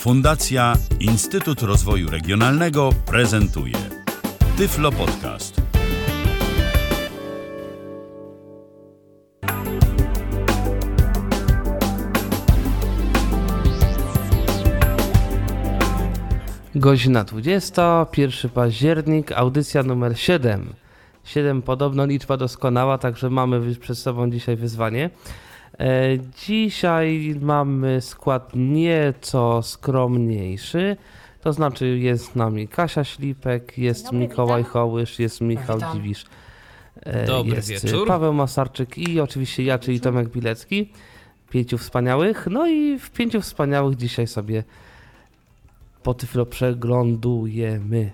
Fundacja Instytut Rozwoju Regionalnego prezentuje Tyflo Podcast. Godzina 20, 1 październik, audycja numer 7. 7 podobno liczba doskonała, także mamy przed sobą dzisiaj wyzwanie. Dzisiaj mamy skład nieco skromniejszy, to znaczy jest z nami Kasia Ślipek, jest Mikołaj Hołysz, jest Michał Dziwisz, jest wieczór. Paweł Masarczyk i oczywiście ja, czyli Tomek Bilecki. 5 wspaniałych, no i w 5 wspaniałych dzisiaj sobie po Tyflo przeglądujemy.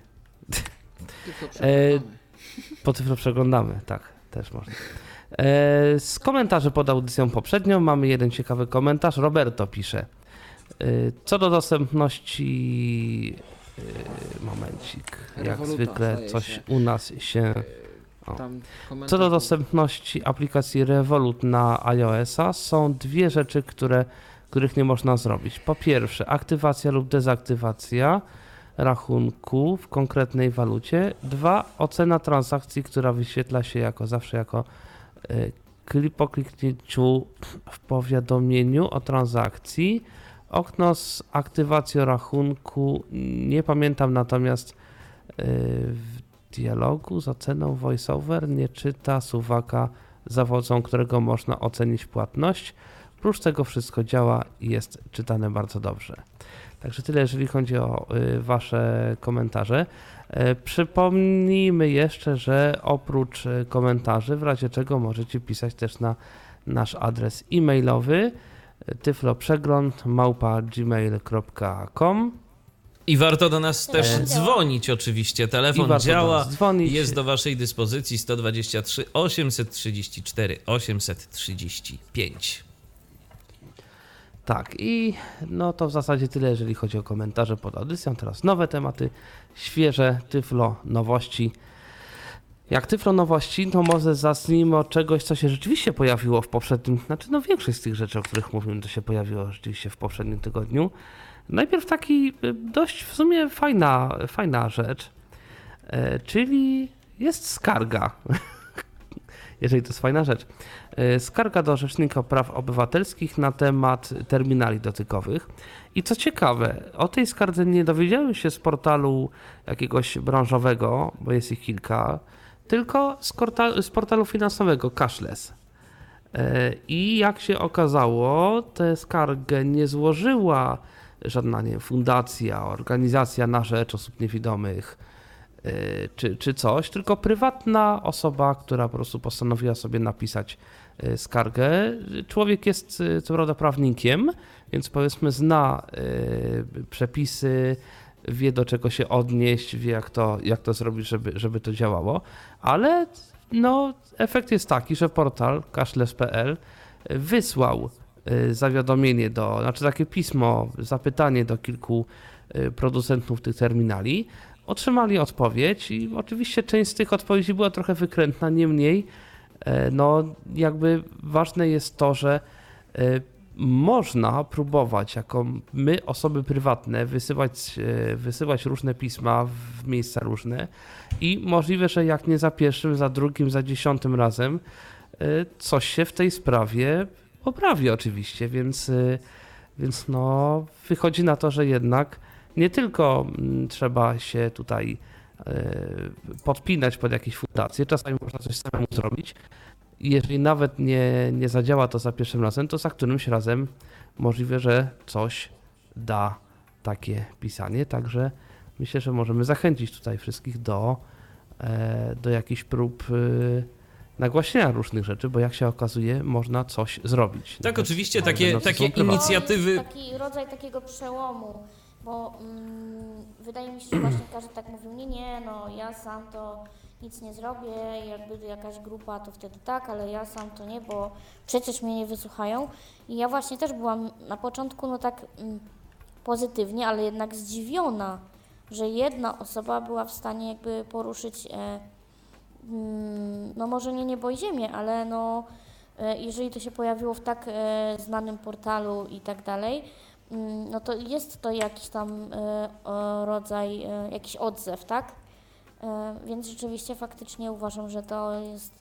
Po Tyflo przeglądamy, tak, też można. Z komentarzy pod audycją poprzednią mamy jeden ciekawy komentarz. Roberto pisze: co do dostępności, momencik, jak zwykle coś u nas się... Co do dostępności aplikacji Revolut na iOS-a są dwie rzeczy, których nie można zrobić. Po pierwsze, aktywacja lub dezaktywacja rachunku w konkretnej walucie. 2. Ocena transakcji, która wyświetla się zawsze jako po kliknięciu w powiadomieniu o transakcji. Okno z aktywacją rachunku, nie pamiętam, natomiast w dialogu z oceną VoiceOver nie czyta suwaka za pomocą którego można ocenić płatność. Prócz tego wszystko działa i jest czytane bardzo dobrze. Także tyle, jeżeli chodzi o wasze komentarze. Przypomnijmy jeszcze, że oprócz komentarzy, w razie czego możecie pisać też na nasz adres e-mailowy tyfloprzegląd@gmail.com. I warto do nas też dzwonić oczywiście. Telefon działa, jest do waszej dyspozycji 123 834 835. Tak, i no to w zasadzie tyle, jeżeli chodzi o komentarze pod audycją. Teraz nowe tematy, świeże Tyflo nowości. Jak Tyflo nowości, to może zacznijmy od czegoś, co się rzeczywiście pojawiło w poprzednim, większość z tych rzeczy, o których mówimy, to się pojawiło rzeczywiście w poprzednim tygodniu. Najpierw taki dość w sumie fajna rzecz, czyli jest skarga. Jeżeli to jest fajna rzecz. Skarga do Rzecznika Praw Obywatelskich na temat terminali dotykowych. I co ciekawe, o tej skardze nie dowiedziałem się z portalu jakiegoś branżowego, bo jest ich kilka, tylko z portalu finansowego Cashless. I jak się okazało, tę skargę nie złożyła żadna fundacja, organizacja na rzecz osób niewidomych, czy coś, tylko prywatna osoba, która po prostu postanowiła sobie napisać skargę. Człowiek jest co prawda prawnikiem, więc powiedzmy zna przepisy, wie do czego się odnieść, wie jak to zrobić, żeby to działało, ale efekt jest taki, że portal cashless.pl wysłał zawiadomienie takie pismo, zapytanie do kilku producentów tych terminali. Otrzymali odpowiedź i oczywiście część z tych odpowiedzi była trochę wykrętna, niemniej ważne jest to, że można próbować jako my, osoby prywatne, wysyłać różne pisma w miejsca różne i możliwe, że jak nie za pierwszym, za drugim, za 10 razem coś się w tej sprawie poprawi oczywiście, więc wychodzi na to, że jednak nie tylko trzeba się tutaj podpinać pod jakieś fundacje, czasami można coś samemu zrobić. Jeżeli nawet nie zadziała to za pierwszym razem, to za którymś razem możliwe, że coś da takie pisanie. Także myślę, że możemy zachęcić tutaj wszystkich do jakichś prób nagłaśniania różnych rzeczy, bo jak się okazuje, można coś zrobić. Tak, oczywiście takie inicjatywy... To jest taki rodzaj takiego przełomu. Bo wydaje mi się, że właśnie każdy tak mówił, ja sam to nic nie zrobię, jakby jakaś grupa to wtedy tak, ale ja sam to nie, bo przecież mnie nie wysłuchają. I ja właśnie też byłam na początku pozytywnie, ale jednak zdziwiona, że jedna osoba była w stanie jakby poruszyć, może nie niebo i ziemię, ale jeżeli to się pojawiło w tak znanym portalu i tak dalej, no to jest to jakiś tam rodzaj, jakiś odzew, tak? Więc rzeczywiście faktycznie uważam, że to jest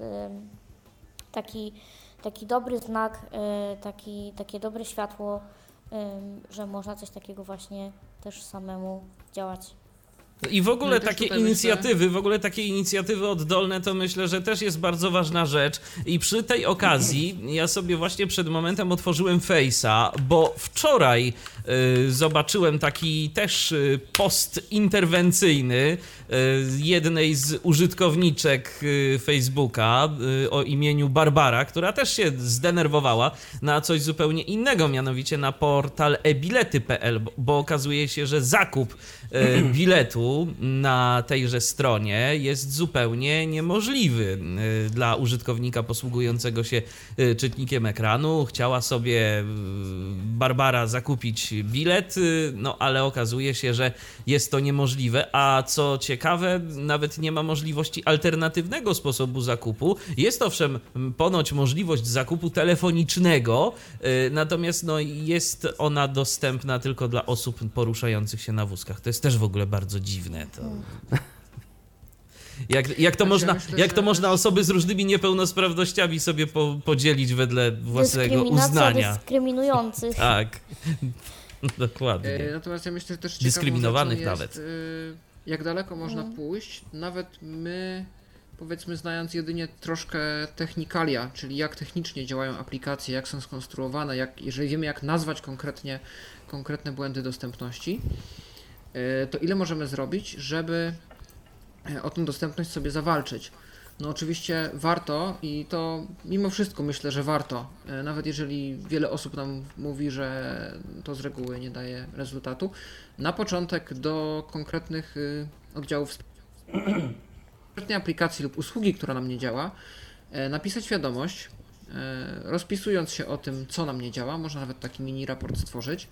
taki dobry znak, takie dobre światło, że można coś takiego właśnie też samemu działać. I w ogóle takie inicjatywy oddolne to myślę, że też jest bardzo ważna rzecz i przy tej okazji ja sobie właśnie przed momentem otworzyłem Face'a, bo wczoraj zobaczyłem taki też post interwencyjny jednej z użytkowniczek Facebooka o imieniu Barbara, która też się zdenerwowała na coś zupełnie innego, mianowicie na portal ebilety.pl, bo okazuje się, że zakup biletu na tejże stronie jest zupełnie niemożliwy dla użytkownika posługującego się czytnikiem ekranu. Chciała sobie Barbara zakupić bilet, no ale okazuje się, że jest to niemożliwe, a co ciekawe, nawet nie ma możliwości alternatywnego sposobu zakupu. Jest owszem ponoć możliwość zakupu telefonicznego, natomiast no, jest ona dostępna tylko dla osób poruszających się na wózkach. To jest też w ogóle bardzo dziwne. To... Jak to można osoby z różnymi niepełnosprawnościami sobie podzielić wedle własnego uznania? Dyskryminujących. Tak, dokładnie. Natomiast ja myślę, że też dyskrymowanych jest, nawet. Jak daleko można pójść, nawet my, powiedzmy, znając jedynie troszkę technikalia, czyli jak technicznie działają aplikacje, jak są skonstruowane, jeżeli wiemy, jak nazwać konkretne błędy dostępności, to ile możemy zrobić, żeby o tą dostępność sobie zawalczyć. No oczywiście warto i to mimo wszystko myślę, że warto, nawet jeżeli wiele osób nam mówi, że to z reguły nie daje rezultatu, na początek do konkretnych oddziałów konkretnej aplikacji lub usługi, która nam nie działa, napisać wiadomość, rozpisując się o tym, co nam nie działa, można nawet taki mini raport stworzyć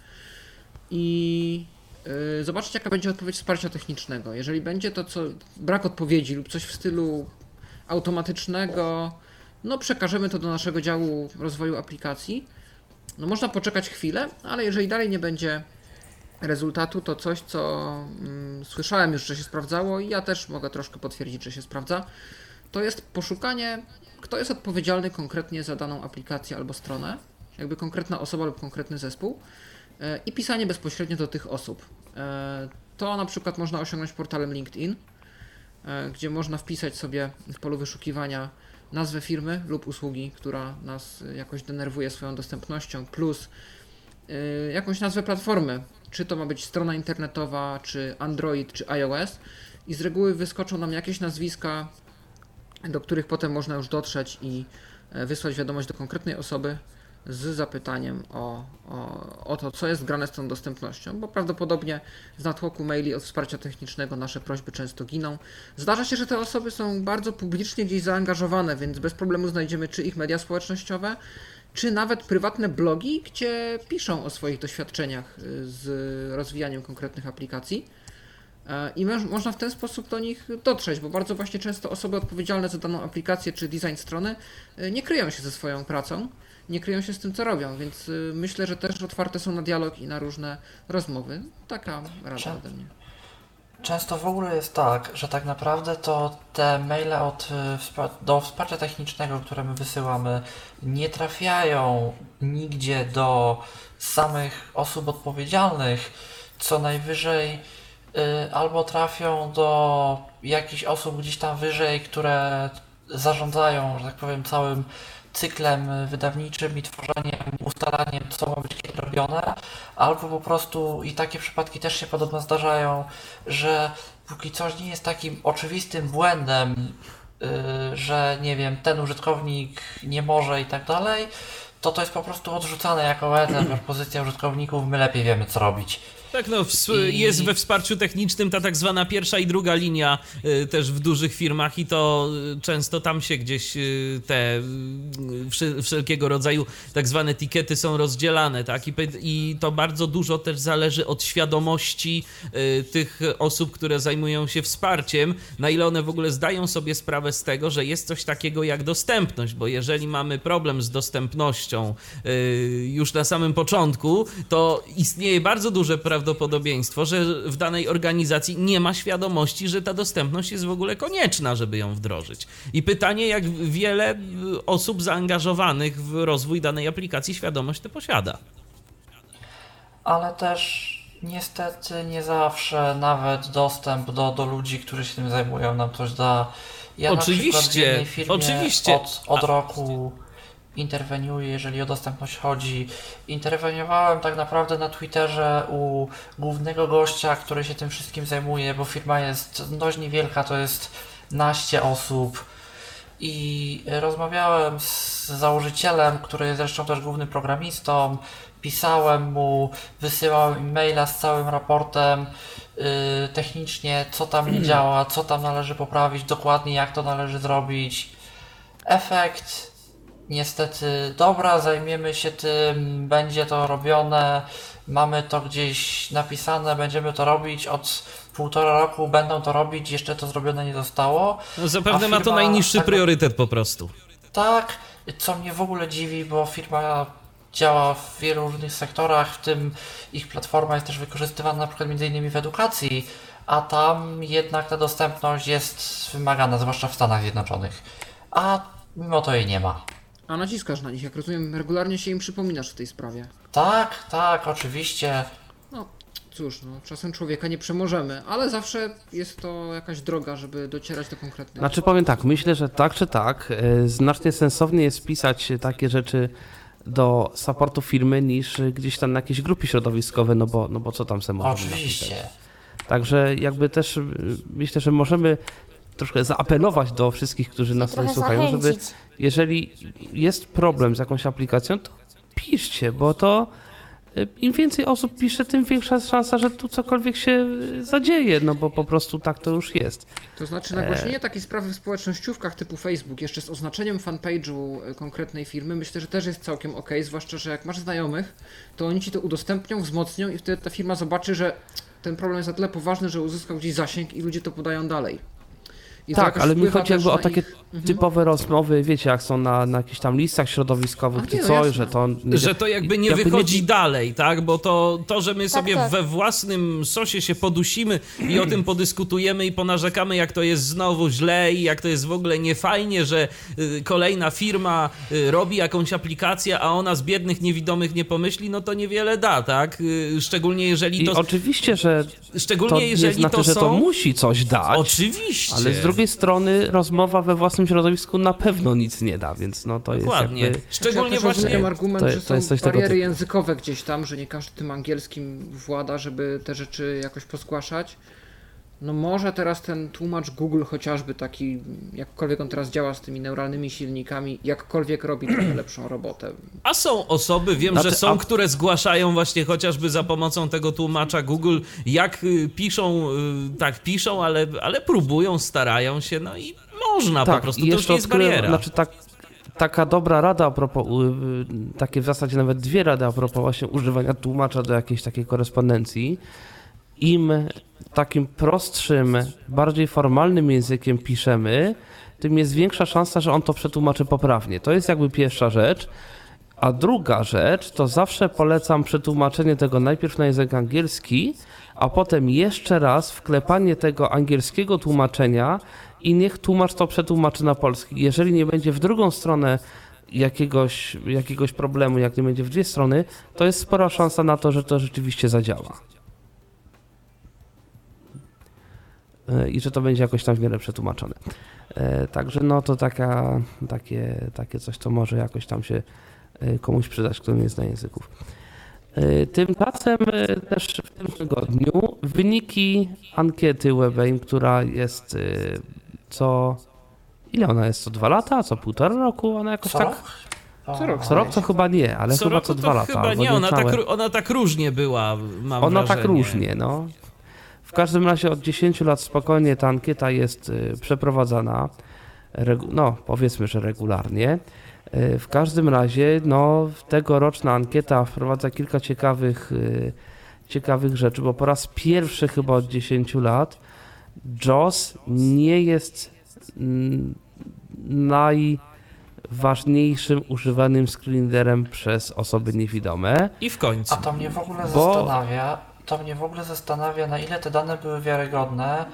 i zobaczyć, jaka będzie odpowiedź wsparcia technicznego. Jeżeli będzie to brak odpowiedzi lub coś w stylu automatycznego, no przekażemy to do naszego działu rozwoju aplikacji. No można poczekać chwilę, ale jeżeli dalej nie będzie rezultatu, to coś, co słyszałem już, że się sprawdzało i ja też mogę troszkę potwierdzić, że się sprawdza, to jest poszukanie, kto jest odpowiedzialny konkretnie za daną aplikację albo stronę, jakby konkretna osoba lub konkretny zespół, i pisanie bezpośrednio do tych osób. To na przykład można osiągnąć portalem LinkedIn, gdzie można wpisać sobie w polu wyszukiwania nazwę firmy lub usługi, która nas jakoś denerwuje swoją dostępnością, plus jakąś nazwę platformy, czy to ma być strona internetowa, czy Android, czy iOS, i z reguły wyskoczą nam jakieś nazwiska, do których potem można już dotrzeć i wysłać wiadomość do konkretnej osoby z zapytaniem o to, co jest grane z tą dostępnością, bo prawdopodobnie z natłoku maili od wsparcia technicznego nasze prośby często giną. Zdarza się, że te osoby są bardzo publicznie gdzieś zaangażowane, więc bez problemu znajdziemy czy ich media społecznościowe, czy nawet prywatne blogi, gdzie piszą o swoich doświadczeniach z rozwijaniem konkretnych aplikacji. I można w ten sposób do nich dotrzeć, bo bardzo właśnie często osoby odpowiedzialne za daną aplikację czy design strony nie kryją się ze swoją pracą, nie kryją się z tym, co robią, więc myślę, że też otwarte są na dialog i na różne rozmowy. Taka rada ode mnie. Często w ogóle jest tak, że tak naprawdę to te maile do wsparcia technicznego, które my wysyłamy, nie trafiają nigdzie do samych osób odpowiedzialnych, co najwyżej albo trafią do jakichś osób gdzieś tam wyżej, które zarządzają, że tak powiem, całym cyklem wydawniczym i tworzeniem, ustalaniem, co ma być kiedy robione, albo po prostu, i takie przypadki też się podobno zdarzają, że póki coś nie jest takim oczywistym błędem, że nie wiem, ten użytkownik nie może i tak dalej, to jest po prostu odrzucane jako pozycja użytkowników, my lepiej wiemy, co robić. Tak, no jest we wsparciu technicznym ta tak zwana pierwsza i druga linia też w dużych firmach i to często tam się gdzieś te wszelkiego rodzaju tak zwane tikety są rozdzielane, tak? I to bardzo dużo też zależy od świadomości tych osób, które zajmują się wsparciem, na ile one w ogóle zdają sobie sprawę z tego, że jest coś takiego jak dostępność, bo jeżeli mamy problem z dostępnością już na samym początku, to istnieje bardzo duże prawdopodobieństwo, że w danej organizacji nie ma świadomości, że ta dostępność jest w ogóle konieczna, żeby ją wdrożyć. I pytanie, jak wiele osób zaangażowanych w rozwój danej aplikacji świadomość tę posiada. Ale też niestety nie zawsze nawet dostęp do ludzi, którzy się tym zajmują, nam coś da. Ja Oczywiście, na przykład w jednej firmie oczywiście. Od roku interweniuję, jeżeli o dostępność chodzi. Interweniowałem tak naprawdę na Twitterze u głównego gościa, który się tym wszystkim zajmuje, bo firma jest dość niewielka, to jest naście osób. I rozmawiałem z założycielem, który jest zresztą też głównym programistą, pisałem mu, wysyłałem e-maila z całym raportem technicznie, co tam nie działa, co tam należy poprawić, dokładnie jak to należy zrobić. Efekt niestety, dobra, zajmiemy się tym, będzie to robione, mamy to gdzieś napisane, będziemy to robić od 1,5 roku, będą to robić, jeszcze to zrobione nie zostało. No zapewne ma to najniższy priorytet po prostu. Tak, co mnie w ogóle dziwi, bo firma działa w wielu różnych sektorach, w tym ich platforma jest też wykorzystywana na przykład m.in. w edukacji, a tam jednak ta dostępność jest wymagana, zwłaszcza w Stanach Zjednoczonych. A mimo to jej nie ma. A naciskasz na nich, jak rozumiem, regularnie się im przypominasz w tej sprawie. Tak, oczywiście. No cóż, no, czasem człowieka nie przemożemy, ale zawsze jest to jakaś droga, żeby docierać do konkretnych. Znaczy powiem tak, myślę, że tak czy tak, znacznie sensowniej jest pisać takie rzeczy do supportu firmy niż gdzieś tam na jakiejś grupie środowiskowej, no bo co tam sobie możemy Oczywiście. napisać. Także jakby też myślę, że możemy troszkę zaapelować do wszystkich, którzy nas tutaj słuchają, żeby jeżeli jest problem z jakąś aplikacją, to piszcie, bo to im więcej osób pisze, tym większa szansa, że tu cokolwiek się zadzieje, no bo po prostu tak to już jest. To znaczy nagłośnienie takiej sprawy w społecznościówkach typu Facebook, jeszcze z oznaczeniem fanpage'u konkretnej firmy, myślę, że też jest całkiem okej, zwłaszcza, że jak masz znajomych, to oni ci to udostępnią, wzmocnią i wtedy ta firma zobaczy, że ten problem jest na tyle poważny, że uzyskał gdzieś zasięg i ludzie to podają dalej. I tak, ale mi chodzi jakby o takie ich... typowe rozmowy, wiecie, jak są na jakichś tam listach środowiskowych, czy coś, że to jakby nie wychodzi dalej, tak? Bo to, że my sobie we własnym sosie się podusimy i o tym podyskutujemy i ponarzekamy, jak to jest znowu źle i jak to jest w ogóle niefajnie, że kolejna firma robi jakąś aplikację, a ona z biednych niewidomych nie pomyśli, no to niewiele da, tak? Szczególnie jeżeli to... I oczywiście, że szczególnie to jeżeli nie znaczy, że to musi coś dać. Oczywiście. Ale z drugiej strony rozmowa we własnym środowisku na pewno nic nie da, więc no to dokładnie. jest jakby... Szczególnie właśnie argument, że to jest są coś bariery językowe gdzieś tam, że nie każdy tym angielskim włada, żeby te rzeczy jakoś pozgłaszać. No może teraz ten tłumacz Google chociażby taki, jakkolwiek on teraz działa z tymi neuralnymi silnikami, jakkolwiek robi trochę lepszą robotę. A są osoby, wiem, że są, które zgłaszają właśnie chociażby za pomocą tego tłumacza Google, jak piszą, tak piszą, ale próbują, starają się, no i można po prostu, to już nie jest bariera. Znaczy taka dobra rada a propos, takie w zasadzie nawet dwie rady a propos właśnie używania tłumacza do jakiejś takiej korespondencji. Im takim prostszym, bardziej formalnym językiem piszemy, tym jest większa szansa, że on to przetłumaczy poprawnie. To jest jakby pierwsza rzecz. A druga rzecz, to zawsze polecam przetłumaczenie tego najpierw na język angielski, a potem jeszcze raz wklepanie tego angielskiego tłumaczenia i niech tłumacz to przetłumaczy na polski. Jeżeli nie będzie w drugą stronę jakiegoś problemu, jak nie będzie w dwie strony, to jest spora szansa na to, że to rzeczywiście zadziała. I że to będzie jakoś tam w miarę przetłumaczone. Także no to takie coś, co może jakoś tam się komuś przydać, kto nie zna języków. Tymczasem też w tym tygodniu wyniki ankiety WebAIM, która jest ile ona jest? Co 2 lata? Co 1,5 roku? Ona jakoś Co? tak... Co rok to chyba nie, ale chyba co 2 lata. Chyba nie, ona tak różnie była, mam Ona wrażenie. tak różnie, no. W każdym razie od 10 lat spokojnie ta ankieta jest przeprowadzana, no powiedzmy, że regularnie. W każdym razie, no, tegoroczna ankieta wprowadza kilka ciekawych rzeczy, bo po raz pierwszy chyba od 10 lat JAWS nie jest najważniejszym używanym screenreaderem przez osoby niewidome. I w końcu. A to mnie w ogóle zastanawia, na ile te dane były wiarygodne,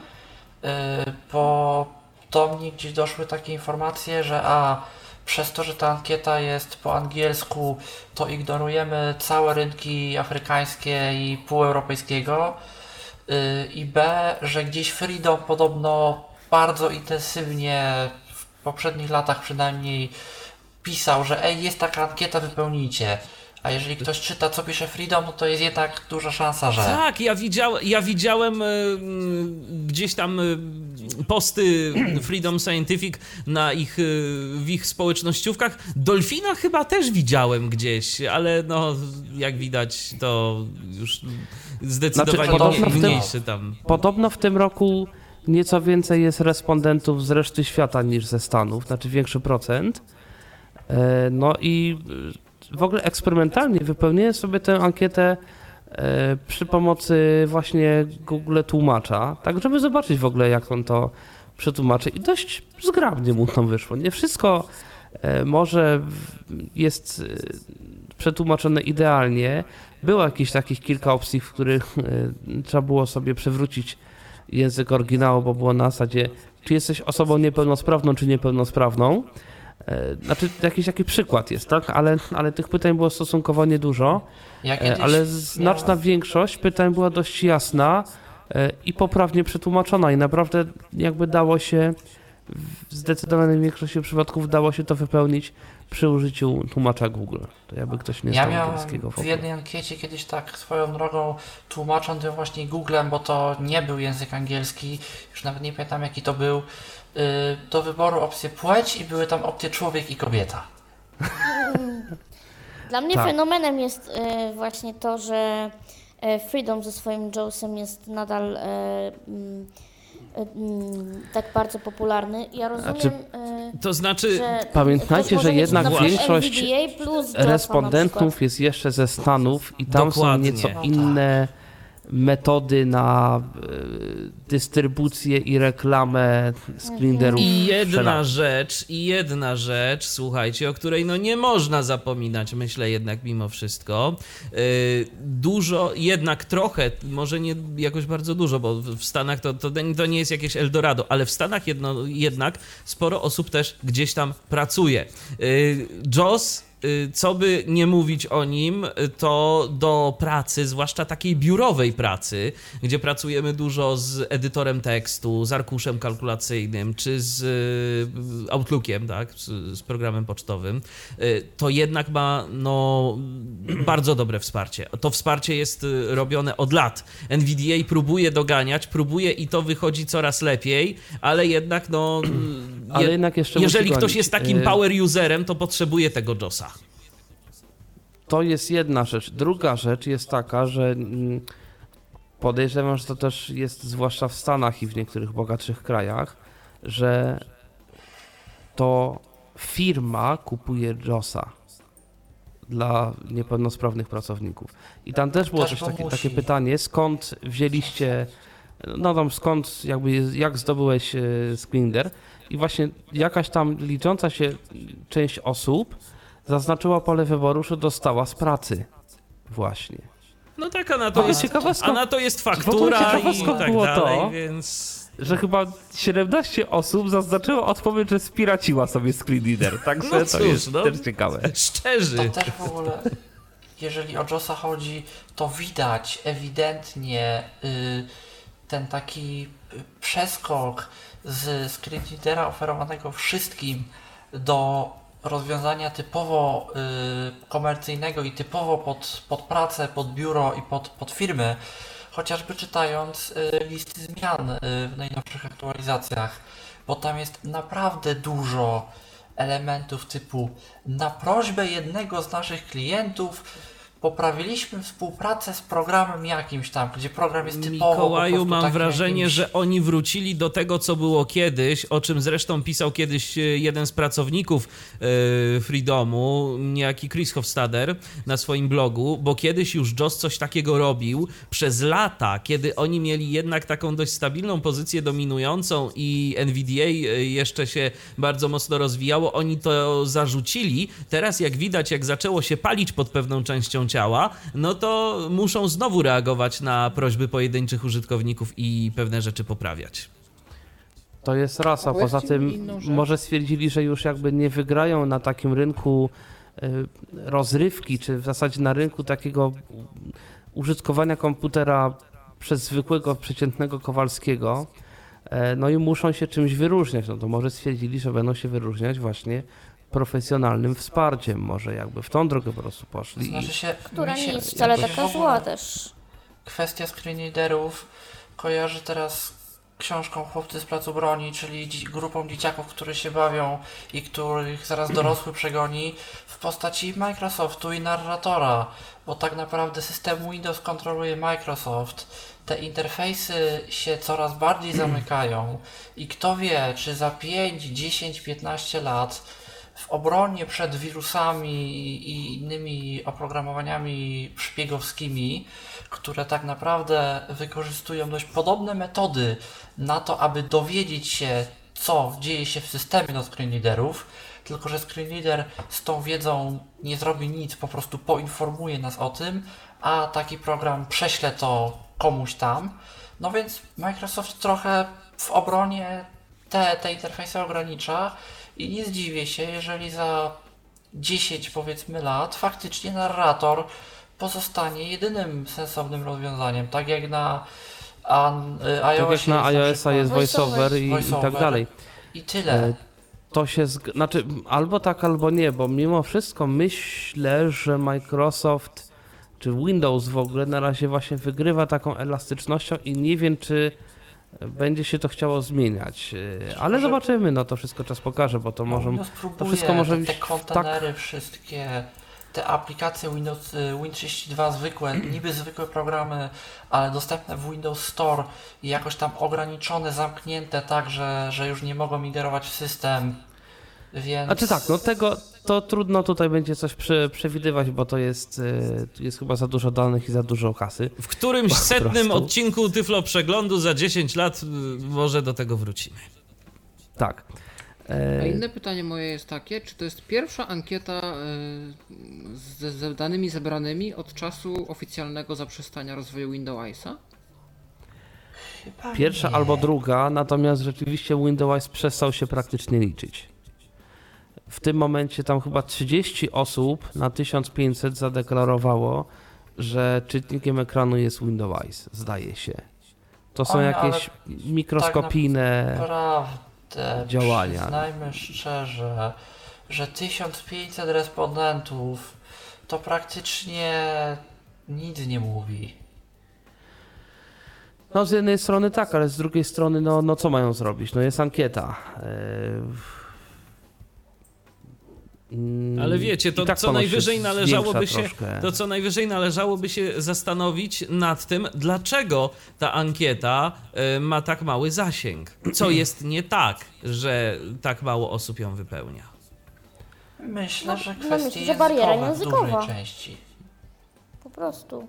bo do mnie gdzieś doszły takie informacje, że przez to, że ta ankieta jest po angielsku, to ignorujemy całe rynki afrykańskie i półeuropejskiego, i że gdzieś Freedom podobno bardzo intensywnie w poprzednich latach przynajmniej pisał, że jest taka ankieta, wypełnijcie. A jeżeli ktoś czyta, co pisze Freedom, no to jest jednak duża szansa, że... Tak, ja widziałem gdzieś tam posty Freedom Scientific w ich społecznościówkach. Dolfina chyba też widziałem gdzieś, ale no, jak widać, to już zdecydowanie mniejszy tam. Podobno w tym roku nieco więcej jest respondentów z reszty świata niż ze Stanów, znaczy większy procent. No i w ogóle eksperymentalnie wypełniłem sobie tę ankietę przy pomocy właśnie Google Tłumacza, tak żeby zobaczyć w ogóle, jak on to przetłumaczy, i dość zgrabnie mu to wyszło. Nie wszystko może jest przetłumaczone idealnie. Było jakieś takich kilka opcji, w których trzeba było sobie przewrócić język oryginału, bo było na zasadzie, czy jesteś osobą niepełnosprawną, czy niepełnosprawną. Znaczy jakiś taki przykład jest, tak? Ale tych pytań było stosunkowo niedużo, ale znaczna większość pytań była dość jasna i poprawnie przetłumaczona i naprawdę jakby dało się, w zdecydowanej większości przypadków dało się to wypełnić przy użyciu tłumacza Google. To jakby ktoś nie znał angielskiego w ogóle. W jednej ankiecie kiedyś tak swoją drogą tłumacząc tym właśnie Googlem, bo to nie był język angielski, już nawet nie pamiętam jaki to był, do wyboru opcję płeć i były tam opcje człowiek i kobieta. Dla mnie fenomenem jest właśnie to, że Freedom ze swoim JAWSem jest nadal tak bardzo popularny. Ja rozumiem, to znaczy, że pamiętajcie, że jednak większość plus respondentów jest jeszcze ze Stanów i tam Dokładnie. są nieco inne metody na dystrybucję i reklamę screenerów. I jedna rzecz, słuchajcie, o której no nie można zapominać, myślę jednak mimo wszystko. Dużo, jednak trochę, może nie jakoś bardzo dużo, bo w Stanach to nie jest jakieś Eldorado, ale w Stanach jednak sporo osób też gdzieś tam pracuje. JAWS, co by nie mówić o nim, to do pracy, zwłaszcza takiej biurowej pracy, gdzie pracujemy dużo z edytorem tekstu, z arkuszem kalkulacyjnym, czy z Outlookiem, tak, z programem pocztowym, to jednak ma bardzo dobre wsparcie. To wsparcie jest robione od lat. NVDA próbuje doganiać, i to wychodzi coraz lepiej, ale jednak jeżeli ktoś jest takim power userem, to potrzebuje tego JAWSa. To jest jedna rzecz. Druga rzecz jest taka, że podejrzewam, że to też jest zwłaszcza w Stanach i w niektórych bogatszych krajach, że to firma kupuje JAWSa dla niepełnosprawnych pracowników. I tam też było takie pytanie, skąd wzięliście, jak zdobyłeś screener, i właśnie jakaś tam licząca się część osób zaznaczyła pole wyboru, że dostała z pracy właśnie. No tak, a na to jest faktura i tak było dalej, to, więc... że chyba 17 osób zaznaczyło odpowiedź, że spiraciła sobie screenreader, także to jest też ciekawe. Szczerze. To też w ogóle, jeżeli o JAWSa chodzi, to widać ewidentnie ten taki przeskok z screenreadera oferowanego wszystkim do rozwiązania typowo komercyjnego i typowo pod pracę, pod biuro i pod firmy, chociażby czytając listy zmian w najnowszych aktualizacjach, bo tam jest naprawdę dużo elementów typu na prośbę jednego z naszych klientów poprawiliśmy współpracę z programem jakimś tam, gdzie program jest typowo Mikołaju, po prostu mam takim wrażenie, jakimś... że oni wrócili do tego, co było kiedyś, o czym zresztą pisał kiedyś jeden z pracowników Freedomu, niejaki Chris Hofstadter, na swoim blogu, bo kiedyś już JOS coś takiego robił. Przez lata, kiedy oni mieli jednak taką dość stabilną pozycję dominującą i NVDA jeszcze się bardzo mocno rozwijało, oni to zarzucili. Teraz jak widać, jak zaczęło się palić pod pewną częścią ciała, no to muszą znowu reagować na prośby pojedynczych użytkowników i pewne rzeczy poprawiać. To jest raz, a poza tym może stwierdzili, że już jakby nie wygrają na takim rynku rozrywki, czy w zasadzie na rynku takiego użytkowania komputera przez zwykłego, przeciętnego Kowalskiego, no i muszą się czymś wyróżniać. No to może stwierdzili, że będą się wyróżniać właśnie profesjonalnym wsparciem. Może jakby w tą drogę po prostu poszli. Znaczy się, Która mi nie się jest wcale jakoś taka w ogóle zła też. Kwestia screenreaderów kojarzy teraz książką Chłopcy z Placu Broni, czyli grupą dzieciaków, którzy się bawią i których zaraz dorosły przegoni w postaci Microsoftu i narratora, bo tak naprawdę system Windows kontroluje Microsoft. Te interfejsy się coraz bardziej zamykają i kto wie, czy za 5, 10, 15 lat w obronie przed wirusami i innymi oprogramowaniami szpiegowskimi, które tak naprawdę wykorzystują dość podobne metody na to, aby dowiedzieć się, co dzieje się w systemie do screenreaderów, tylko że screenreader z tą wiedzą nie zrobi nic, po prostu poinformuje nas o tym, a taki program prześle to komuś tam. No więc Microsoft trochę w obronie te interfejsy ogranicza i nie zdziwię się, jeżeli za 10 powiedzmy lat faktycznie narrator pozostanie jedynym sensownym rozwiązaniem, tak jak na Tak jak na iOS-a jest VoiceOver i tak dalej. I tyle. To się, znaczy albo tak, albo nie, bo mimo wszystko myślę, że Microsoft czy Windows w ogóle na razie właśnie wygrywa taką elastycznością i nie wiem, czy będzie się to chciało zmieniać, ale zobaczymy, no to wszystko czas pokaże, bo to może, to wszystko może te iść kontenery wszystkie, te aplikacje Windows Win32 zwykłe, niby zwykłe programy, ale dostępne w Windows Store i jakoś tam ograniczone, zamknięte tak, że już nie mogą migrować w system, więc... Znaczy tak, no tego to trudno tutaj będzie coś przewidywać, bo to jest chyba za dużo danych i za dużo kasy. W którymś setnym odcinku Tyflo Przeglądu za 10 lat może do tego wrócimy. Tak. A inne pytanie moje jest takie, czy to jest pierwsza ankieta z danymi zebranymi od czasu oficjalnego zaprzestania rozwoju Windowsa? Pierwsza albo druga, natomiast rzeczywiście Windows przestał się praktycznie liczyć. W tym momencie tam chyba 30 osób na 1500 zadeklarowało, że czytnikiem ekranu jest Windows, zdaje się. To są jakieś mikroskopijne działania. Przyznajmy szczerze, że 1500 respondentów to praktycznie nic nie mówi. No z jednej strony tak, ale z drugiej strony no co mają zrobić? No jest ankieta. Ale wiecie, to tak co najwyżej należałoby się zastanowić nad tym, dlaczego ta ankieta ma tak mały zasięg. Co jest nie tak, że tak mało osób ją wypełnia? Myślę, że kwestie bariera językowe w językowa. dużej części. Po prostu.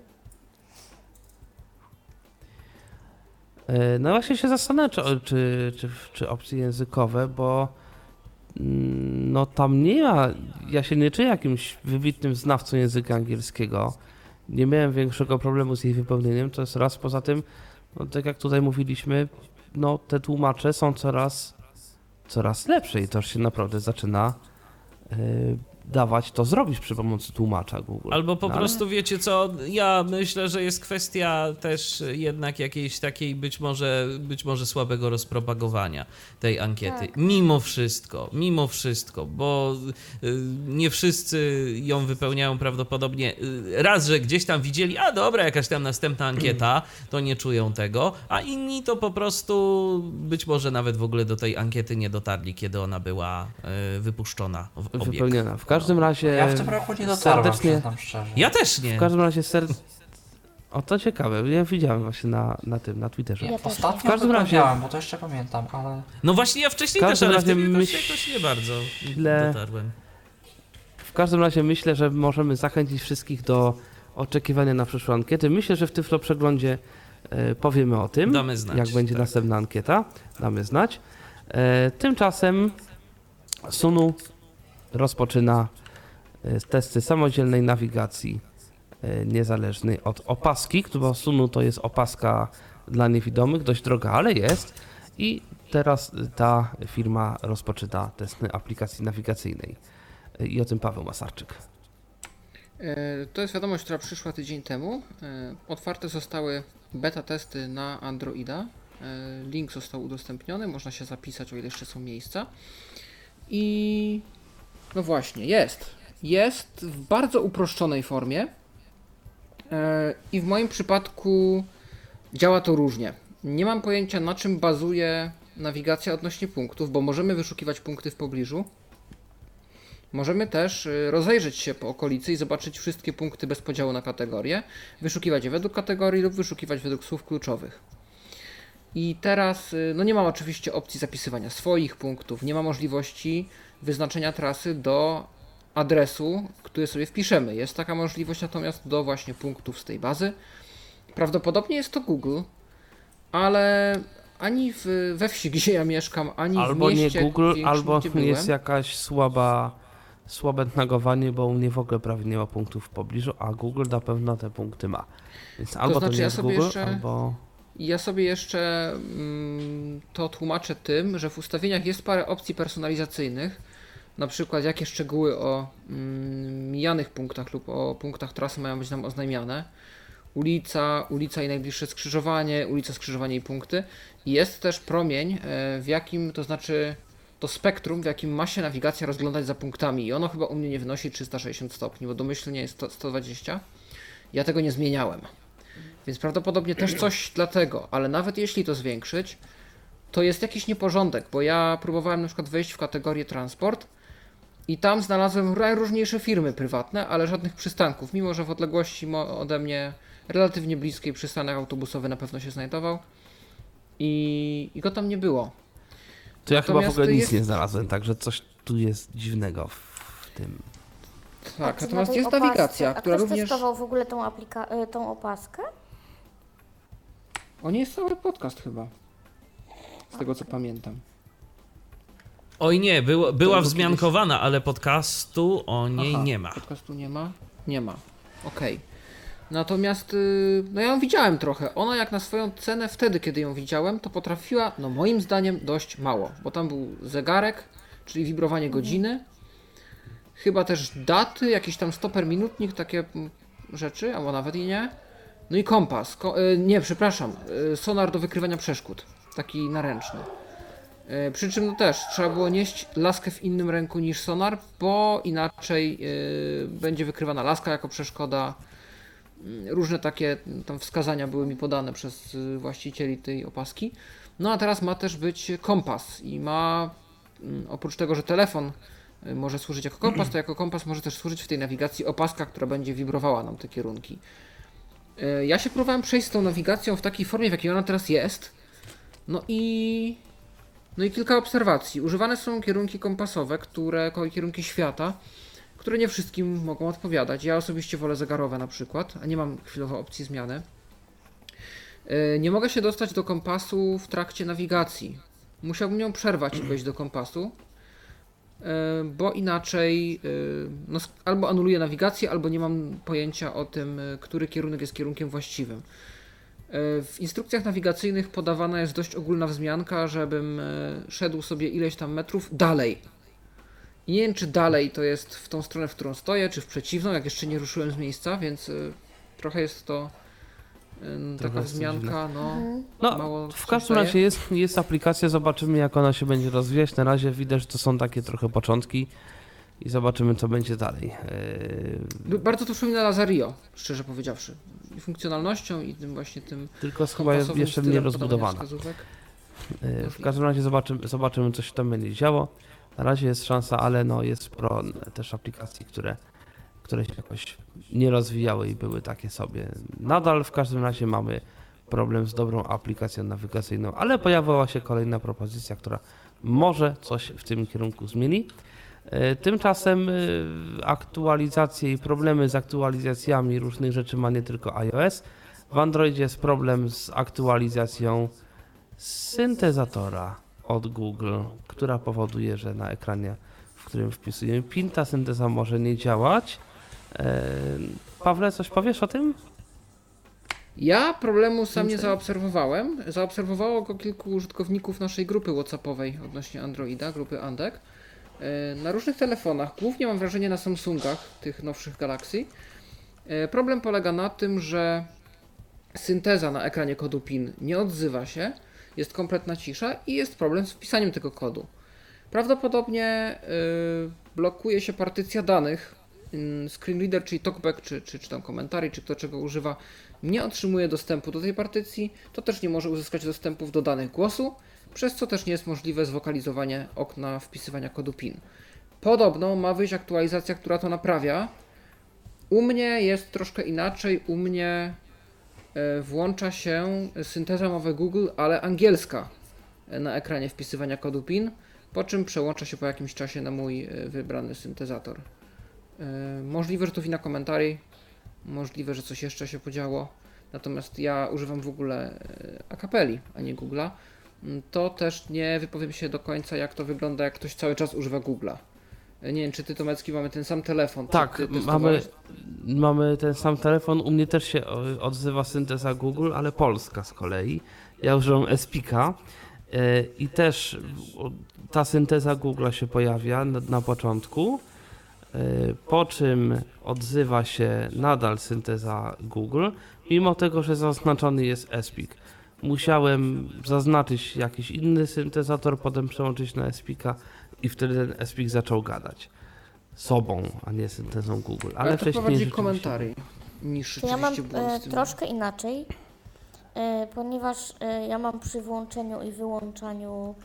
No właśnie się zastanawiam, czy opcje językowe, bo no tam nie ma, ja się nie czuję jakimś wybitnym znawcą języka angielskiego. Nie miałem większego problemu z jej wypełnieniem, to jest raz. Poza tym, no tak jak tutaj mówiliśmy, no te tłumacze są coraz lepsze i to już się naprawdę zaczyna dawać, to zrobisz przy pomocy tłumacza Google. Albo po No, ale- prostu, wiecie co, ja myślę, że jest kwestia też jednak jakiejś takiej być może słabego rozpropagowania tej ankiety. Tak. Mimo wszystko, bo nie wszyscy ją wypełniają prawdopodobnie. Raz, że gdzieś tam widzieli, a dobra, jakaś tam następna ankieta, to nie czują tego, a inni to po prostu być może nawet w ogóle do tej ankiety nie dotarli, kiedy ona była wypuszczona w obieg. Wypełniona. W każdym razie Ja w tym roku nie dotarłem, serdecznie, przyznam szczerze. Ja też nie. w każdym razie O, to ciekawe, ja widziałem właśnie na Twitterze. Ja też Ostatnio W każdym razie- wypełniałem, bo to jeszcze pamiętam, ale No właśnie, ja wcześniej W też, każdym ale razie wtedy jakoś nie bardzo dotarłem. W każdym razie myślę, że możemy zachęcić wszystkich do oczekiwania na przyszłą ankietę. Myślę, że w Tyflo Przeglądzie powiemy o tym, Damy znać, jak będzie tak. następna ankieta. Damy znać. Tymczasem Sunu rozpoczyna testy samodzielnej nawigacji niezależnej od opaski, bo Sunu to jest opaska dla niewidomych, dość droga, ale jest. I teraz ta firma rozpoczyna testy aplikacji nawigacyjnej. I o tym Paweł Masarczyk. To jest wiadomość, która przyszła tydzień temu. Otwarte zostały beta testy na Androida. Link został udostępniony, można się zapisać, o ile jeszcze są miejsca. I no właśnie, jest w bardzo uproszczonej formie i w moim przypadku działa to różnie. Nie mam pojęcia, na czym bazuje nawigacja odnośnie punktów, bo możemy wyszukiwać punkty w pobliżu. Możemy też rozejrzeć się po okolicy i zobaczyć wszystkie punkty bez podziału na kategorie, wyszukiwać je według kategorii lub wyszukiwać według słów kluczowych. I teraz, no nie mam oczywiście opcji zapisywania swoich punktów, nie ma możliwości wyznaczenia trasy do adresu, który sobie wpiszemy. Jest taka możliwość natomiast do właśnie punktów z tej bazy. Prawdopodobnie jest to Google, ale ani we wsi, gdzie ja mieszkam, ani Albo w mieście nie Google, większym, albo gdzie byłem, jest jakaś słabe nagowanie, bo u mnie w ogóle prawie nie ma punktów w pobliżu, a Google na pewno te punkty ma. Więc albo to znaczy, nie ja jest sobie Google, jeszcze- albo... Ja sobie jeszcze to tłumaczę tym, że w ustawieniach jest parę opcji personalizacyjnych, na przykład jakie szczegóły o mijanych punktach lub o punktach trasy mają być nam oznajmiane. Ulica i najbliższe skrzyżowanie, ulica, skrzyżowanie i punkty. I jest też promień, w jakim, to znaczy to spektrum, w jakim ma się nawigacja rozglądać za punktami. I ono chyba u mnie nie wynosi 360 stopni, bo domyślnie jest 120. Ja tego nie zmieniałem. Więc prawdopodobnie też coś dlatego, ale nawet jeśli to zwiększyć, to jest jakiś nieporządek, bo ja próbowałem na przykład wejść w kategorię transport i tam znalazłem najróżniejsze firmy prywatne, ale żadnych przystanków, mimo że w odległości ode mnie relatywnie bliskiej przystanek autobusowy na pewno się znajdował i go tam nie było. To ja chyba w Natomiast ogóle nic jest- nie znalazłem, także coś tu jest dziwnego w tym. Tak, A czy natomiast na tej jest nawigacja, opasce, która a ktoś również... testował w ogóle tą opaskę? O nie jest cały podcast chyba, z tego co pamiętam. Oj nie, była było wzmiankowana, ale podcastu o niej Aha, nie ma. Podcastu nie ma? Nie ma. Okej. Natomiast, no ja ją widziałem trochę. Ona jak na swoją cenę wtedy, kiedy ją widziałem, to potrafiła, no moim zdaniem, dość mało. Bo tam był zegarek, czyli wibrowanie godziny. Chyba też daty, jakiś tam stoper, minutnik, takie rzeczy, albo nawet i nie. No i kompas. Sonar do wykrywania przeszkód. Taki naręczny. Przy czym no też trzeba było nieść laskę w innym ręku niż sonar, bo inaczej będzie wykrywana laska jako przeszkoda. Różne takie tam wskazania były mi podane przez właścicieli tej opaski. No a teraz ma też być kompas i ma oprócz tego, że telefon może służyć jako kompas, to jako kompas może też służyć w tej nawigacji opaska, która będzie wibrowała nam te kierunki. Ja się próbowałem przejść z tą nawigacją w takiej formie, w jakiej ona teraz jest. No i kilka obserwacji. Używane są kierunki kompasowe, kierunki świata, które nie wszystkim mogą odpowiadać. Ja osobiście wolę zegarowe na przykład, a nie mam chwilowo opcji zmiany. Nie mogę się dostać do kompasu w trakcie nawigacji. Musiałbym ją przerwać i wejść do kompasu, bo inaczej albo anuluję nawigację, albo nie mam pojęcia o tym, który kierunek jest kierunkiem właściwym. W instrukcjach nawigacyjnych podawana jest dość ogólna wzmianka, żebym szedł sobie ileś tam metrów dalej. I nie wiem, czy dalej to jest w tą stronę, w którą stoję, czy w przeciwną, jak jeszcze nie ruszyłem z miejsca, więc trochę jest to taka wzmianka, No, mało w każdym razie jest aplikacja, zobaczymy jak ona się będzie rozwijać. Na razie widać, że to są takie trochę początki i zobaczymy co będzie dalej. Bardzo to przypomina Lazario, szczerze powiedziawszy. I funkcjonalnością i tym właśnie tym Tylko chyba jest jeszcze mniej rozbudowana. W każdym razie zobaczymy co się tam będzie działo. Na razie jest szansa, ale no jest sporo też aplikacji, które się jakoś nie rozwijały i były takie sobie. Nadal w każdym razie mamy problem z dobrą aplikacją nawigacyjną, ale pojawiła się kolejna propozycja, która może coś w tym kierunku zmieni. Tymczasem aktualizacje i problemy z aktualizacjami różnych rzeczy ma nie tylko iOS. W Androidzie jest problem z aktualizacją syntezatora od Google, która powoduje, że na ekranie, w którym wpisujemy PIN, ta synteza może nie działać. Pawle, coś powiesz o tym? Ja problemu sam nie zaobserwowałem. Zaobserwowało go kilku użytkowników naszej grupy WhatsAppowej odnośnie Androida, grupy Andek. Na różnych telefonach, głównie mam wrażenie na Samsungach, tych nowszych Galaxy. Problem polega na tym, że synteza na ekranie kodu PIN nie odzywa się, jest kompletna cisza i jest problem z wpisaniem tego kodu. Prawdopodobnie blokuje się partycja danych. Screenreader, czyli TalkBack, czy tam komentarzy, czy kto czego używa, nie otrzymuje dostępu do tej partycji, to też nie może uzyskać dostępów do danych głosu, przez co też nie jest możliwe zwokalizowanie okna wpisywania kodu PIN. Podobno ma wyjść aktualizacja, która to naprawia. U mnie jest troszkę inaczej, u mnie włącza się synteza mowy Google, ale angielska na ekranie wpisywania kodu PIN, po czym przełącza się po jakimś czasie na mój wybrany syntezator. Możliwe, że to wina komentarzy, możliwe, że coś jeszcze się podziało, natomiast ja używam w ogóle Acapelli, a nie Google'a. To też nie wypowiem się do końca, jak to wygląda, jak ktoś cały czas używa Google'a. Nie wiem, czy ty, Tomecki, mamy ten sam telefon. Tak, mamy ten sam telefon. U mnie też się odzywa synteza Google, ale polska z kolei. Ja używam SPICA i też ta synteza Google'a się pojawia na początku, po czym odzywa się nadal synteza Google, mimo tego, że zaznaczony jest SPIC. Musiałem zaznaczyć jakiś inny syntezator, potem przełączyć na SPICA i wtedy ten SPIC zaczął gadać sobą, a nie syntezą Google. Ale to prowadzi komentarzy niż To ja mam było z tym. troszkę inaczej, ponieważ ja mam przy włączeniu i wyłączaniu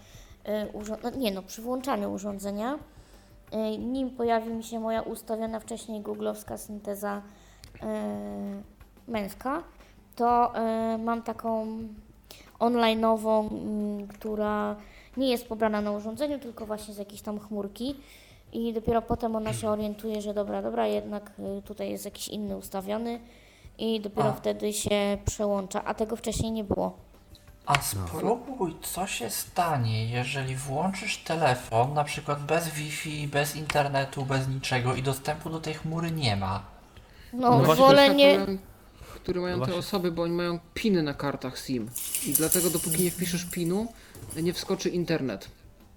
przy włączaniu urządzenia, nim pojawi mi się moja ustawiona wcześniej googlowska synteza męska, to mam taką online'ową, która nie jest pobrana na urządzeniu, tylko właśnie z jakiejś tam chmurki i dopiero potem ona się orientuje, że dobra, jednak tutaj jest jakiś inny ustawiony i dopiero wtedy się przełącza, a tego wcześniej nie było. A spróbuj, co się stanie, jeżeli włączysz telefon, na przykład bez Wi-Fi, bez internetu, bez niczego i dostępu do tej chmury nie ma. No wolę nie... Problem, który mają te osoby, bo oni mają piny na kartach SIM i dlatego dopóki nie wpiszesz pinu, nie wskoczy internet.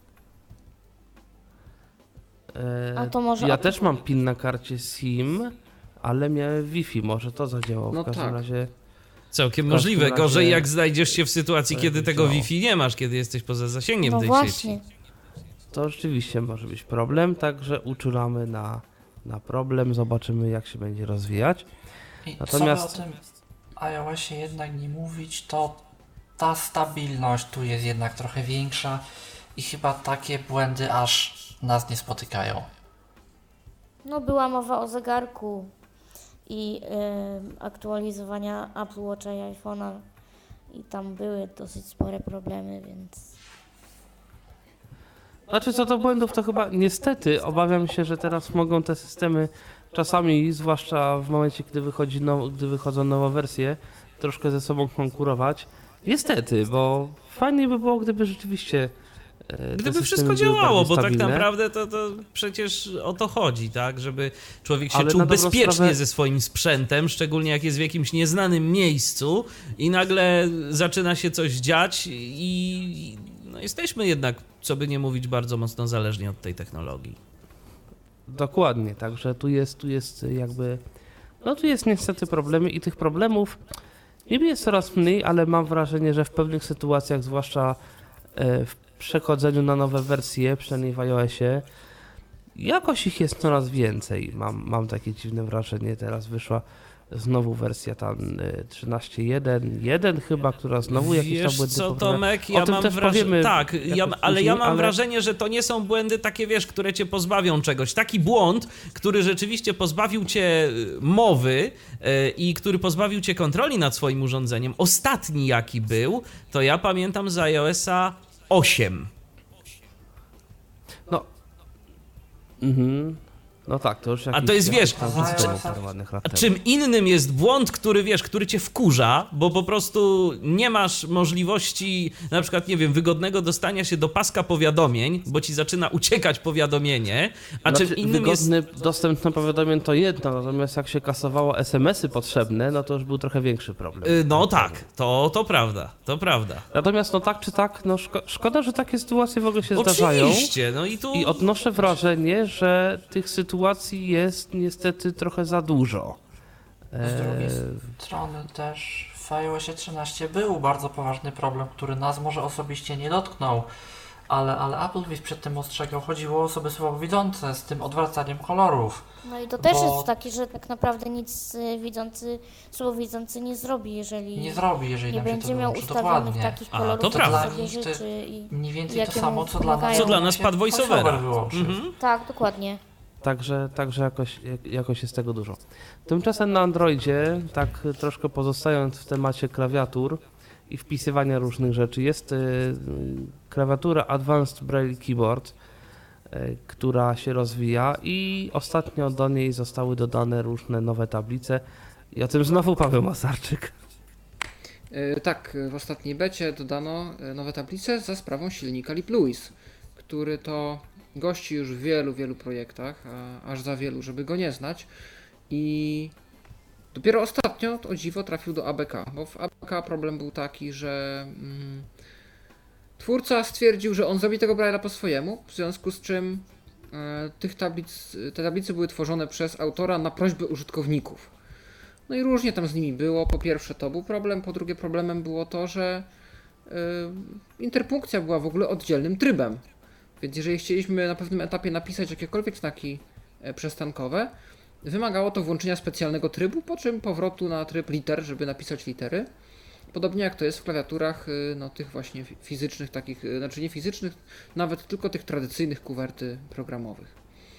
A to może Ja też mam PIN na karcie SIM, ale miałem Wi-Fi, może to zadziałało. No W każdym tak. razie Całkiem każdym możliwe. razie Gorzej jak znajdziesz się w sytuacji, to kiedy jakby tego działało. Wi-Fi nie masz, kiedy jesteś poza zasięgiem No tej właśnie. sieci. to rzeczywiście może być problem, także uczulamy na problem, zobaczymy jak się będzie rozwijać. I Natomiast- co by o tym iOSie jednak nie mówić, to ta stabilność tu jest jednak trochę większa i chyba takie błędy aż nas nie spotykają. No była mowa o zegarku i aktualizowania Apple Watcha i iPhone'a i tam były dosyć spore problemy, więc... Znaczy co do błędów, to chyba niestety obawiam się, że teraz mogą te systemy czasami, zwłaszcza w momencie, gdy wychodzą nowe wersje, troszkę ze sobą konkurować. Niestety, bo fajnie by było, gdyby rzeczywiście te Gdyby systemy wszystko były działało, bardziej bo tak stabilne. naprawdę to przecież o to chodzi, tak? Żeby człowiek się Ale czuł na dobrą bezpiecznie sprawę- ze swoim sprzętem, szczególnie jak jest w jakimś nieznanym miejscu i nagle zaczyna się coś dziać i no jesteśmy jednak, co by nie mówić, bardzo mocno zależni od tej technologii. Dokładnie, także tu jest jakby, no tu jest niestety problemy i tych problemów niby jest coraz mniej, ale mam wrażenie, że w pewnych sytuacjach, zwłaszcza w przechodzeniu na nowe wersje, przynajmniej w iOSie, jakoś ich jest coraz więcej. Mam takie dziwne wrażenie, teraz wyszła znowu wersja tam 13.1 chyba, która znowu jakieś tam błędy co, poprawia. Tomek, O ja tym mam też wrażenie, powiemy tak, później, ja mam wrażenie, że to nie są błędy takie, wiesz, które cię pozbawią czegoś. Taki błąd, który rzeczywiście pozbawił cię mowy i który pozbawił cię kontroli nad swoim urządzeniem, ostatni jaki był, to ja pamiętam z iOS-a 8. No. No tak, to już A to jest, wiesz, lat A temu. czym innym jest błąd, który, wiesz, który cię wkurza, bo po prostu nie masz możliwości, na przykład, nie wiem, wygodnego dostania się do paska powiadomień, bo ci zaczyna uciekać powiadomienie, a czym innym jest... Wygodny dostęp do powiadomień to jedno, natomiast jak się kasowało SMS-y potrzebne, no to już był trochę większy problem. No tak, to prawda, to prawda. Natomiast no tak czy tak, no szkoda, że takie sytuacje w ogóle się zdarzają. Oczywiście, no i tu... I odnoszę wrażenie, że tych sytuacji jest niestety trochę za dużo. Z drugiej strony też w iOSie 13 był bardzo poważny problem, który nas może osobiście nie dotknął, ale Applebee's przed tym ostrzegał. Chodziło o osoby słabowidzące z tym odwracaniem kolorów. No i to też Bo- jest takie, że tak naprawdę nic słabowidzący nie zrobi, jeżeli Nie zrobi, jeżeli nie nam się będzie to miał wyłączy. ustawionych Dokładnie. takich A, kolorów, to które prawda. sobie Dla nich to jest życzy i mniej więcej to jakie samo, mu co dla nas. pomagają. Co dla nas się pad voiceovera. voiceover wyłączy. Tak, dokładnie. Także jakoś jest tego dużo. Tymczasem na Androidzie, tak troszkę pozostając w temacie klawiatur i wpisywania różnych rzeczy, jest klawiatura Advanced Braille Keyboard, która się rozwija i ostatnio do niej zostały dodane różne nowe tablice. I o tym znowu Paweł Masarczyk. Tak, w ostatniej becie dodano nowe tablice za sprawą silnika LibLouis, który to gości już w wielu projektach, a aż za wielu, żeby go nie znać. I dopiero ostatnio, o dziwo, trafił do ABK, bo w ABK problem był taki, że twórca stwierdził, że on zrobi tego Braille'a po swojemu, w związku z czym te tablice były tworzone przez autora na prośbę użytkowników. No i różnie tam z nimi było. Po pierwsze to był problem, po drugie problemem było to, że interpunkcja była w ogóle oddzielnym trybem. Więc jeżeli chcieliśmy na pewnym etapie napisać jakiekolwiek znaki przestankowe, wymagało to włączenia specjalnego trybu, po czym powrotu na tryb liter, żeby napisać litery. Podobnie jak to jest w klawiaturach no, tych właśnie fizycznych, takich, znaczy nie fizycznych, nawet tylko tych tradycyjnych kuwerty programowych.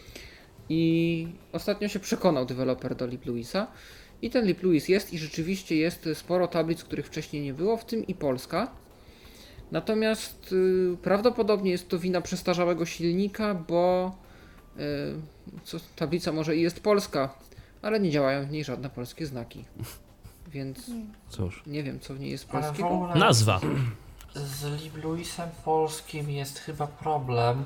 I ostatnio się przekonał deweloper do LibLouisa i ten LibLouis jest i rzeczywiście jest sporo tablic, których wcześniej nie było, w tym i polska. Natomiast prawdopodobnie jest to wina przestarzałego silnika, bo tablica może i jest polska, ale nie działają w niej żadne polskie znaki. Więc Cóż. nie wiem, co w niej jest Ale w polskiego. ogóle Nazwa. z LibLouisem polskim jest chyba problem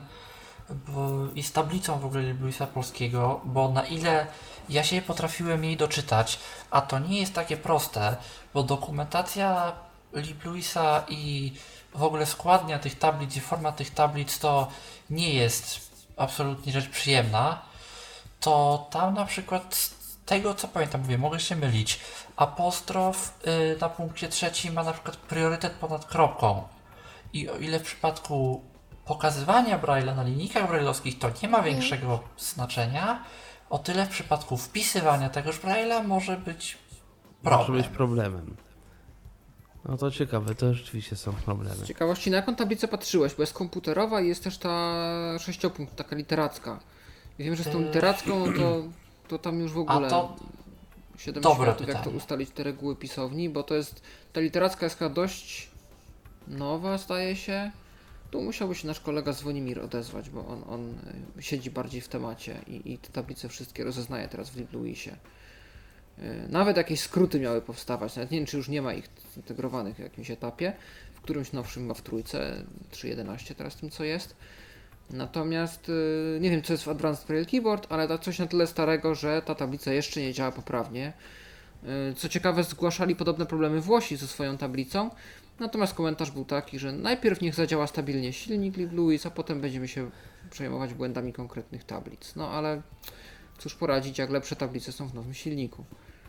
i z tablicą w ogóle LibLouisa polskiego, bo na ile ja się potrafiłem jej doczytać, a to nie jest takie proste, bo dokumentacja LibLouisa i w ogóle składnia tych tablic i format tych tablic to nie jest absolutnie rzecz przyjemna, to tam na przykład z tego co pamiętam, mówię, mogę się mylić, apostrof na punkcie 3 ma na przykład priorytet ponad kropką i o ile w przypadku pokazywania Braille'a na linijkach braille'owskich to nie ma większego znaczenia, o tyle w przypadku wpisywania tegoż Braille'a może być Może problem. być problemem. No to ciekawe, to rzeczywiście są problemy. Z ciekawości, na jaką tablicę patrzyłeś? Bo jest komputerowa i jest też ta sześciopunkt, taka literacka. I wiem, że z tą literacką to tam już w ogóle A to 7 dobre światów, jak to pytanie. ustalić te reguły pisowni, bo to jest, ta literacka jest chyba dość nowa, zdaje się. Tu musiałby się nasz kolega Zwonimir odezwać, bo on siedzi bardziej w temacie i te tablice wszystkie rozeznaje teraz w LibLouisie. Nawet jakieś skróty miały powstawać, nawet nie wiem, czy już nie ma ich zintegrowanych w jakimś etapie, w którymś nowszym ma w trójce, 3.11 teraz tym co jest. Natomiast nie wiem co jest w Advanced Braille Keyboard, ale to coś na tyle starego, że ta tablica jeszcze nie działa poprawnie. Co ciekawe, zgłaszali podobne problemy Włosi ze swoją tablicą, natomiast komentarz był taki, że najpierw niech zadziała stabilnie silnik LibLouis, a potem będziemy się przejmować błędami konkretnych tablic. No ale cóż poradzić, jak lepsze tablice są w nowym silniku.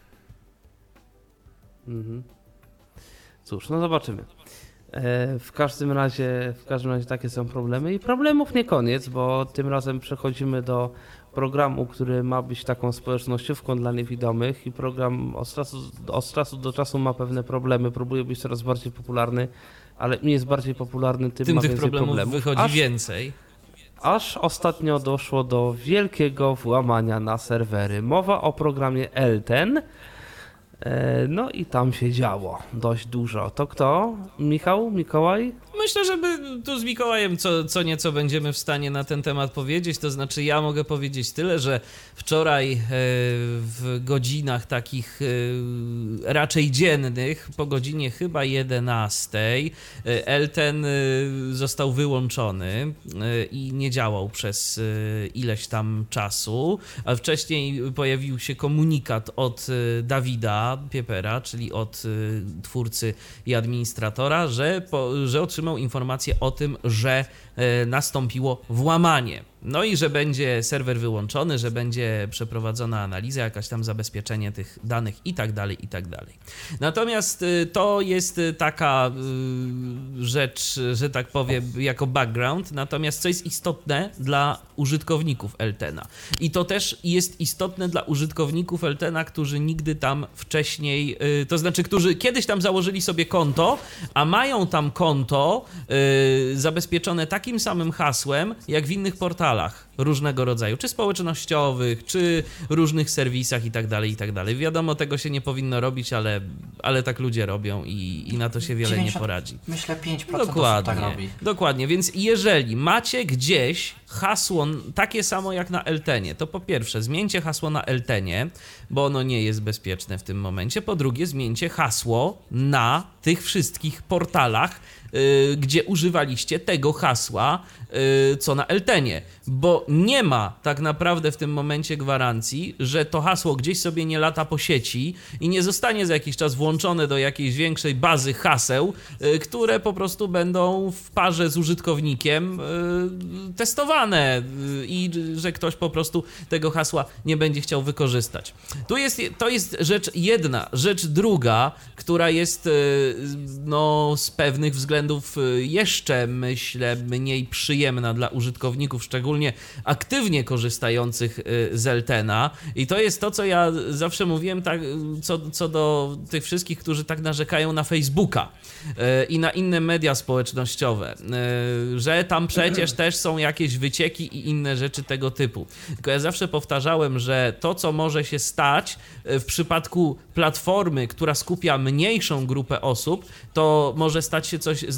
Cóż, no zobaczymy. W każdym razie takie są problemy i problemów nie koniec, bo tym razem przechodzimy do programu, który ma być taką społecznościówką dla niewidomych i program od czasu do czasu ma pewne problemy, próbuje być coraz bardziej popularny, ale im jest bardziej popularny, tym ma tych więcej problemów wychodzi więcej. Aż ostatnio doszło do wielkiego włamania na serwery. Mowa o programie Elten. No i tam się działo dość dużo. To kto? Michał? Mikołaj? Myślę, że my tu z Mikołajem co nieco będziemy w stanie na ten temat powiedzieć. To znaczy ja mogę powiedzieć tyle, że wczoraj w godzinach takich raczej dziennych, po godzinie chyba 11, Elten został wyłączony i nie działał przez ileś tam czasu, a wcześniej pojawił się komunikat od Dawida Piepera, czyli od twórcy i administratora, że otrzymał informację o tym, że nastąpiło włamanie. No i że będzie serwer wyłączony, że będzie przeprowadzona analiza, jakaś tam zabezpieczenie tych danych i tak dalej, i tak dalej. Natomiast to jest taka rzecz, że tak powiem, jako background, natomiast co jest istotne dla użytkowników Eltena. I to też jest istotne dla użytkowników Eltena, którzy nigdy tam wcześniej, to znaczy, którzy kiedyś tam założyli sobie konto, a mają tam konto zabezpieczone takim samym hasłem, jak w innych portalach różnego rodzaju, czy społecznościowych, czy różnych serwisach i tak dalej, i tak dalej. Wiadomo, tego się nie powinno robić, ale tak ludzie robią i na to się wiele nie poradzi. Myślę 5% Dokładnie, osób tak robi. dokładnie, więc jeżeli macie gdzieś hasło takie samo jak na Eltenie, to po pierwsze zmieńcie hasło na Eltenie, bo ono nie jest bezpieczne w tym momencie. Po drugie zmieńcie hasło na tych wszystkich portalach, gdzie używaliście tego hasła, co na Eltenie, bo nie ma tak naprawdę w tym momencie gwarancji, że to hasło gdzieś sobie nie lata po sieci i nie zostanie za jakiś czas włączone do jakiejś większej bazy haseł, które po prostu będą w parze z użytkownikiem testowane i że ktoś po prostu tego hasła nie będzie chciał wykorzystać. To jest rzecz jedna. Rzecz druga, która jest z pewnych względów jeszcze, myślę, mniej przyjemna dla użytkowników, szczególnie aktywnie korzystających z Eltena. I to jest to, co ja zawsze mówiłem tak, co do tych wszystkich, którzy tak narzekają na Facebooka i na inne media społecznościowe, że tam przecież też są jakieś wycieki i inne rzeczy tego typu. Tylko ja zawsze powtarzałem, że to, co może się stać w przypadku platformy, która skupia mniejszą grupę osób, to może stać się coś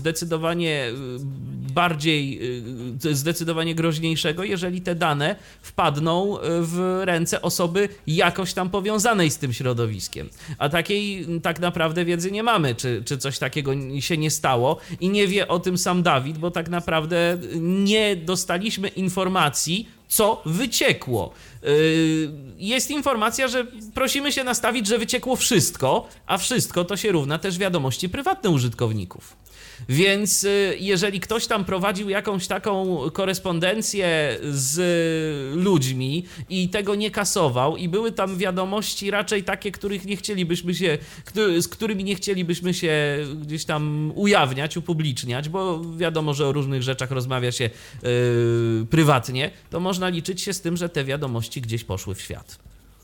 zdecydowanie groźniejszego, jeżeli te dane wpadną w ręce osoby jakoś tam powiązanej z tym środowiskiem. A takiej tak naprawdę wiedzy nie mamy, czy coś takiego się nie stało i nie wie o tym sam Dawid, bo tak naprawdę nie dostaliśmy informacji, co wyciekło. Jest informacja, że prosimy się nastawić, że wyciekło wszystko, a wszystko to się równa też wiadomości prywatne użytkowników. Więc jeżeli ktoś tam prowadził jakąś taką korespondencję z ludźmi i tego nie kasował i były tam wiadomości raczej takie, z którymi nie chcielibyśmy się gdzieś tam ujawniać, upubliczniać, bo wiadomo, że o różnych rzeczach rozmawia się prywatnie, to można liczyć się z tym, że te wiadomości gdzieś poszły w świat.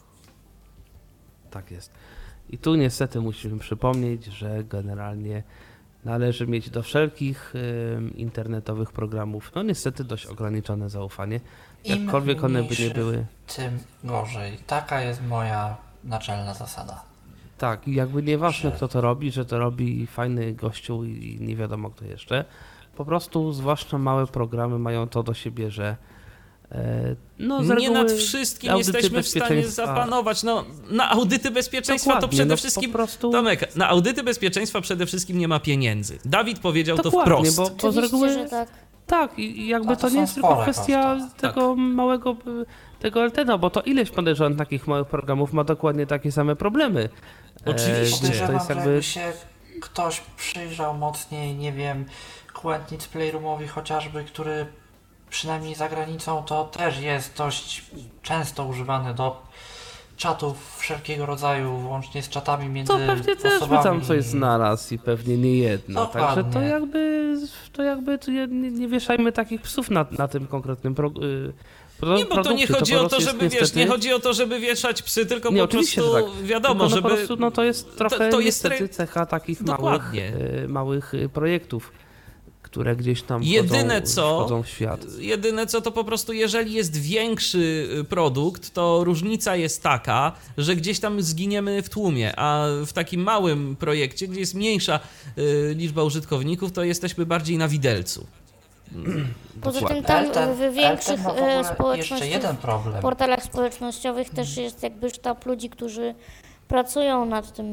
Tak jest. I tu niestety musimy przypomnieć, że generalnie należy mieć do wszelkich internetowych programów, no niestety dość ograniczone zaufanie, jakkolwiek one by nie były. Tym gorzej. Taka jest moja naczelna zasada. Tak, i jakby nieważne kto to robi, że to robi fajny gościu i nie wiadomo kto jeszcze. Po prostu zwłaszcza małe programy mają to do siebie, że nie nad wszystkim jesteśmy w stanie zapanować. Na audyty bezpieczeństwa dokładnie, to przede wszystkim Tomek, na audyty bezpieczeństwa przede wszystkim nie ma pieniędzy. Dawid powiedział dokładnie, to wprost. Bo z reguły że tak. Tak, i jakby to nie jest tylko kwestia tego małego tego Eltena, bo to ileś podejrzanych takich małych programów ma dokładnie takie same problemy. Oczywiście. To Podejrzewam, jest że jakby... jakby się ktoś przyjrzał mocniej, nie wiem, Quentix Playroomowi chociażby, który przynajmniej za granicą to też jest dość często używany do czatów wszelkiego rodzaju, włącznie z czatami między To pewnie też by osobami. tam coś znalazł i pewnie nie jedno. Także to Dokładnie. jakby tu nie wieszajmy takich psów na tym konkretnym Nie, bo to nie produkcie. chodzi po o to, prostu żeby, jest wiesz, nie chodzi chodzi o to, żeby wieszać psy, tylko Nie, po oczywiście, prostu że tak. wiadomo, Tylko, żeby... po prostu, to jest trochę to jest niestety cecha takich małych, Dokładnie. małych projektów, które gdzieś tam wchodzą w świat. Jedyne co to po prostu, jeżeli jest większy produkt, to różnica jest taka, że gdzieś tam zginiemy w tłumie, a w takim małym projekcie, gdzie jest mniejsza liczba użytkowników, to jesteśmy bardziej na widelcu. Poza tym Dokładnie. tam w większych Elten ma w ogóle jeszcze społecznościach, jeden problem. portalach społecznościowych też jest jakby sztab ludzi, którzy pracują nad tym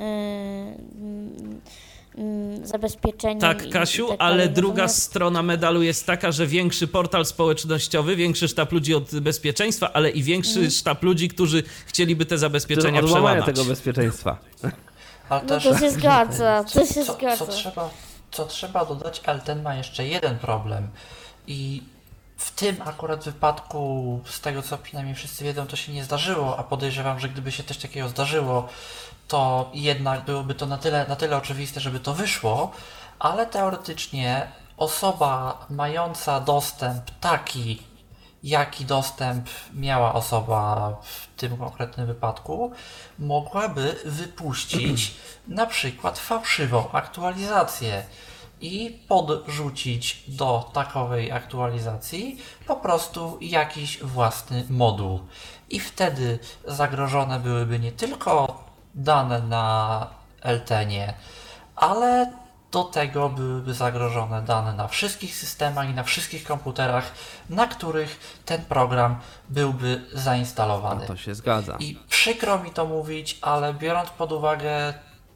zabezpieczeniem. Tak, Kasiu, i tak ale dalej. druga Natomiast strona medalu jest taka, że większy portal społecznościowy, większy sztab ludzi od bezpieczeństwa, ale i większy sztab ludzi, którzy chcieliby te zabezpieczenia Od łamania przełamać. tego bezpieczeństwa. Ale No też to się zgadza, to się co zgadza. co trzeba dodać, Elten ma jeszcze jeden problem i w tym akurat wypadku, z tego co przynajmniej wszyscy wiedzą, to się nie zdarzyło, a podejrzewam, że gdyby się coś takiego zdarzyło, to jednak byłoby to na tyle oczywiste, żeby to wyszło, ale teoretycznie osoba mająca dostęp taki, jaki dostęp miała osoba w tym konkretnym wypadku, mogłaby wypuścić na przykład fałszywą aktualizację i podrzucić do takowej aktualizacji po prostu jakiś własny moduł. I wtedy zagrożone byłyby nie tylko dane na Eltenie, ale do tego byłyby zagrożone dane na wszystkich systemach i na wszystkich komputerach, na których ten program byłby zainstalowany. No to się zgadza. I przykro mi to mówić, ale biorąc pod uwagę,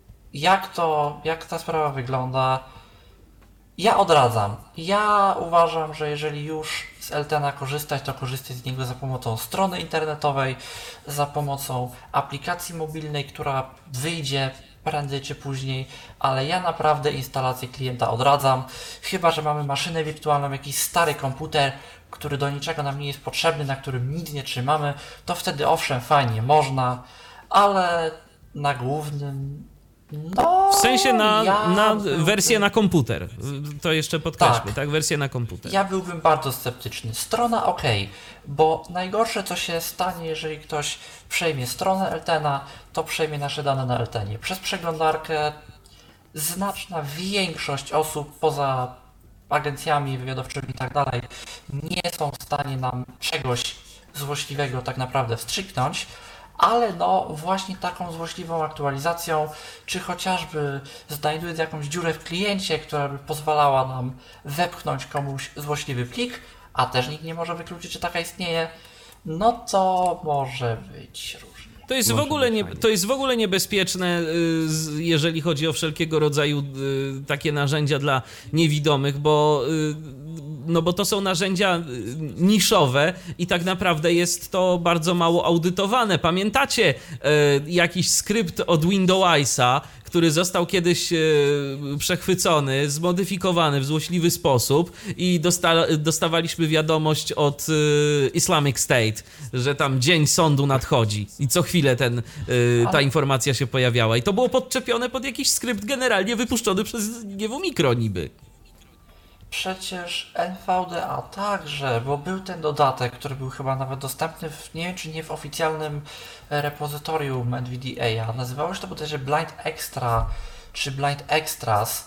jak ta sprawa wygląda, ja odradzam. Ja uważam, że jeżeli już z Eltena korzystać, to korzystać z niego za pomocą strony internetowej, za pomocą aplikacji mobilnej, która wyjdzie prędzej czy później, ale ja naprawdę instalację klienta odradzam, chyba że mamy maszynę wirtualną, jakiś stary komputer, który do niczego nam nie jest potrzebny, na którym nic nie trzymamy, to wtedy owszem, fajnie, można, ale na głównym, no... W sensie na byłbym- wersję na komputer. To jeszcze podkreślmy, Tak. tak? Wersję na komputer. Ja byłbym bardzo sceptyczny. Strona ok, bo najgorsze co się stanie, jeżeli ktoś przejmie stronę Eltena, to przejmie nasze dane na Eltenie. Przez przeglądarkę znaczna większość osób poza agencjami wywiadowczymi i tak dalej nie są w stanie nam czegoś złośliwego tak naprawdę wstrzyknąć, ale no właśnie taką złośliwą aktualizacją, czy chociażby znajdując jakąś dziurę w kliencie, która by pozwalała nam wepchnąć komuś złośliwy plik, a też nikt nie może wykluczyć, czy taka istnieje, no to może być różnie. To jest, Może w ogóle być nie, fajnie. to jest w ogóle niebezpieczne, jeżeli chodzi o wszelkiego rodzaju takie narzędzia dla niewidomych, bo to są narzędzia niszowe i tak naprawdę jest to bardzo mało audytowane. Pamiętacie jakiś skrypt od Windowsa, który został kiedyś przechwycony, zmodyfikowany w złośliwy sposób i dostawaliśmy wiadomość od Islamic State, że tam dzień sądu nadchodzi i co chwilę ta informacja się pojawiała. I to było podczepione pod jakiś skrypt generalnie wypuszczony przez GW Mikro niby. Przecież NVDA także, bo był ten dodatek, który był chyba nawet dostępny, nie wiem czy nie w oficjalnym repozytorium NVDA, nazywało się to bodajże Blind Extra czy Blind Extras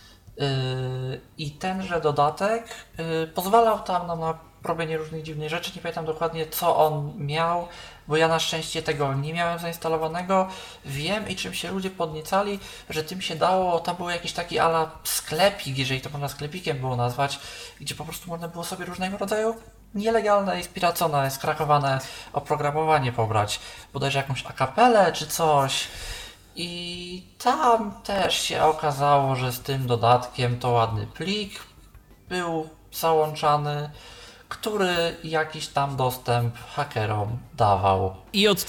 i tenże dodatek pozwalał tam nam na robienie różnych dziwnych rzeczy, nie pamiętam dokładnie co on miał, bo ja na szczęście tego nie miałem zainstalowanego. Wiem i czym się ludzie podniecali, że tym się dało, tam był jakiś taki ala sklepik, jeżeli to można sklepikiem było nazwać, gdzie po prostu można było sobie różnego rodzaju nielegalne i spiracone, skrakowane oprogramowanie pobrać, bodajże jakąś akapelę czy coś. I tam też się okazało, że z tym dodatkiem to ładny plik był załączany, który jakiś tam dostęp hakerom dawał. I od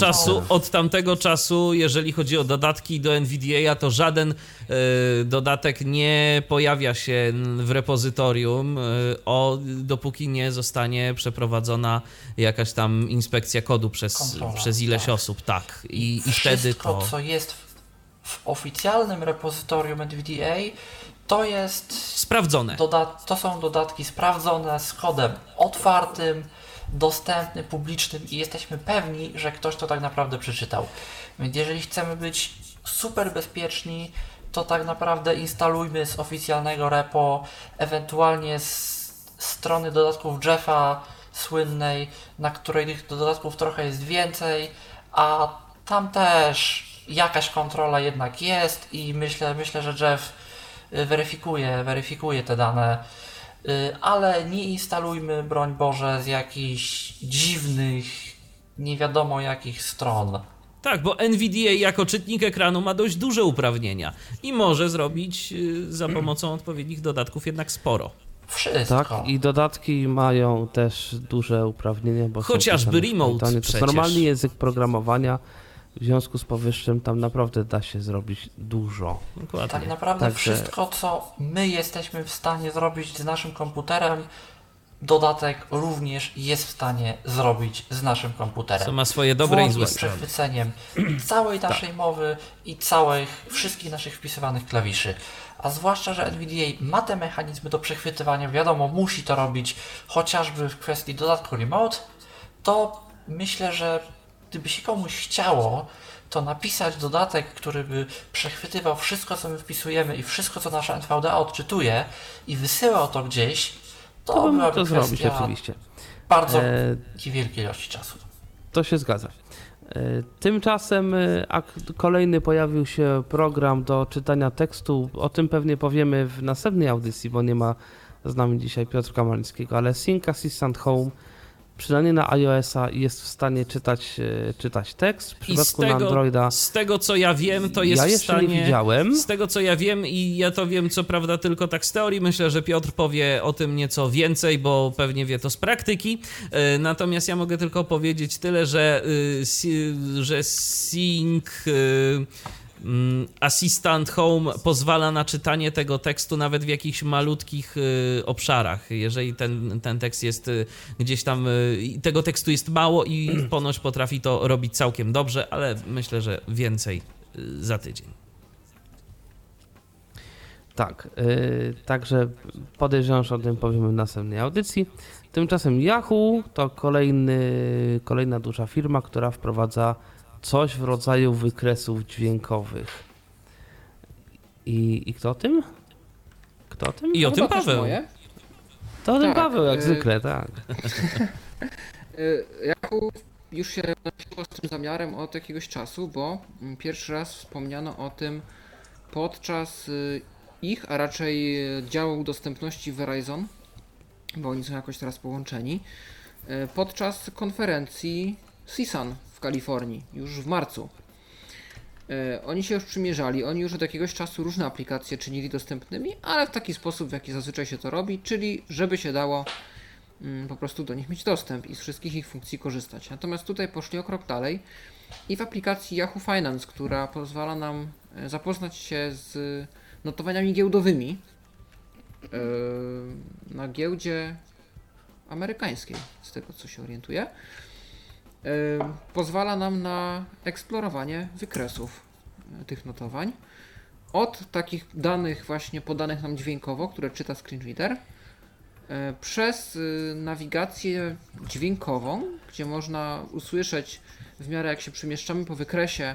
tamtego czasu, jeżeli chodzi o dodatki do NVDA, to żaden dodatek nie pojawia się w repozytorium, dopóki nie zostanie przeprowadzona jakaś tam inspekcja kodu przez ileś osób. Tak. I wtedy wszystko, co jest w oficjalnym repozytorium NVDA, to jest sprawdzone. To są dodatki sprawdzone z kodem otwartym, dostępnym, publicznym i jesteśmy pewni, że ktoś to tak naprawdę przeczytał. Więc jeżeli chcemy być super bezpieczni, to tak naprawdę instalujmy z oficjalnego repo, ewentualnie z strony dodatków Jeffa słynnej, na której tych dodatków trochę jest więcej, a tam też jakaś kontrola jednak jest i myślę, że Jeff weryfikuje te dane, ale nie instalujmy, broń Boże, z jakichś dziwnych, nie wiadomo jakich stron. Tak, bo NVDA jako czytnik ekranu ma dość duże uprawnienia i może zrobić za pomocą odpowiednich dodatków jednak sporo. Wszystko. Tak, i dodatki mają też duże uprawnienia, bo chociażby remote to przecież. jest normalny język programowania, w związku z powyższym tam naprawdę da się zrobić dużo. Dokładnie. Tak naprawdę Także wszystko, co my jesteśmy w stanie zrobić z naszym komputerem, dodatek również jest w stanie zrobić z naszym komputerem. Co ma swoje dobre i złe z strony. przechwyceniem całej naszej mowy i wszystkich naszych wpisywanych klawiszy. A zwłaszcza, że NVDA ma te mechanizmy do przechwytywania, wiadomo, musi to robić chociażby w kwestii dodatku Remote, to myślę, że gdyby się komuś chciało, to napisać dodatek, który by przechwytywał wszystko, co my wpisujemy i wszystko, co nasza NVDA odczytuje i wysyłał to gdzieś, to byłaby to zrobić kwestia oczywiście. bardzo wielkiej ilości czasu. To się zgadza. Tymczasem kolejny pojawił się program do czytania tekstu. O tym pewnie powiemy w następnej audycji, bo nie ma z nami dzisiaj Piotrka Malińskiego, ale Sync Assistant Home przynajmniej na iOS-a jest w stanie czytać tekst. W przypadku na Androida. Z tego co ja wiem, to jest ja w stanie. Nie widziałem. Z tego co ja wiem, i ja to wiem co prawda tylko tak z teorii, myślę, że Piotr powie o tym nieco więcej, bo pewnie wie to z praktyki. Natomiast ja mogę tylko powiedzieć tyle, że Sync Assistant Home pozwala na czytanie tego tekstu nawet w jakichś malutkich obszarach. Jeżeli ten tekst jest gdzieś tam, tego tekstu jest mało i ponoć potrafi to robić całkiem dobrze, ale myślę, że więcej za tydzień. Tak, także podejrzewam, że o tym powiemy w następnej audycji. Tymczasem Yahoo to kolejna duża firma, która wprowadza coś w rodzaju wykresów dźwiękowych. I kto o tym? Kto o tym? I o tym Paweł. To o tym Paweł, jak zwykle, tak. Yahoo już się nosiło z tym zamiarem od jakiegoś czasu, bo pierwszy raz wspomniano o tym podczas ich, a raczej działu dostępności Verizon, bo oni są jakoś teraz połączeni, podczas konferencji CSUN w Kalifornii, już w marcu. Oni się już przymierzali, oni już od jakiegoś czasu różne aplikacje czynili dostępnymi, ale w taki sposób, w jaki zazwyczaj się to robi, czyli żeby się dało po prostu do nich mieć dostęp i z wszystkich ich funkcji korzystać. Natomiast tutaj poszli o krok dalej i w aplikacji Yahoo Finance, która pozwala nam zapoznać się z notowaniami giełdowymi na giełdzie amerykańskiej, z tego co się orientuję, pozwala nam na eksplorowanie wykresów tych notowań od takich danych właśnie podanych nam dźwiękowo, które czyta screen reader, przez nawigację dźwiękową, gdzie można usłyszeć w miarę jak się przemieszczamy po wykresie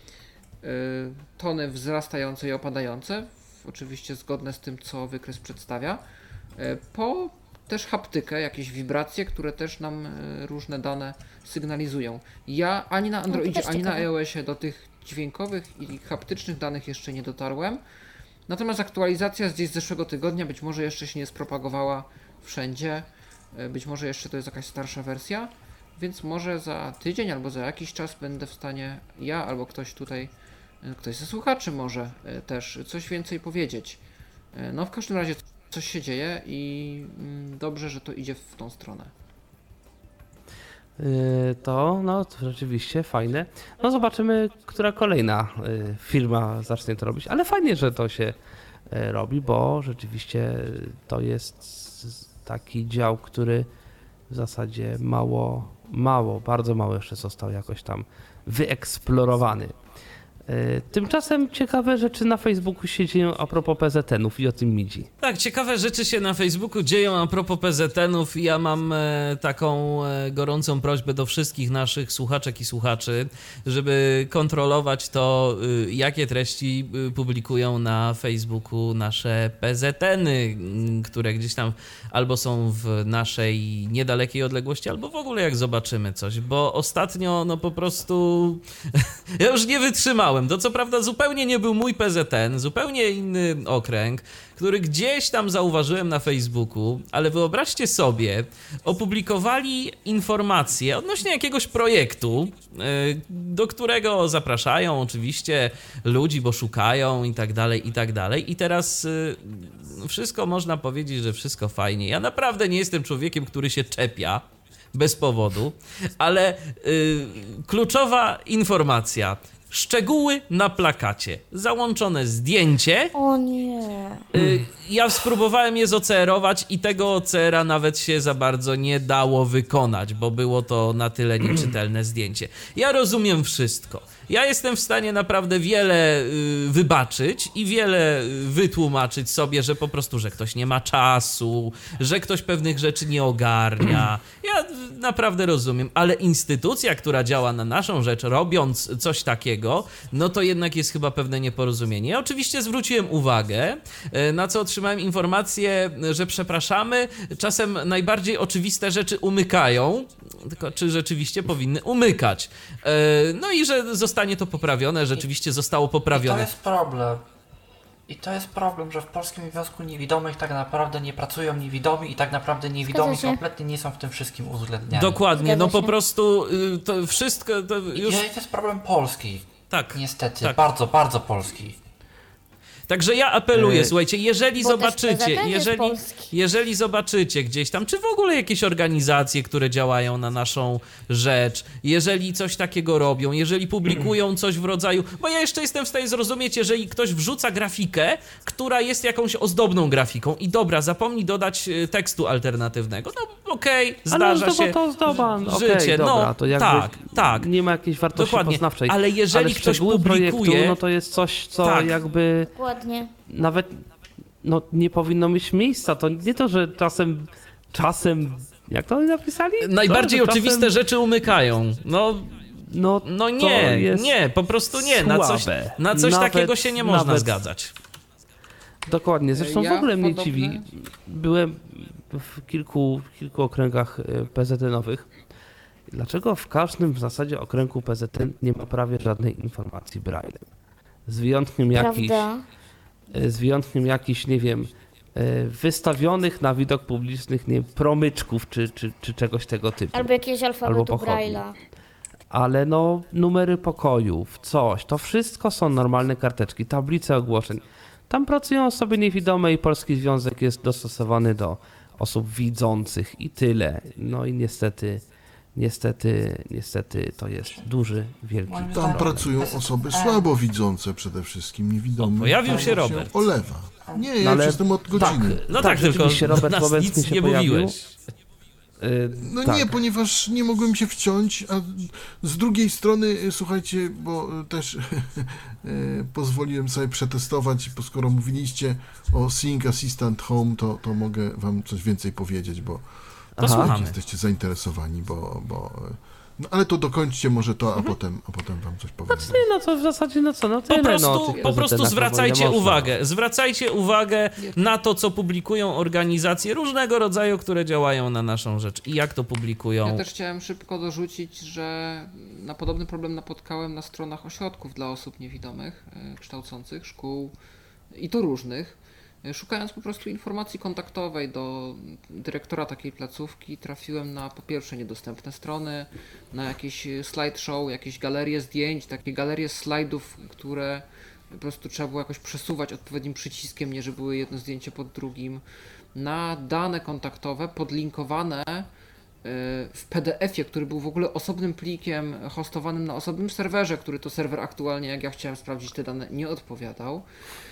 tony wzrastające i opadające, oczywiście zgodne z tym, co wykres przedstawia, po też haptykę, jakieś wibracje, które też nam różne dane sygnalizują. Ja ani na Androidzie, ani na iOSie do tych dźwiękowych i haptycznych danych jeszcze nie dotarłem. Natomiast aktualizacja z gdzieś z zeszłego tygodnia być może jeszcze się nie spropagowała wszędzie. Być może jeszcze to jest jakaś starsza wersja, więc może za tydzień albo za jakiś czas będę w stanie ja albo ktoś tutaj, ktoś ze słuchaczy może też coś więcej powiedzieć. No w każdym razie coś się dzieje i dobrze, że to idzie w tą stronę. To rzeczywiście fajne. No zobaczymy, która kolejna firma zacznie to robić, ale fajnie, że to się robi, bo rzeczywiście to jest taki dział, który w zasadzie bardzo mało jeszcze został jakoś tam wyeksplorowany. Tymczasem ciekawe rzeczy na Facebooku się dzieją a propos PZN-ów i o tym midzi. Tak, ciekawe rzeczy się na Facebooku dzieją a propos PZN-ów. Ja mam taką gorącą prośbę do wszystkich naszych słuchaczek i słuchaczy, żeby kontrolować to, jakie treści publikują na Facebooku nasze PZN-y, które gdzieś tam albo są w naszej niedalekiej odległości, albo w ogóle jak zobaczymy coś, bo ostatnio no po prostu ja już nie wytrzymałem. To co prawda zupełnie nie był mój PZN, zupełnie inny okręg, który gdzieś tam zauważyłem na Facebooku, ale wyobraźcie sobie, opublikowali informacje odnośnie jakiegoś projektu, do którego zapraszają oczywiście ludzi, bo szukają i tak dalej, i tak dalej. I teraz wszystko można powiedzieć, że wszystko fajnie. Ja naprawdę nie jestem człowiekiem, który się czepia bez powodu, ale kluczowa informacja. Szczegóły na plakacie. Załączone zdjęcie. O nie. Ja spróbowałem je zocerować i tego ocera nawet się za bardzo nie dało wykonać, bo było to na tyle nieczytelne zdjęcie. Ja rozumiem wszystko. Ja jestem w stanie naprawdę wiele wybaczyć i wiele wytłumaczyć sobie, że po prostu, że ktoś nie ma czasu, że ktoś pewnych rzeczy nie ogarnia. Ja naprawdę rozumiem, ale instytucja, która działa na naszą rzecz, robiąc coś takiego, no to jednak jest chyba pewne nieporozumienie. Ja oczywiście zwróciłem uwagę, na co otrzymałem informację, że przepraszamy, czasem najbardziej oczywiste rzeczy umykają, tylko czy rzeczywiście powinny umykać. No i że zostanie to poprawione, rzeczywiście zostało poprawione. I to jest problem, że w Polskim Związku Niewidomych tak naprawdę nie pracują niewidomi i tak naprawdę niewidomi kompletnie nie są w tym wszystkim uwzględniani. Dokładnie, no po prostu to wszystko to już... I to jest problem polski. Tak. Niestety, tak. bardzo, bardzo polski. Także ja apeluję, słuchajcie, jeżeli zobaczycie gdzieś tam, czy w ogóle jakieś organizacje, które działają na naszą rzecz, jeżeli coś takiego robią, jeżeli publikują coś w rodzaju, bo ja jeszcze jestem w stanie zrozumieć, jeżeli ktoś wrzuca grafikę, która jest jakąś ozdobną grafiką i dobra, zapomni dodać tekstu alternatywnego, no okej, zdarza się, to ozdoba, życie, dobra, no to jakby tak. Nie ma jakiejś wartości poznawczej. Ale jeżeli ktoś publikuje... projektu, no to jest coś, co jakby... Dokładnie. Nawet nie powinno mieć miejsca. To nie to, że czasem jak to oni napisali? Najbardziej oczywiste rzeczy umykają. No nie, po prostu nie. Na coś takiego się nie można zgadzać. Dokładnie. Zresztą w ogóle mnie dziwi. Byłem w kilku okręgach PZN-owych. Dlaczego w każdym w zasadzie okręgu PZN nie ma prawie żadnej informacji Braille'em? Z wyjątkiem jakichś, nie wiem, wystawionych na widok publicznych, nie wiem, promyczków czy czegoś tego typu. Albo jakiegoś alfabetu Braille'a. Ale numery pokojów, coś, to wszystko są normalne karteczki, tablice ogłoszeń. Tam pracują osoby niewidome i Polski Związek jest dostosowany do osób widzących i tyle. No i niestety to jest duży, wielki problem. Tam pracują osoby słabowidzące przede wszystkim, niewidome. Pojawił się Robert. Olewa. Nie, ja już jestem od godziny. Tylko Robert nas Wobec nic się nie pojawił. mówiłeś. Nie, ponieważ nie mogłem się wciąć, a z drugiej strony, słuchajcie, bo też pozwoliłem sobie przetestować, bo skoro mówiliście o Seeing Assistant Home, to mogę wam coś więcej powiedzieć, bo jesteście zainteresowani, bo ale to dokończcie może to, a potem wam coś powiem. To w zasadzie tyle. Po prostu zwracajcie uwagę na to, co publikują organizacje różnego rodzaju, które działają na naszą rzecz i jak to publikują. Ja też chciałem szybko dorzucić, że na podobny problem napotkałem na stronach ośrodków dla osób niewidomych, kształcących, szkół i to różnych. Szukając po prostu informacji kontaktowej do dyrektora takiej placówki, trafiłem na po pierwsze niedostępne strony, na jakieś slideshow, jakieś galerie zdjęć, takie galerie slajdów, które po prostu trzeba było jakoś przesuwać odpowiednim przyciskiem, nie że były jedno zdjęcie pod drugim, na dane kontaktowe podlinkowane w PDF-ie, który był w ogóle osobnym plikiem hostowanym na osobnym serwerze, który to serwer aktualnie, jak ja chciałem sprawdzić te dane, nie odpowiadał.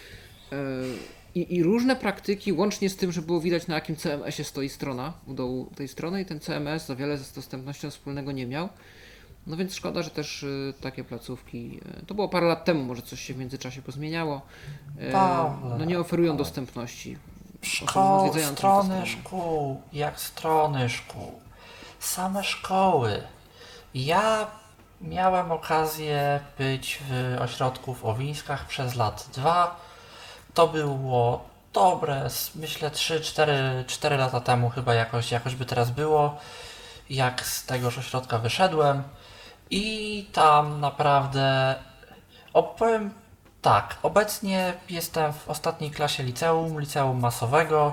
I różne praktyki, łącznie z tym, że było widać, na jakim CMS-ie stoi strona u dołu tej strony i ten CMS za wiele z dostępnością wspólnego nie miał. No więc szkoda, że też takie placówki, to było parę lat temu, może coś się w międzyczasie pozmieniało, no nie oferują dostępności. Strony szkół, jak strony szkół, same szkoły. Ja miałem okazję być w ośrodku w Owińskach przez lat 2. To było dobre, myślę 3-4 lata temu chyba jakoś by teraz było, jak z tegoż ośrodka wyszedłem i tam naprawdę, opowiem tak, obecnie jestem w ostatniej klasie liceum masowego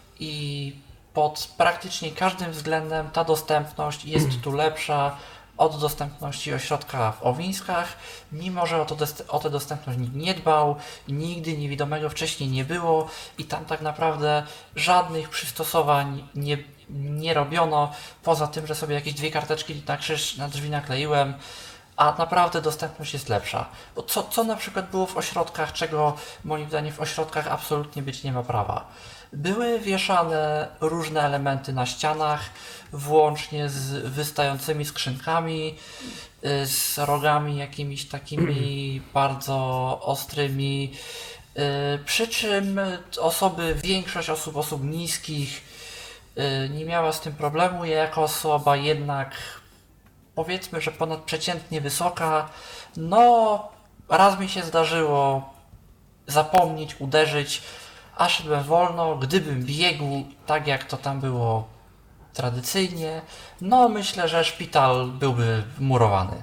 i pod praktycznie każdym względem ta dostępność jest tu lepsza od dostępności ośrodka w Owińskach, mimo że o tę dostępność nikt nie dbał, nigdy niewidomego wcześniej nie było i tam tak naprawdę żadnych przystosowań nie robiono, poza tym, że sobie jakieś 2 karteczki na krzyż na drzwi nakleiłem, a naprawdę dostępność jest lepsza. Bo co na przykład było w ośrodkach, czego moim zdaniem w ośrodkach absolutnie być nie ma prawa. Były wieszane różne elementy na ścianach, włącznie z wystającymi skrzynkami, z rogami jakimiś takimi bardzo ostrymi, przy czym większość osób niskich nie miała z tym problemu. Ja jako osoba jednak, powiedzmy, że ponadprzeciętnie wysoka, no raz mi się zdarzyło zapomnieć, uderzyć, a szedłem wolno. Gdybym biegł tak jak to tam było tradycyjnie, no myślę, że szpital byłby murowany.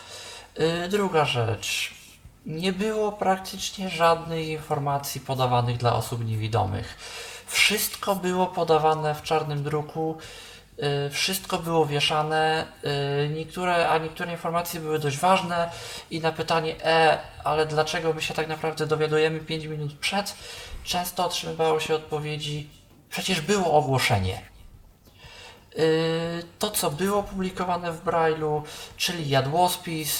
Druga rzecz, nie było praktycznie żadnych informacji podawanych dla osób niewidomych. Wszystko było podawane w czarnym druku, wszystko było wieszane, niektóre informacje były dość ważne i na pytanie ale dlaczego my się tak naprawdę dowiadujemy 5 minut przed, często otrzymywało się odpowiedzi, przecież było ogłoszenie. To, co było publikowane w Braille'u, czyli jadłospis,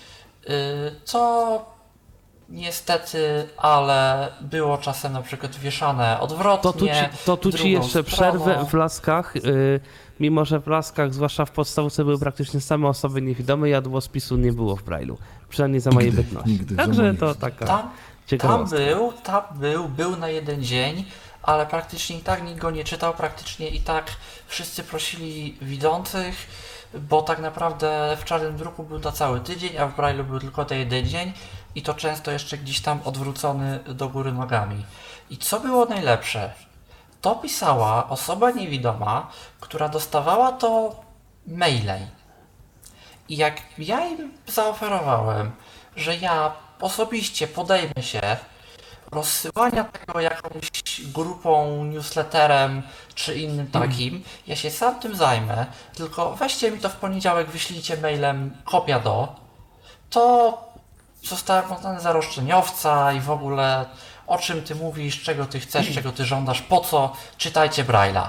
co niestety, ale było czasem na przykład wieszane odwrotnie. To tu ci jeszcze przerwę w Laskach. Mimo że w Laskach, zwłaszcza w podstawce, były praktycznie same osoby niewidome, jadłospisu nie było w Braille'u. Przynajmniej za mojej bytności. Także to taka ciekawostka. Tam był na jeden dzień, ale praktycznie i tak nikt go nie czytał, praktycznie i tak wszyscy prosili widzących, bo tak naprawdę w czarnym druku był na cały tydzień, a w Braille'u był tylko na jeden dzień i to często jeszcze gdzieś tam odwrócony do góry nogami. I co było najlepsze? To pisała osoba niewidoma, która dostawała to mailem. I jak ja im zaoferowałem, że ja osobiście podejmę się rozsyłania tego jakąś grupą, newsletterem czy innym takim, ja się sam tym zajmę, tylko weźcie mi to w poniedziałek, wyślijcie mailem kopia to zostałem uznany za roszczeniowca i w ogóle o czym ty mówisz, czego ty chcesz, czego ty żądasz, po co, czytajcie Braille'a.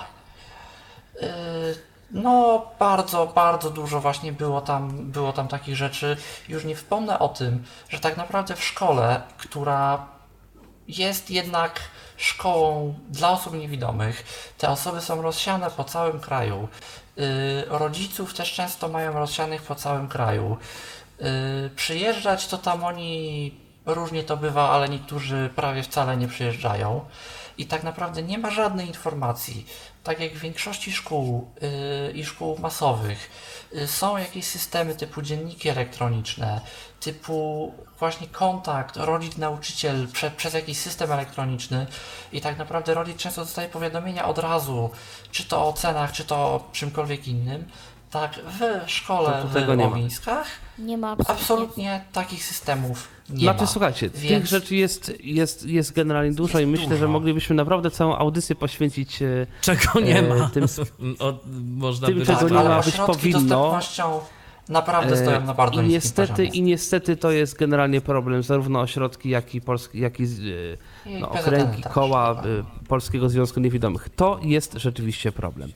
No bardzo, bardzo dużo właśnie było tam takich rzeczy. Już nie wspomnę o tym, że tak naprawdę w szkole, która jest jednak szkołą dla osób niewidomych, te osoby są rozsiane po całym kraju. Rodziców też często mają rozsianych po całym kraju. Przyjeżdżać to tam oni, różnie to bywa, ale niektórzy prawie wcale nie przyjeżdżają. I tak naprawdę nie ma żadnej informacji. Tak jak w większości szkół i szkół masowych są jakieś systemy typu dzienniki elektroniczne, typu właśnie kontakt rodzic-nauczyciel przez jakiś system elektroniczny i tak naprawdę rodzic często dostaje powiadomienia od razu, czy to o ocenach, czy to o czymkolwiek innym. Tak, w szkole w Owińskach nie ma absolutnie takich systemów nie ma. Słuchajcie, tych rzeczy jest generalnie dużo i myślę, że moglibyśmy naprawdę całą audycję poświęcić czego nie ma. Tym, czego nie ma być powinno. Naprawdę stoją na bardzo niskim poziomie. I niestety to jest generalnie problem, zarówno ośrodki, jak i okręgi, koła Polskiego Związku Niewidomych. To jest rzeczywiście problem.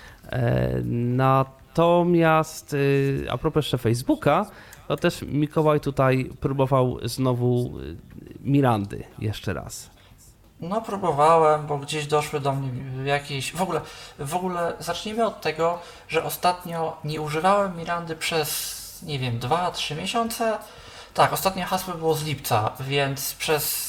Natomiast a propos jeszcze Facebooka, to też Mikołaj tutaj próbował znowu Mirandy jeszcze raz. No próbowałem, bo gdzieś doszły do mnie jakieś... W ogóle zacznijmy od tego, że ostatnio nie używałem Mirandy przez, nie wiem, 2-3 miesiące. Tak, ostatnie hasło było z lipca, więc przez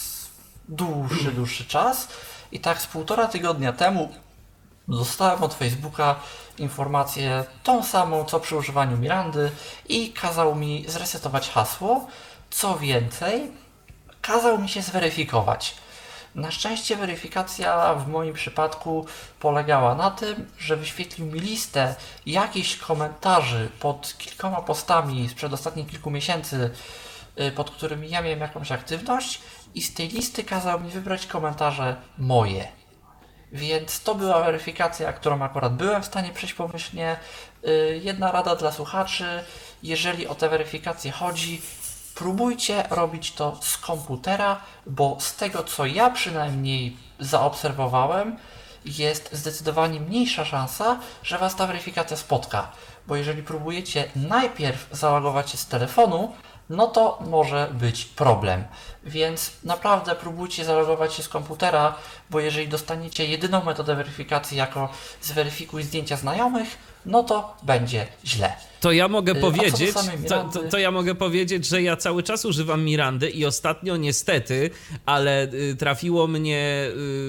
dłuższy czas. I tak z 1,5 tygodnia temu dostałem od Facebooka informację tą samą, co przy używaniu Mirandy i kazał mi zresetować hasło. Co więcej, kazał mi się zweryfikować. Na szczęście weryfikacja w moim przypadku polegała na tym, że wyświetlił mi listę jakichś komentarzy pod kilkoma postami sprzed ostatnich kilku miesięcy, pod którymi ja miałem jakąś aktywność i z tej listy kazał mi wybrać komentarze moje. Więc to była weryfikacja, którą akurat byłem w stanie przejść pomyślnie. Jedna rada dla słuchaczy, jeżeli o tę weryfikację chodzi, próbujcie robić to z komputera, bo z tego co ja przynajmniej zaobserwowałem, jest zdecydowanie mniejsza szansa, że Was ta weryfikacja spotka. Bo jeżeli próbujecie najpierw zalogować się z telefonu, no to może być problem. Więc naprawdę próbujcie zalogować się z komputera, bo jeżeli dostaniecie jedyną metodę weryfikacji jako zweryfikuj zdjęcia znajomych, no to będzie źle. To ja mogę powiedzieć, to ja mogę powiedzieć, że ja cały czas używam Mirandy i ostatnio niestety, ale trafiło mnie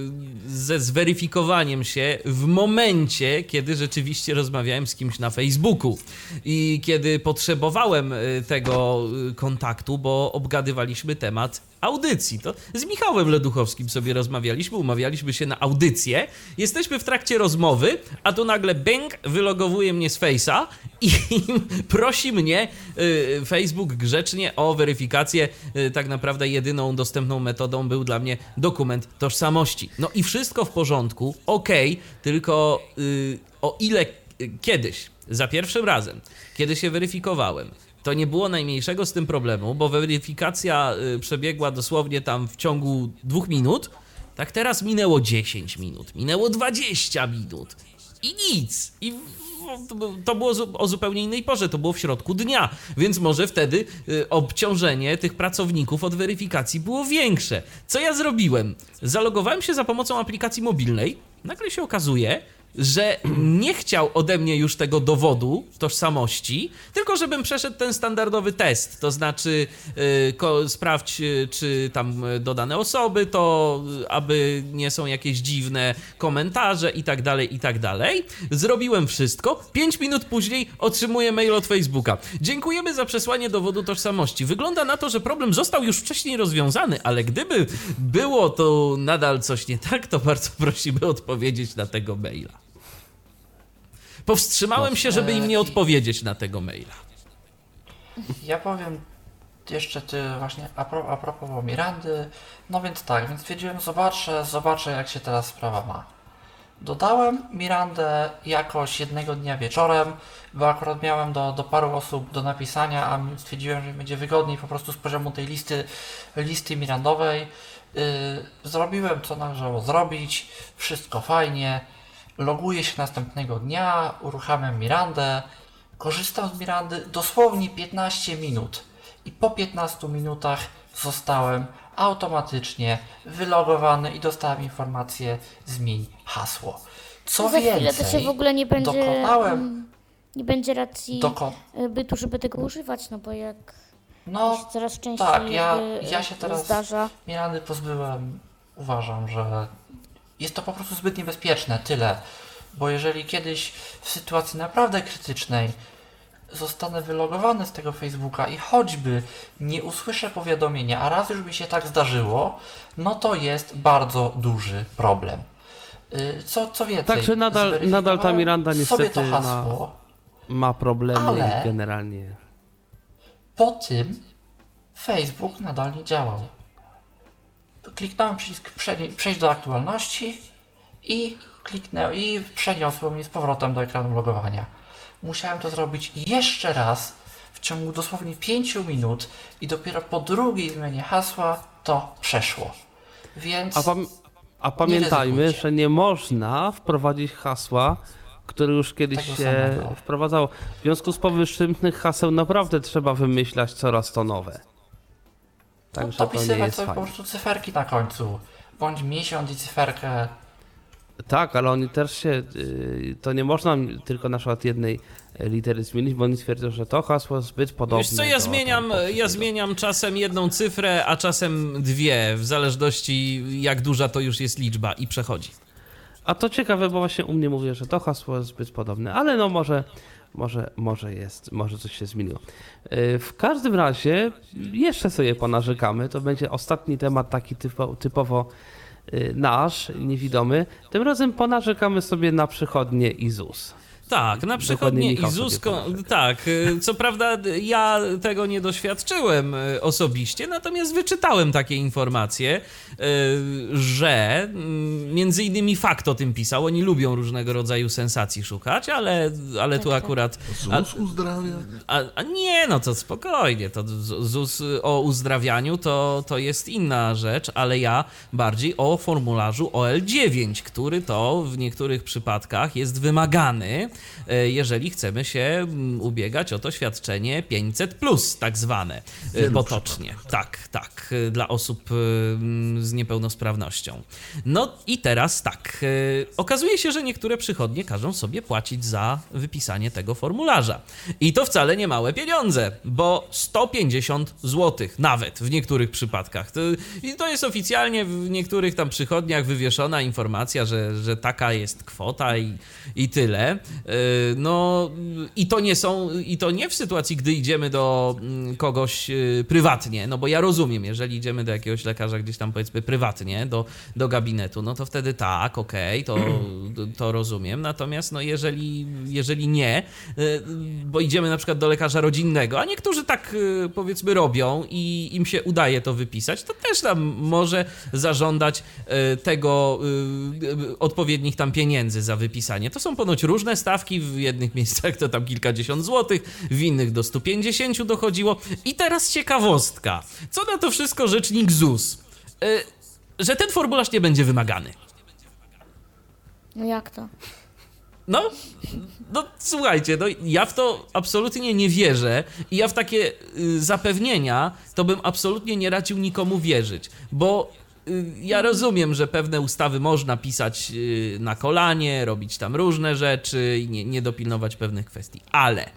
ze zweryfikowaniem się w momencie, kiedy rzeczywiście rozmawiałem z kimś na Facebooku i kiedy potrzebowałem tego kontaktu, bo obgadywaliśmy temat audycji. To z Michałem Leduchowskim sobie rozmawialiśmy, umawialiśmy się na audycję, jesteśmy w trakcie rozmowy, a tu nagle bęk wylogowuje mnie z Face'a i prosi mnie Facebook grzecznie o weryfikację. Tak naprawdę jedyną dostępną metodą był dla mnie dokument tożsamości. No i wszystko w porządku, okej, tylko o ile kiedyś, za pierwszym razem, kiedy się weryfikowałem, to nie było najmniejszego z tym problemu, bo weryfikacja przebiegła dosłownie tam w ciągu 2 minut, tak teraz minęło 10 minut, minęło 20 minut i nic. I to było o zupełnie innej porze, to było w środku dnia, więc może wtedy obciążenie tych pracowników od weryfikacji było większe. Co ja zrobiłem? Zalogowałem się za pomocą aplikacji mobilnej, nagle się okazuje, że nie chciał ode mnie już tego dowodu tożsamości, tylko żebym przeszedł ten standardowy test, to znaczy sprawdź, czy tam dodane osoby, to aby nie są jakieś dziwne komentarze i tak dalej. Zrobiłem wszystko, 5 minut później otrzymuję mail od Facebooka. Dziękujemy za przesłanie dowodu tożsamości. Wygląda na to, że problem został już wcześniej rozwiązany, ale gdyby było to nadal coś nie tak, to bardzo prosimy odpowiedzieć na tego maila. Powstrzymałem się, żeby im nie odpowiedzieć na tego maila. Ja powiem jeszcze właśnie a propos Mirandy. No więc tak, więc stwierdziłem, zobaczę jak się teraz sprawa ma. Dodałem Mirandę jakoś jednego dnia wieczorem, bo akurat miałem do paru osób do napisania, a stwierdziłem, że będzie wygodniej po prostu z poziomu tej listy mirandowej. Zrobiłem co należało zrobić, wszystko fajnie. Loguję się następnego dnia, uruchamiam Mirandę, korzystam z Mirandy dosłownie 15 minut i po 15 minutach zostałem automatycznie wylogowany i dostałem informację zmień hasło. Co za chwilę więcej, to się w ogóle nie będzie, dokonałem... nie będzie racji bytu, żeby tego używać, no bo jak to się coraz częściej tak, ja się teraz zdarza. Mirandy pozbyłem, uważam, że jest to po prostu zbyt niebezpieczne, tyle. Bo jeżeli kiedyś w sytuacji naprawdę krytycznej zostanę wylogowany z tego Facebooka i choćby nie usłyszę powiadomienia, a raz już mi się tak zdarzyło, no to jest bardzo duży problem. Co więcej, także nadal ta Miranda niestety ma problemy ale generalnie. Po tym Facebook nadal nie działał. Kliknąłem przycisk przejść do aktualności i przeniosło mnie z powrotem do ekranu logowania. musiałem to zrobić jeszcze raz w ciągu dosłownie 5 minut i dopiero po drugiej zmianie hasła to przeszło. Więc A pamiętajmy, ryzykujcie. że nie można wprowadzić hasła, które już kiedyś Tego się samego. wprowadzało. W związku z powyższym tych haseł naprawdę trzeba wymyślać coraz to nowe. Także to nie Dopisywać jest sobie po fajne. prostu cyferki na końcu. Bądź miesiąc i cyferkę. Tak, ale oni też się, to nie można tylko na przykład jednej litery zmienić, bo oni twierdzą, że to hasło jest zbyt podobne. Wiesz co, ja zmieniam czasem jedną cyfrę, a czasem dwie, w zależności jak duża to już jest liczba i przechodzi. A to ciekawe, bo właśnie u mnie mówię, że to hasło jest zbyt podobne, ale no może coś się zmieniło. W każdym razie jeszcze sobie ponarzekamy, to będzie ostatni temat taki typowo nasz, niewidomy. Tym razem ponarzekamy sobie na przychodnie i ZUS. Tak, na Dokładnie przychodnie Michał i sobie ZUS, ponarzeka. tak, co prawda ja tego nie doświadczyłem osobiście, natomiast wyczytałem takie informacje, że między innymi Fakt o tym pisał, oni lubią różnego rodzaju sensacji szukać, ale tu akurat... ZUS uzdrawia? A nie, no to spokojnie, to ZUS o uzdrawianiu to jest inna rzecz, ale ja bardziej o formularzu OL9, który to w niektórych przypadkach jest wymagany, jeżeli chcemy się ubiegać o to świadczenie 500+, tak zwane, potocznie. Tak, dla osób z niepełnosprawnością. No i teraz tak, okazuje się, że niektóre przychodnie każą sobie płacić za wypisanie tego formularza. I to wcale nie małe pieniądze, bo 150 zł nawet w niektórych przypadkach. I to jest oficjalnie w niektórych tam przychodniach wywieszona informacja, że taka jest kwota i tyle. No i to nie w sytuacji, gdy idziemy do kogoś prywatnie, no bo ja rozumiem, jeżeli idziemy do jakiegoś lekarza gdzieś tam powiedzmy prywatnie, do gabinetu, no to wtedy tak, okej, to rozumiem, natomiast no jeżeli nie, bo idziemy na przykład do lekarza rodzinnego, a niektórzy tak powiedzmy robią i im się udaje to wypisać, to też tam może zażądać tego odpowiednich tam pieniędzy za wypisanie. To są ponoć różne stawki, w jednych miejscach to tam kilkadziesiąt złotych, w innych do 150 dochodziło. I teraz ciekawostka. Co na to wszystko rzecznik ZUS? Że ten formularz nie będzie wymagany. No jak to? No słuchajcie, no ja w to absolutnie nie wierzę i ja w takie zapewnienia to bym absolutnie nie radził nikomu wierzyć, bo ja rozumiem, że pewne ustawy można pisać na kolanie, robić tam różne rzeczy i nie dopilnować pewnych kwestii, ale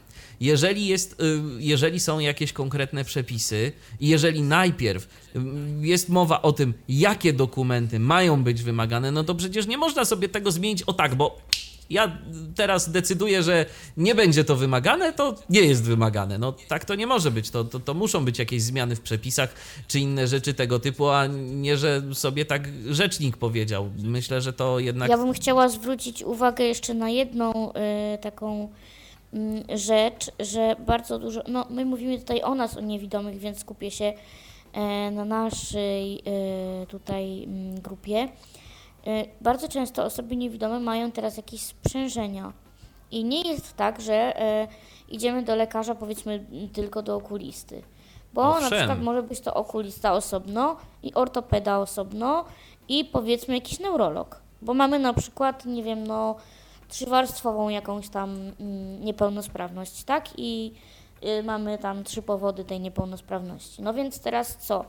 jeżeli są jakieś konkretne przepisy i jeżeli najpierw jest mowa o tym, jakie dokumenty mają być wymagane, no to przecież nie można sobie tego zmienić o tak, bo ja teraz decyduję, że nie będzie to wymagane, to nie jest wymagane. No tak to nie może być. To muszą być jakieś zmiany w przepisach czy inne rzeczy tego typu, a nie, że sobie tak rzecznik powiedział. Myślę, że to jednak... Ja bym chciała zwrócić uwagę jeszcze na jedną taką rzecz, że bardzo dużo... No my mówimy tutaj o nas, o niewidomych, więc skupię się na naszej tutaj grupie. Bardzo często osoby niewidome mają teraz jakieś sprzężenia i nie jest tak, że idziemy do lekarza powiedzmy tylko do okulisty, bo Owszem. na przykład może być to okulista osobno i ortopeda osobno i powiedzmy jakiś neurolog, bo mamy na przykład, nie wiem, no trzywarstwową jakąś tam niepełnosprawność, tak? I mamy tam 3 powody tej niepełnosprawności. No więc teraz co?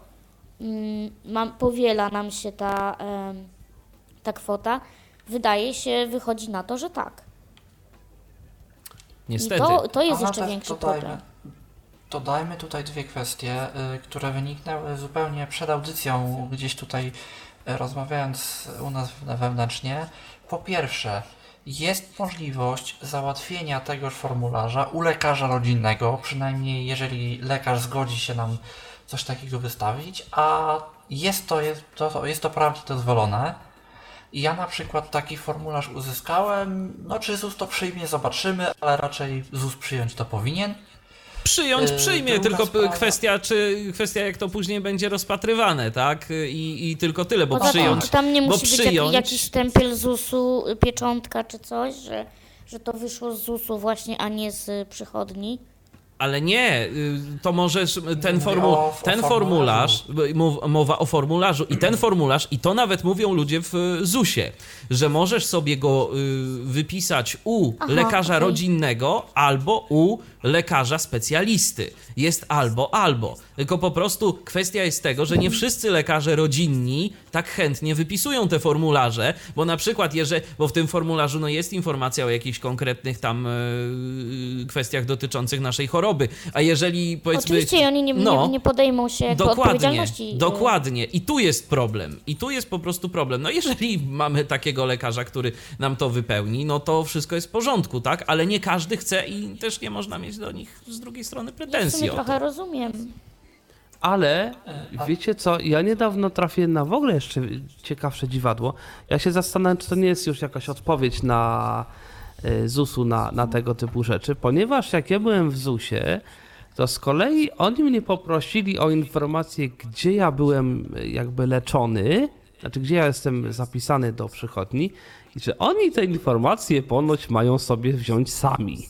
Powiela nam się ta kwota, wychodzi na to, że tak. Niestety. I to jest A jeszcze też większy problem. Dodajmy tutaj dwie kwestie, które wyniknęły zupełnie przed audycją, gdzieś tutaj rozmawiając u nas wewnętrznie. Po pierwsze, jest możliwość załatwienia tegoż formularza u lekarza rodzinnego, przynajmniej jeżeli lekarz zgodzi się nam coś takiego wystawić, a jest to prawnie dozwolone. Ja na przykład taki formularz uzyskałem, no czy ZUS to przyjmie, zobaczymy, ale raczej ZUS przyjąć to powinien. Przyjmie, druga tylko sprawa. kwestia jak to później będzie rozpatrywane, tak? I tylko tyle, bo Poza tym, przyjąć... czy tam nie bo musi być jakiś stempel ZUS-u, pieczątka czy coś, że to wyszło z ZUS-u właśnie, a nie z przychodni. Ale nie, to możesz ten formularzu. formularz, mowa o formularzu i ten formularz, i to nawet mówią ludzie w ZUS-ie, że możesz sobie go wypisać u lekarza rodzinnego albo u lekarza specjalisty. Jest albo. Tylko po prostu kwestia jest tego, że nie wszyscy lekarze rodzinni tak chętnie wypisują te formularze, bo na przykład, bo w tym formularzu jest informacja o jakichś konkretnych tam kwestiach dotyczących naszej choroby, a jeżeli powiedzmy... Oczywiście oni nie podejmą się odpowiedzialności. Dokładnie. I tu jest problem. I tu jest po prostu problem. No jeżeli mamy takiego lekarza, który nam to wypełni, no to wszystko jest w porządku, tak? Ale nie każdy chce i też nie można mieć do nich z drugiej strony pretensji. Ja w sumie trochę rozumiem. Ale wiecie co, ja niedawno trafiłem na w ogóle jeszcze ciekawsze dziwadło. Ja się zastanawiam, czy to nie jest już jakaś odpowiedź na ZUS-u na tego typu rzeczy, ponieważ jak ja byłem w ZUS-ie, to z kolei oni mnie poprosili o informację, gdzie ja byłem jakby leczony, znaczy gdzie ja jestem zapisany do przychodni i że oni te informacje ponoć mają sobie wziąć sami.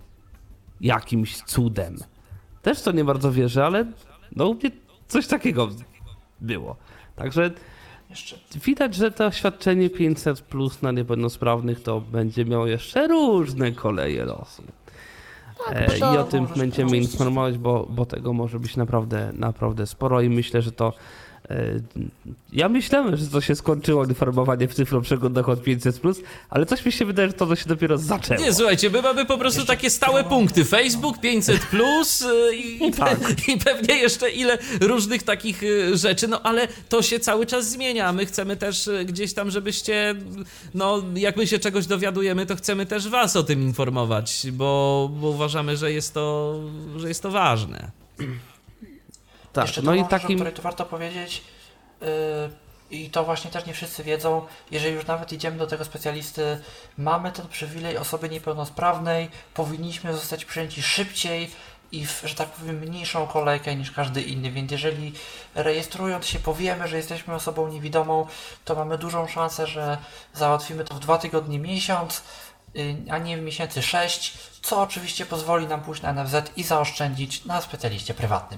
Jakimś cudem. Też to nie bardzo wierzę, ale no u mnie coś takiego było. Także widać, że to świadczenie 500+ na niepełnosprawnych to będzie miało jeszcze różne koleje losu. I o tym będziemy informować, bo tego może być naprawdę sporo i myślę, że to ja myślałem, że to się skończyło informowanie w cyfroprzeglądach od 500+, ale coś mi się wydaje, że to się dopiero zaczęło. Nie, słuchajcie, my mamy po prostu takie stałe punkty. Facebook 500+, i pewnie jeszcze ile różnych takich rzeczy, no ale to się cały czas zmienia. My chcemy też gdzieś tam, żebyście, no jak my się czegoś dowiadujemy, to chcemy też was o tym informować, bo uważamy, że jest to ważne. Tak, jeszcze no i takim... o której tu warto powiedzieć, i to właśnie też nie wszyscy wiedzą, jeżeli już nawet idziemy do tego specjalisty, mamy ten przywilej osoby niepełnosprawnej, powinniśmy zostać przyjęci szybciej i w, że tak powiem, mniejszą kolejkę niż każdy inny, więc jeżeli rejestrując się powiemy, że jesteśmy osobą niewidomą, to mamy dużą szansę, że załatwimy to w 2 tygodnie, miesiąc, a nie w miesięcy 6, co oczywiście pozwoli nam pójść na NFZ i zaoszczędzić na specjaliście prywatnym.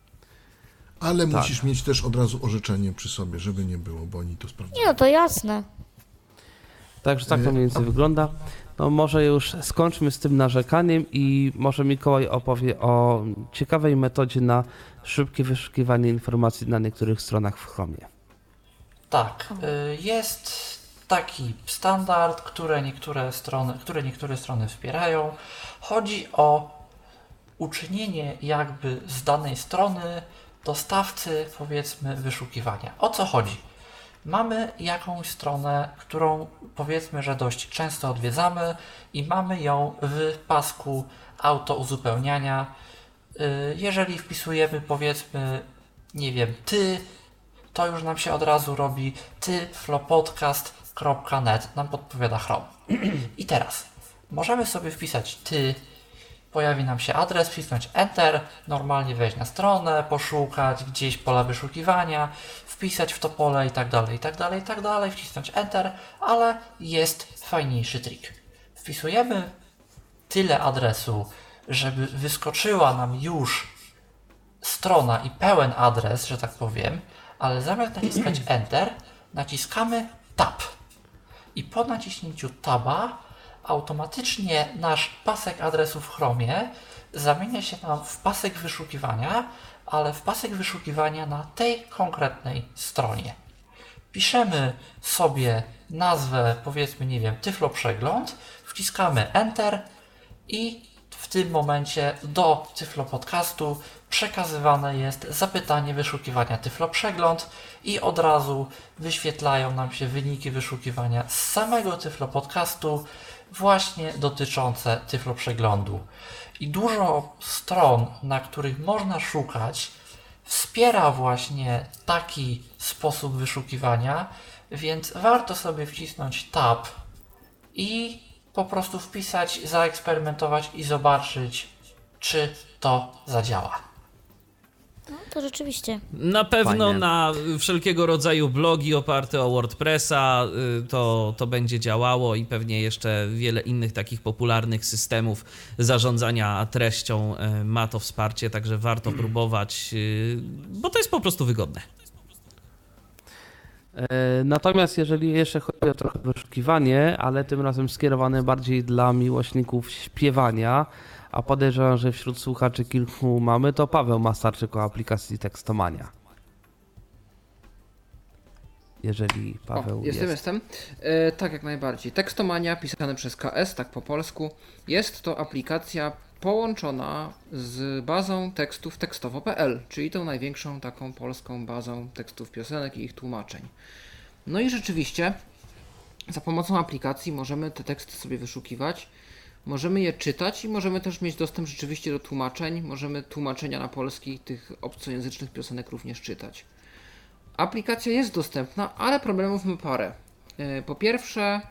Ale musisz mieć też od razu orzeczenie przy sobie, żeby nie było, bo oni to sprawdzają. Nie, no to jasne. Także tak to mniej więcej wygląda. No może już skończmy z tym narzekaniem i może Mikołaj opowie o ciekawej metodzie na szybkie wyszukiwanie informacji na niektórych stronach w Chromie. Tak, jest taki standard, które niektóre strony wspierają. Chodzi o uczynienie jakby z danej strony dostawcy, powiedzmy, wyszukiwania. O co chodzi? Mamy jakąś stronę, którą powiedzmy, że dość często odwiedzamy i mamy ją w pasku autouzupełniania. Jeżeli wpisujemy, powiedzmy, nie wiem, to już nam się od razu robi tyflopodcast.net, nam podpowiada Chrome. I teraz możemy sobie wpisać pojawi nam się adres, wcisnąć Enter, normalnie wejść na stronę, poszukać gdzieś pola wyszukiwania, wpisać w to pole i tak dalej, wcisnąć Enter, ale jest fajniejszy trik. Wpisujemy tyle adresu, żeby wyskoczyła nam już strona i pełen adres, że tak powiem, ale zamiast naciskać Enter, naciskamy Tab. I po naciśnięciu Taba automatycznie nasz pasek adresów w Chromie zamienia się nam w pasek wyszukiwania, ale w pasek wyszukiwania na tej konkretnej stronie. Piszemy sobie nazwę, powiedzmy, nie wiem, Tyflo Przegląd, wciskamy Enter i w tym momencie do Tyflo Podcastu przekazywane jest zapytanie wyszukiwania Tyflo Przegląd i od razu wyświetlają nam się wyniki wyszukiwania z samego Tyflo Podcastu, właśnie dotyczące Tyflo Przeglądu. I dużo stron, na których można szukać, wspiera właśnie taki sposób wyszukiwania, więc warto sobie wcisnąć Tab i po prostu wpisać, zaeksperymentować i zobaczyć, czy to zadziała. No, to rzeczywiście. Na pewno Fajne. na wszelkiego rodzaju blogi oparte o WordPressa to będzie działało i pewnie jeszcze wiele innych takich popularnych systemów zarządzania treścią ma to wsparcie, także warto próbować, bo to jest po prostu wygodne. Natomiast jeżeli jeszcze chodzi o trochę wyszukiwanie, ale tym razem skierowane bardziej dla miłośników śpiewania, a podejrzewam, że wśród słuchaczy kilku mamy, to Paweł Mastarczyk o aplikacji Tekstomania. Jeżeli Paweł Jestem. Tak, jak najbardziej. Tekstomania, pisane przez KS, tak po polsku. Jest to aplikacja połączona z bazą tekstów tekstowo.pl, czyli tą największą taką polską bazą tekstów piosenek i ich tłumaczeń. No i rzeczywiście za pomocą aplikacji możemy te teksty sobie wyszukiwać, możemy je czytać i możemy też mieć dostęp rzeczywiście do tłumaczeń, możemy tłumaczenia na polski tych obcojęzycznych piosenek również czytać. Aplikacja jest dostępna, ale problemów ma parę. Po pierwsze,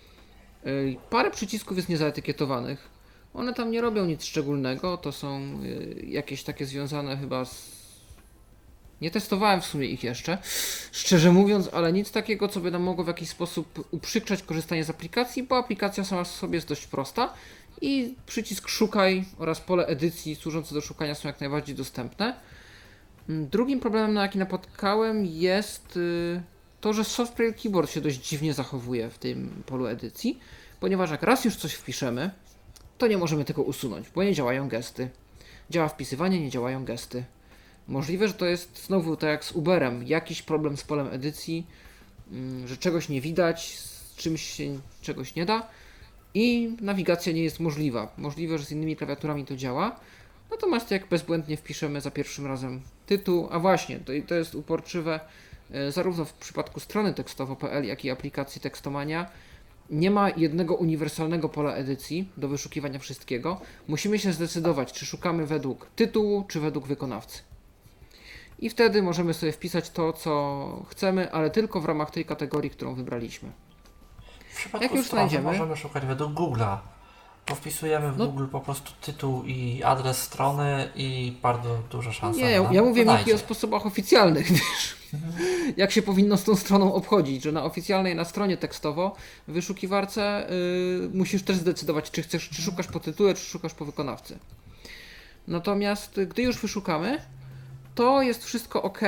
parę przycisków jest niezaetykietowanych. One tam nie robią nic szczególnego, to są jakieś takie związane chyba z... Nie testowałem w sumie ich jeszcze, szczerze mówiąc, ale nic takiego, co by nam mogło w jakiś sposób uprzykrzać korzystanie z aplikacji, bo aplikacja sama w sobie jest dość prosta i przycisk szukaj oraz pole edycji służące do szukania są jak najbardziej dostępne. Drugim problemem, na jaki napotkałem, jest to, że Software Keyboard się dość dziwnie zachowuje w tym polu edycji, ponieważ jak raz już coś wpiszemy, to nie możemy tego usunąć, bo nie działają gesty. Działa wpisywanie, nie działają gesty. Możliwe, że to jest znowu tak jak z Uberem, jakiś problem z polem edycji, że czegoś nie widać, z czymś się czegoś nie da i nawigacja nie jest możliwa. Możliwe, że z innymi klawiaturami to działa, natomiast jak bezbłędnie wpiszemy za pierwszym razem tytuł, a właśnie, to jest uporczywe, zarówno w przypadku strony tekstowo.pl, jak i aplikacji Tekstomania, nie ma jednego uniwersalnego pola edycji do wyszukiwania wszystkiego. Musimy się zdecydować, czy szukamy według tytułu, czy według wykonawcy. I wtedy możemy sobie wpisać to, co chcemy, ale tylko w ramach tej kategorii, którą wybraliśmy. W przypadku Jak już strony znajdziemy, możemy szukać według Google'a. Bo wpisujemy w Google po prostu tytuł i adres strony i bardzo duża szansa. Nie, ja mówię Miki o sposobach oficjalnych, wiesz. Jak się powinno z tą stroną obchodzić, że na oficjalnej, na stronie tekstowo w wyszukiwarce musisz też zdecydować, czy szukasz po tytule, czy szukasz po wykonawcy. Natomiast gdy już wyszukamy, to jest wszystko ok.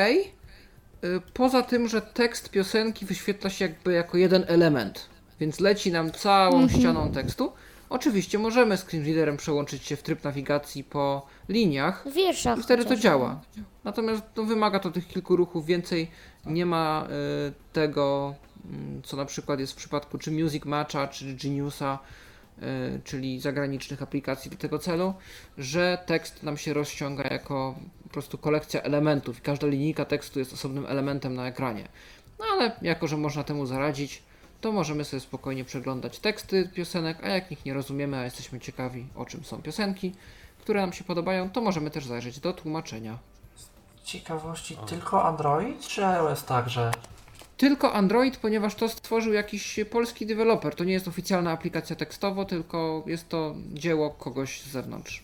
Poza tym, że tekst piosenki wyświetla się jakby jako jeden element, więc leci nam całą ścianą tekstu. Oczywiście możemy screenreaderem przełączyć się w tryb nawigacji po liniach Wierszach i wtedy to chociażby. działa. Natomiast wymaga to tych kilku ruchów, więcej nie ma tego, co na przykład jest w przypadku czy Music Matcha, czy Geniusa, czyli zagranicznych aplikacji do tego celu, że tekst nam się rozciąga jako po prostu kolekcja elementów i każda linijka tekstu jest osobnym elementem na ekranie. No ale jako, że można temu zaradzić, to możemy sobie spokojnie przeglądać teksty piosenek, a jak ich nie rozumiemy, a jesteśmy ciekawi, o czym są piosenki, które nam się podobają, to możemy też zajrzeć do tłumaczenia. Ciekawości, tylko Android czy iOS także? Tylko Android, ponieważ to stworzył jakiś polski deweloper. To nie jest oficjalna aplikacja tekstowo, tylko jest to dzieło kogoś z zewnątrz.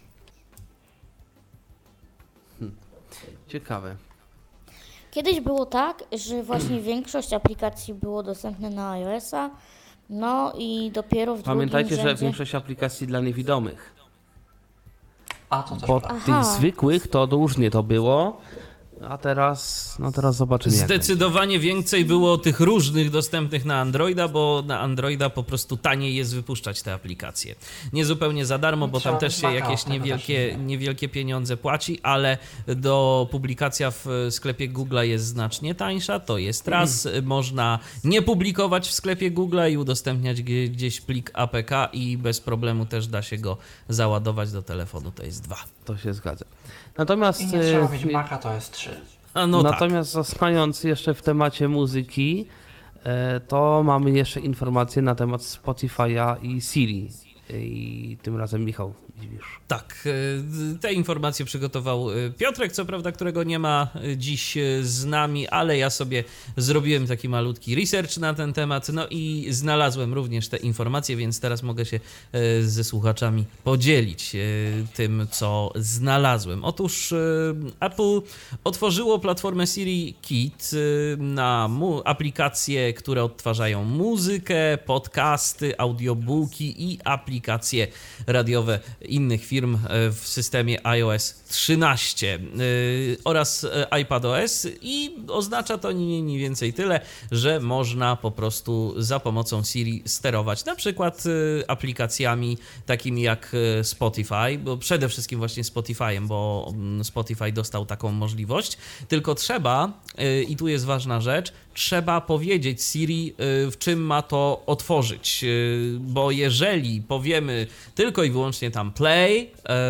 Ciekawe. Kiedyś było tak, że właśnie większość aplikacji było dostępne na iOS-a, no i dopiero w drugim Pamiętajcie, że rzędzie... większość aplikacji dla niewidomych. A to też Bo prawda. tych zwykłych to różnie to było, a teraz zobaczymy jak będzie. Zdecydowanie więcej było tych różnych dostępnych na Androida, bo na Androida po prostu taniej jest wypuszczać te aplikacje. Nie zupełnie za darmo, bo tam też się jakieś niewielkie pieniądze płaci, ale publikacja w sklepie Google'a jest znacznie tańsza, to jest raz. Można nie publikować w sklepie Google'a i udostępniać gdzieś plik APK i bez problemu też da się go załadować do telefonu, to jest 2. To się zgadza. Natomiast I nie trzeba mieć Maca, to jest 3. Natomiast zostając jeszcze w temacie muzyki, to mamy jeszcze informacje na temat Spotify'a i Siri. I tym razem Michał Dziwisz. Tak, te informacje przygotował Piotrek, co prawda, którego nie ma dziś z nami, ale ja sobie zrobiłem taki malutki research na ten temat, no i znalazłem również te informacje, więc teraz mogę się ze słuchaczami podzielić tym, co znalazłem. Otóż Apple otworzyło platformę Siri Kit na aplikacje, które odtwarzają muzykę, podcasty, audiobooki i aplikacje radiowe innych firm w systemie iOS 13 oraz iPadOS i oznacza to nie mniej więcej tyle, że można po prostu za pomocą Siri sterować na przykład aplikacjami takimi jak Spotify, bo przede wszystkim właśnie Spotify'em, bo Spotify dostał taką możliwość, tylko trzeba, i tu jest ważna rzecz, trzeba powiedzieć Siri, w czym ma to otworzyć, bo jeżeli powiemy tylko i wyłącznie tam play,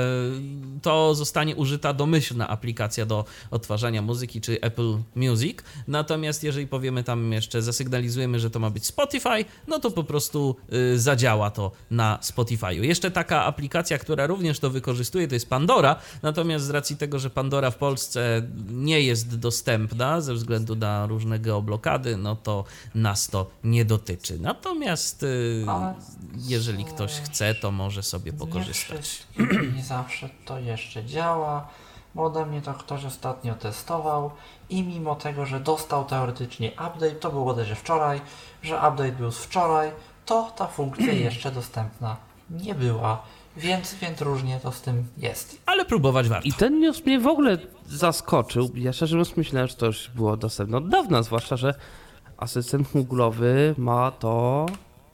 to zostanie użyta domyślna aplikacja do odtwarzania muzyki, czy Apple Music, natomiast jeżeli powiemy tam jeszcze, zasygnalizujemy, że to ma być Spotify, no to po prostu zadziała to na Spotify'u. Jeszcze taka aplikacja, która również to wykorzystuje, to jest Pandora, natomiast z racji tego, że Pandora w Polsce nie jest dostępna ze względu na różne geoblokady, no to nas to nie dotyczy. Natomiast jeżeli ktoś chce, to może sobie pokorzystać. Nie zawsze to jeszcze działa, bo ode mnie to ktoś ostatnio testował i mimo tego, że dostał teoretycznie update, to było bodajże wczoraj, że update był z wczoraj, to ta funkcja jeszcze dostępna nie była, więc różnie to z tym jest. Ale próbować warto. I ten news mnie w ogóle zaskoczył. Ja szczerze mówiąc myślałem, że to już było dostępne od dawna, zwłaszcza, że asystent Google'owy ma to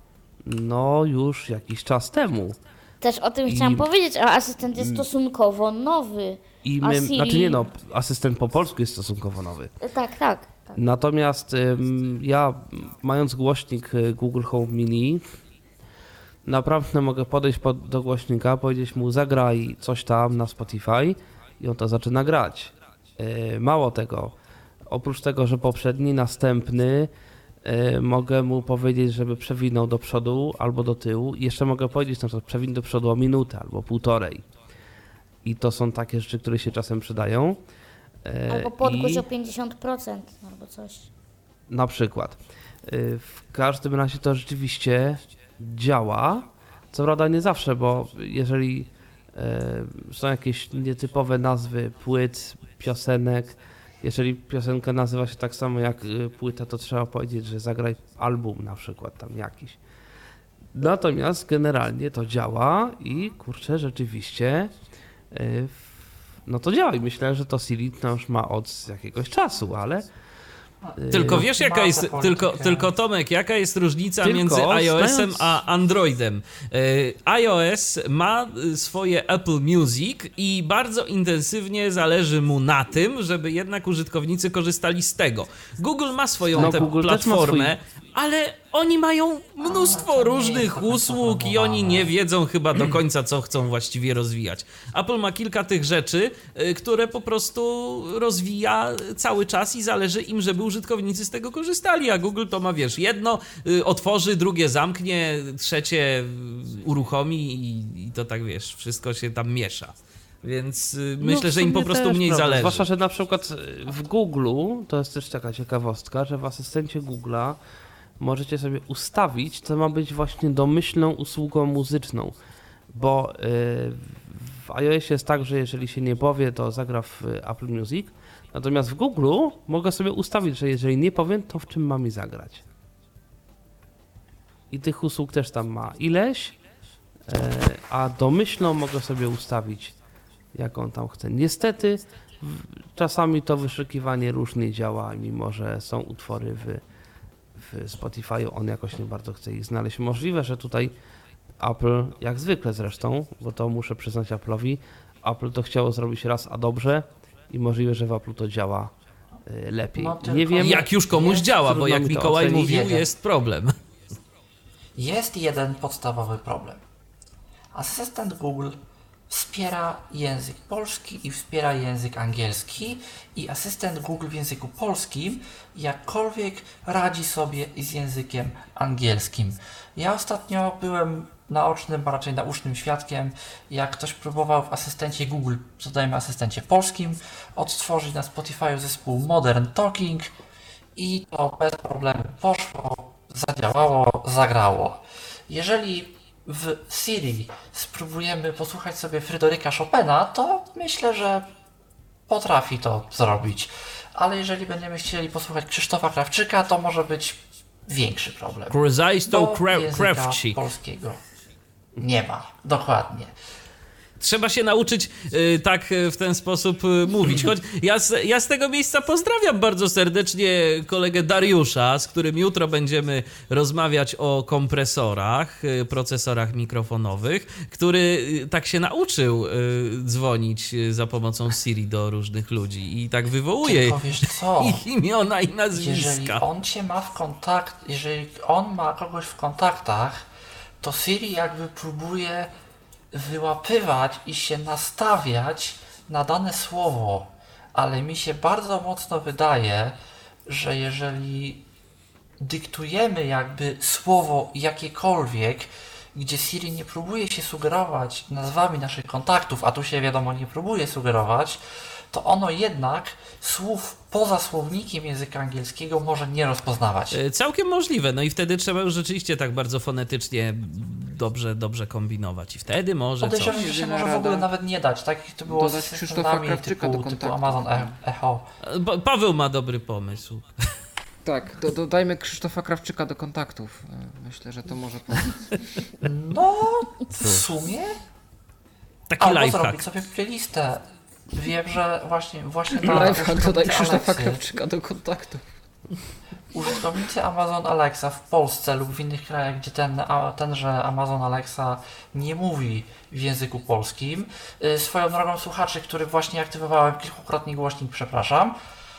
już jakiś czas temu. Też o tym chciałam powiedzieć, a asystent jest stosunkowo nowy. I Siri... asystent po polsku jest stosunkowo nowy. Tak. Natomiast ja, mając głośnik Google Home Mini, naprawdę mogę podejść do głośnika, powiedzieć mu zagraj coś tam na Spotify i on to zaczyna grać. Mało tego, oprócz tego, że poprzedni, następny, mogę mu powiedzieć, żeby przewinął do przodu albo do tyłu i jeszcze mogę powiedzieć na przykład przewin do przodu o minutę albo półtorej. I to są takie rzeczy, które się czasem przydają. Albo podgłoś o 50% albo coś. Na przykład. W każdym razie to rzeczywiście działa. Co prawda nie zawsze, bo jeżeli są jakieś nietypowe nazwy płyt, piosenek, jeżeli piosenka nazywa się tak samo jak płyta, to trzeba powiedzieć, że zagraj album na przykład tam jakiś. Natomiast generalnie to działa i kurczę, rzeczywiście to działa i myślę, że to Siri już ma od jakiegoś czasu, ale tylko wiesz, jaka jest, tylko Tomek, jaka jest różnica między iOS-em a Androidem? iOS ma swoje Apple Music i bardzo intensywnie zależy mu na tym, żeby jednak użytkownicy korzystali z tego. Google ma swoją platformę, ale oni mają mnóstwo różnych usług i oni nie wiedzą chyba do końca, co chcą właściwie rozwijać. Apple ma kilka tych rzeczy, które po prostu rozwija cały czas i zależy im, żeby użytkownicy z tego korzystali, a Google to ma, jedno otworzy, drugie zamknie, trzecie uruchomi i to tak, wszystko się tam miesza. Więc myślę, że im po prostu mniej zależy. Zwłaszcza, że na przykład w Google'u, to jest też taka ciekawostka, że w asystencie Google'a możecie sobie ustawić, co ma być właśnie domyślną usługą muzyczną, bo w iOSie jest tak, że jeżeli się nie powie, to zagra w Apple Music, natomiast w Google'u mogę sobie ustawić, że jeżeli nie powiem, to w czym ma mi zagrać. I tych usług też tam ma ileś, a domyślną mogę sobie ustawić, jaką tam chcę. Niestety czasami to wyszukiwanie różnie działa, mimo że są utwory w Spotify'u, on jakoś nie bardzo chce ich znaleźć. Możliwe, że tutaj Apple, jak zwykle zresztą, bo to muszę przyznać Apple'owi, Apple to chciało zrobić raz, a dobrze i możliwe, że w Apple to działa lepiej. Nie wiem, jak już komuś działa, bo jak Mikołaj mówił, jest problem. Jest jeden podstawowy problem. Asystent Google wspiera język polski i wspiera język angielski i asystent Google w języku polskim jakkolwiek radzi sobie z językiem angielskim. Ja ostatnio byłem naocznym, a raczej naucznym świadkiem, jak ktoś próbował w asystencie Google, dodajmy asystencie polskim, odtworzyć na Spotify zespół Modern Talking i to bez problemu poszło, zadziałało, zagrało. Jeżeli w Siri spróbujemy posłuchać sobie Fryderyka Chopina, to myślę, że potrafi to zrobić. Ale jeżeli będziemy chcieli posłuchać Krzysztofa Krawczyka, to może być większy problem. Krzysztof Krawczyk Krawczyk. Polskiego nie ma. Dokładnie. Trzeba się nauczyć tak w ten sposób mówić. Choć ja z tego miejsca pozdrawiam bardzo serdecznie kolegę Dariusza, z którym jutro będziemy rozmawiać o kompresorach, procesorach mikrofonowych, który tak się nauczył dzwonić za pomocą Siri do różnych ludzi i tak wywołuje Tylko wiesz co? ich imiona i nazwiska. Jeżeli on ma kogoś w kontaktach, to Siri jakby próbuje wyłapywać i się nastawiać na dane słowo, ale mi się bardzo mocno wydaje, że jeżeli dyktujemy jakby słowo jakiekolwiek, gdzie Siri nie próbuje się sugerować nazwami naszych kontaktów, a tu się wiadomo nie próbuje sugerować, to ono jednak słów poza słownikiem języka angielskiego może nie rozpoznawać. Całkiem możliwe, no i wtedy trzeba już rzeczywiście tak bardzo fonetycznie dobrze kombinować i wtedy może coś. Podejrzewam, że się może w ogóle nawet nie dać, tak jak to było Dodać z Krzysztofa systemami Krawczyka do typu kontaktu. Amazon Echo. Paweł ma dobry pomysł. Tak, dodajmy Krzysztofa Krawczyka do kontaktów. Myślę, że to może pomóc. No, w sumie? Taki Albo lifehack. zrobić sobie playlistę. Wiem, że właśnie na Lifehack, dodaj Krzysztofa Alexy, Krawczyka do kontaktu. użytkownicy Amazon Alexa w Polsce lub w innych krajach, gdzie tenże Amazon Alexa nie mówi w języku polskim. Swoją drogą słuchaczy, który właśnie aktywowałem kilkukrotnie głośnik, przepraszam,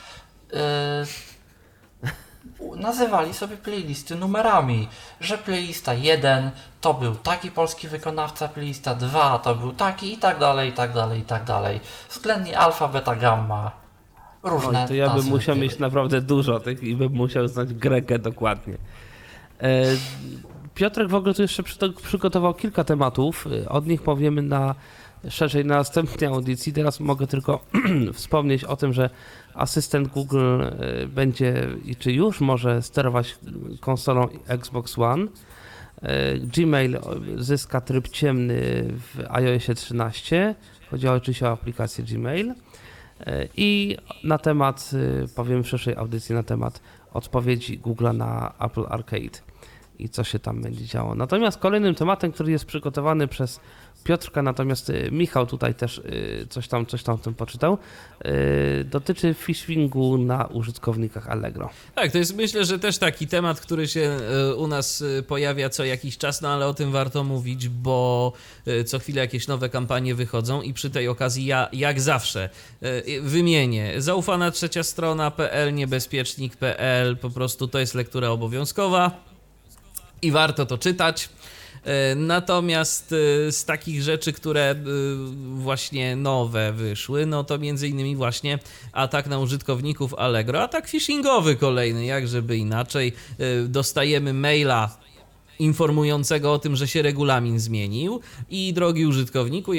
nazywali sobie playlisty numerami, że playlista 1 to był taki polski wykonawca, playlista 2 to był taki i tak dalej, i tak dalej, i tak dalej. Względnie alfa, beta, gamma. Różne Oj, to ja bym nazwy musiał były. mieć naprawdę dużo tych i bym musiał znać Gregę dokładnie. Piotrek w ogóle tu jeszcze przygotował kilka tematów. Od nich powiemy szerzej na następnej audycji. Teraz mogę tylko wspomnieć o tym, że asystent Google będzie, czy już może sterować konsolą Xbox One. Gmail zyska tryb ciemny w iOSie 13. Chodzi oczywiście o aplikację Gmail. I na temat, powiem w szerszej audycji na temat odpowiedzi Google'a na Apple Arcade i co się tam będzie działo. Natomiast kolejnym tematem, który jest przygotowany przez Piotrka, natomiast Michał tutaj też coś tam o tym poczytał, dotyczy phishingu na użytkownikach Allegro. Tak, to jest myślę, że też taki temat, który się u nas pojawia co jakiś czas, no ale o tym warto mówić, bo co chwilę jakieś nowe kampanie wychodzą i przy tej okazji ja jak zawsze wymienię zaufana trzecia strona.pl, niebezpiecznik.pl, po prostu to jest lektura obowiązkowa i warto to czytać. Natomiast z takich rzeczy, które właśnie nowe wyszły, no to między innymi właśnie atak na użytkowników Allegro, atak phishingowy kolejny, jak żeby inaczej. Dostajemy maila informującego o tym, że się regulamin zmienił i drogi użytkowniku,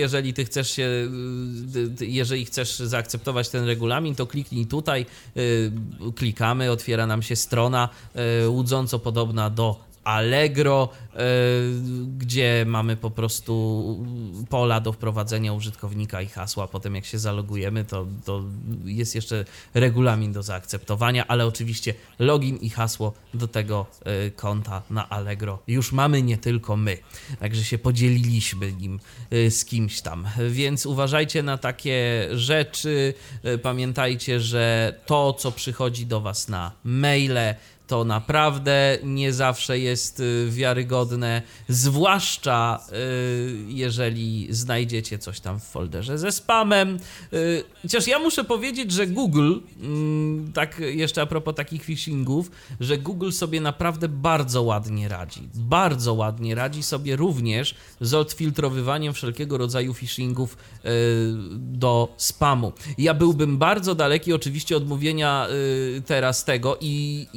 jeżeli chcesz zaakceptować ten regulamin, to kliknij tutaj, klikamy, otwiera nam się strona łudząco podobna do Allegro, gdzie mamy po prostu pola do wprowadzenia użytkownika i hasła. Potem jak się zalogujemy, to jest jeszcze regulamin do zaakceptowania, ale oczywiście login i hasło do tego konta na Allegro już mamy nie tylko my. Także się podzieliliśmy nim z kimś tam. Więc uważajcie na takie rzeczy. Pamiętajcie, że to, co przychodzi do Was na maile, to naprawdę nie zawsze jest wiarygodne, zwłaszcza jeżeli znajdziecie coś tam w folderze ze spamem. Chociaż ja muszę powiedzieć, że Google, tak jeszcze a propos takich phishingów, że Google sobie naprawdę bardzo ładnie radzi. Bardzo ładnie radzi sobie również z odfiltrowywaniem wszelkiego rodzaju phishingów do spamu. Ja byłbym bardzo daleki oczywiście od mówienia teraz tego i ja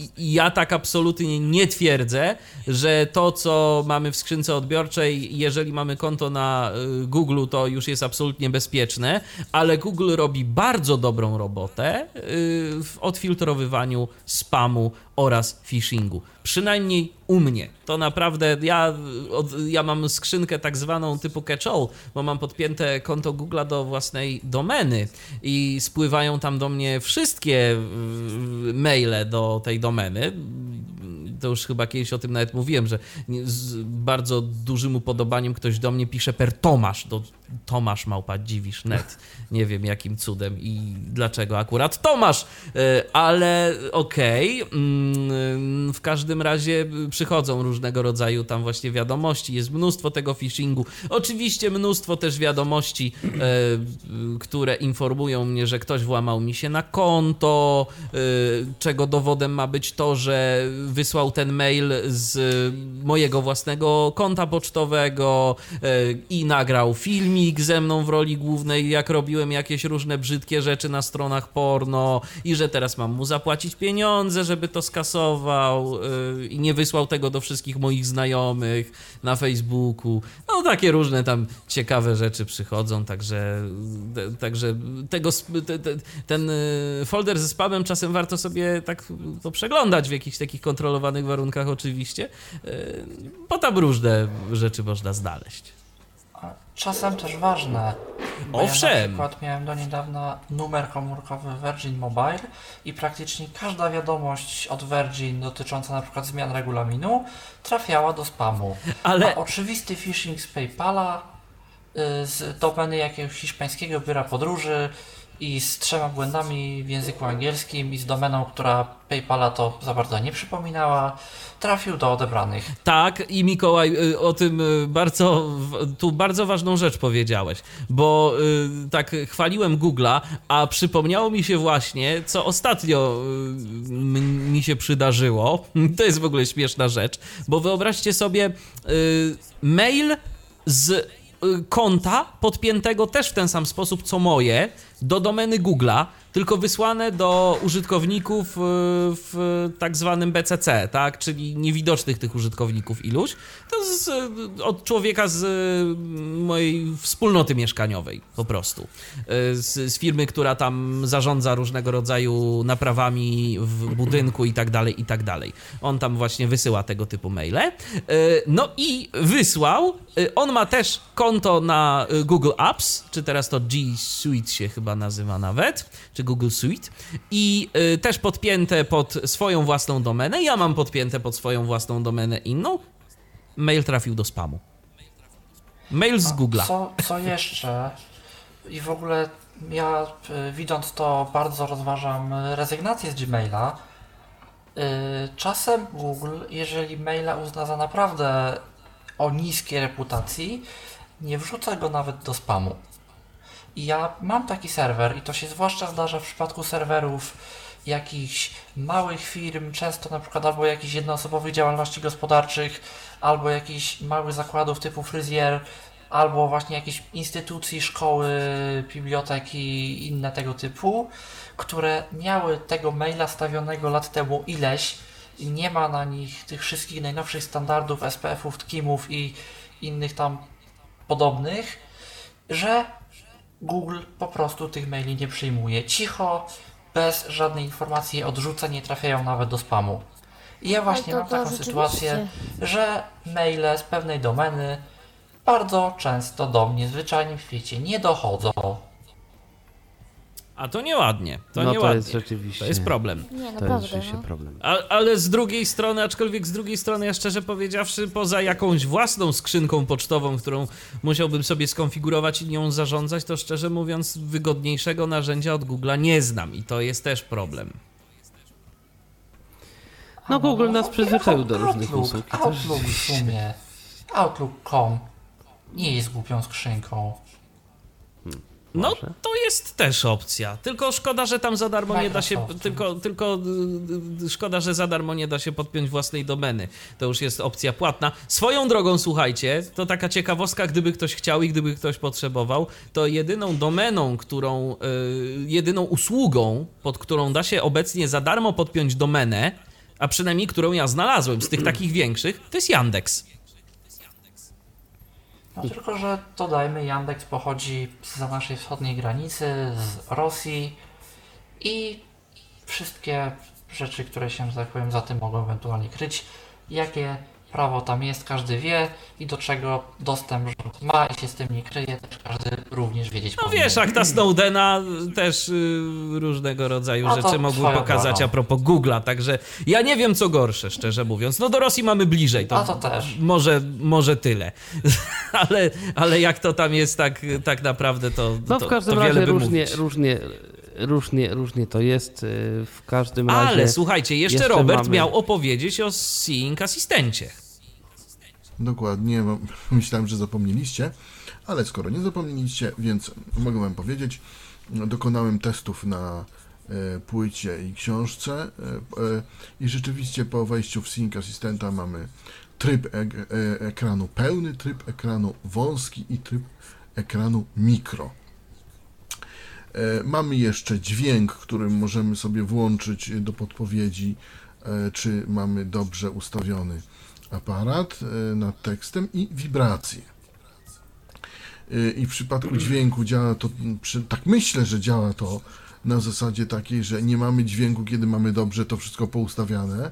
Ja tak absolutnie nie twierdzę, że to, co mamy w skrzynce odbiorczej, jeżeli mamy konto na Google, to już jest absolutnie bezpieczne, ale Google robi bardzo dobrą robotę w odfiltrowywaniu spamu oraz phishingu. Przynajmniej u mnie. To naprawdę, ja mam skrzynkę tak zwaną typu catch-all, bo mam podpięte konto Google'a do własnej domeny i spływają tam do mnie wszystkie maile do tej domeny. To już chyba kiedyś o tym nawet mówiłem, że z bardzo dużym upodobaniem ktoś do mnie pisze per Tomasz, do Tomasz@dziwisz.net. Nie wiem jakim cudem i dlaczego akurat Tomasz, ale okej. W każdym razie przychodzą różnego rodzaju tam właśnie wiadomości, jest mnóstwo tego phishingu. Oczywiście mnóstwo też wiadomości, które informują mnie, że ktoś włamał mi się na konto, czego dowodem ma być to, że wysłał ten mail z mojego własnego konta pocztowego i nagrał filmik ze mną w roli głównej, jak robiłem jakieś różne brzydkie rzeczy na stronach porno i że teraz mam mu zapłacić pieniądze, żeby to skasował i nie wysłał tego do wszystkich moich znajomych na Facebooku. No takie różne tam ciekawe rzeczy przychodzą, także ten folder ze spamem czasem warto sobie tak to przeglądać w jakichś takich kontrolowanych warunkach oczywiście, bo tam różne rzeczy można znaleźć. Czasem też ważne. Owszem. Ja na przykład miałem do niedawna numer komórkowy Virgin Mobile i praktycznie każda wiadomość od Virgin dotycząca na przykład zmian regulaminu trafiała do spamu. Ale... A oczywisty phishing z PayPala, z domeny jakiegoś hiszpańskiego biura podróży i z 3 błędami w języku angielskim i z domeną, która PayPala to za bardzo nie przypominała, trafił do odebranych. Tak, i Mikołaj, o tym bardzo ważną rzecz powiedziałeś, bo tak chwaliłem Google'a, a przypomniało mi się właśnie, co ostatnio mi się przydarzyło. To jest w ogóle śmieszna rzecz, bo wyobraźcie sobie mail z konta podpiętego też w ten sam sposób co moje do domeny Google'a, tylko wysłane do użytkowników w tak zwanym BCC, tak, czyli niewidocznych tych użytkowników iluś, to od człowieka z mojej wspólnoty mieszkaniowej po prostu, z firmy, która tam zarządza różnego rodzaju naprawami w budynku i tak dalej. On tam właśnie wysyła tego typu maile. No i wysłał, on ma też konto na Google Apps, czy teraz to G Suite się chyba nazywa nawet, czy Google Suite i też podpięte pod swoją własną domenę, ja mam podpięte pod swoją własną domenę inną, mail trafił do spamu. Mail z Google'a. Co jeszcze? I w ogóle ja widząc to bardzo rozważam rezygnację z Gmaila. Czasem Google, jeżeli maila uzna za naprawdę o niskiej reputacji, nie wrzuca go nawet do spamu. I ja mam taki serwer i to się zwłaszcza zdarza w przypadku serwerów jakichś małych firm, często na przykład albo jakichś jednoosobowych działalności gospodarczych, albo jakichś małych zakładów typu fryzjer, albo właśnie jakichś instytucji, szkoły, biblioteki i inne tego typu, które miały tego maila stawionego lat temu ileś i nie ma na nich tych wszystkich najnowszych standardów, SPF-ów, TKIM-ów i innych tam podobnych, że Google po prostu tych maili nie przyjmuje. Cicho, bez żadnej informacji odrzuca, nie trafiają nawet do spamu. I ja właśnie mam taką sytuację, że maile z pewnej domeny bardzo często do mnie w zwyczajnym świecie nie dochodzą. A to nieładnie. To jest rzeczywiście. To jest problem. Nie, To naprawdę, jest rzeczywiście problem. Ale z drugiej strony, aczkolwiek z drugiej strony, ja szczerze powiedziawszy, poza jakąś własną skrzynką pocztową, którą musiałbym sobie skonfigurować i nią zarządzać, to szczerze mówiąc wygodniejszego narzędzia od Google'a nie znam i to jest też problem. No Google nas przyzwyczaił do różnych usług. Outlook w sumie. Outlook.com nie jest głupią skrzynką. No, to jest też opcja. Tylko szkoda, że tam za darmo nie da się. Tylko szkoda, że za darmo nie da się podpiąć własnej domeny. To już jest opcja płatna. Swoją drogą, słuchajcie, to taka ciekawostka, gdyby ktoś chciał i gdyby ktoś potrzebował, to jedyną domeną, jedyną usługą, pod którą da się obecnie za darmo podpiąć domenę, a przynajmniej którą ja znalazłem z tych takich większych, to jest Yandex. No tylko, że dodajmy, Yandex pochodzi zza naszej wschodniej granicy, z Rosji i wszystkie rzeczy, które się, że tak powiem, za tym mogą ewentualnie kryć, jakie prawo tam jest, każdy wie i do czego dostęp rząd ma i się z tym nie kryje, też każdy również wiedzieć No powinien. wiesz, akta Snowdena też różnego rodzaju No to rzeczy mogły twoja pokazać sprawa. a propos Google'a, także ja nie wiem co gorsze, szczerze mówiąc. No do Rosji mamy bliżej, A to też. może tyle. ale jak to tam jest tak naprawdę, to No to, w każdym to wiele razie by mówić. różnie to jest. W każdym razie. Ale słuchajcie, jeszcze Robert mamy... miał opowiedzieć o Seeing Assistencie. Dokładnie, bo myślałem, że zapomnieliście, ale skoro nie zapomnieliście, więc mogę wam powiedzieć, dokonałem testów na płycie i książce i rzeczywiście po wejściu w Seeing Assistenta mamy tryb ekranu pełny, tryb ekranu wąski i tryb ekranu mikro. Mamy jeszcze dźwięk, który możemy sobie włączyć do podpowiedzi, czy mamy dobrze ustawiony aparat nad tekstem i wibracje. I w przypadku dźwięku działa to, tak myślę, że działa to na zasadzie takiej, że nie mamy dźwięku, kiedy mamy dobrze to wszystko poustawiane.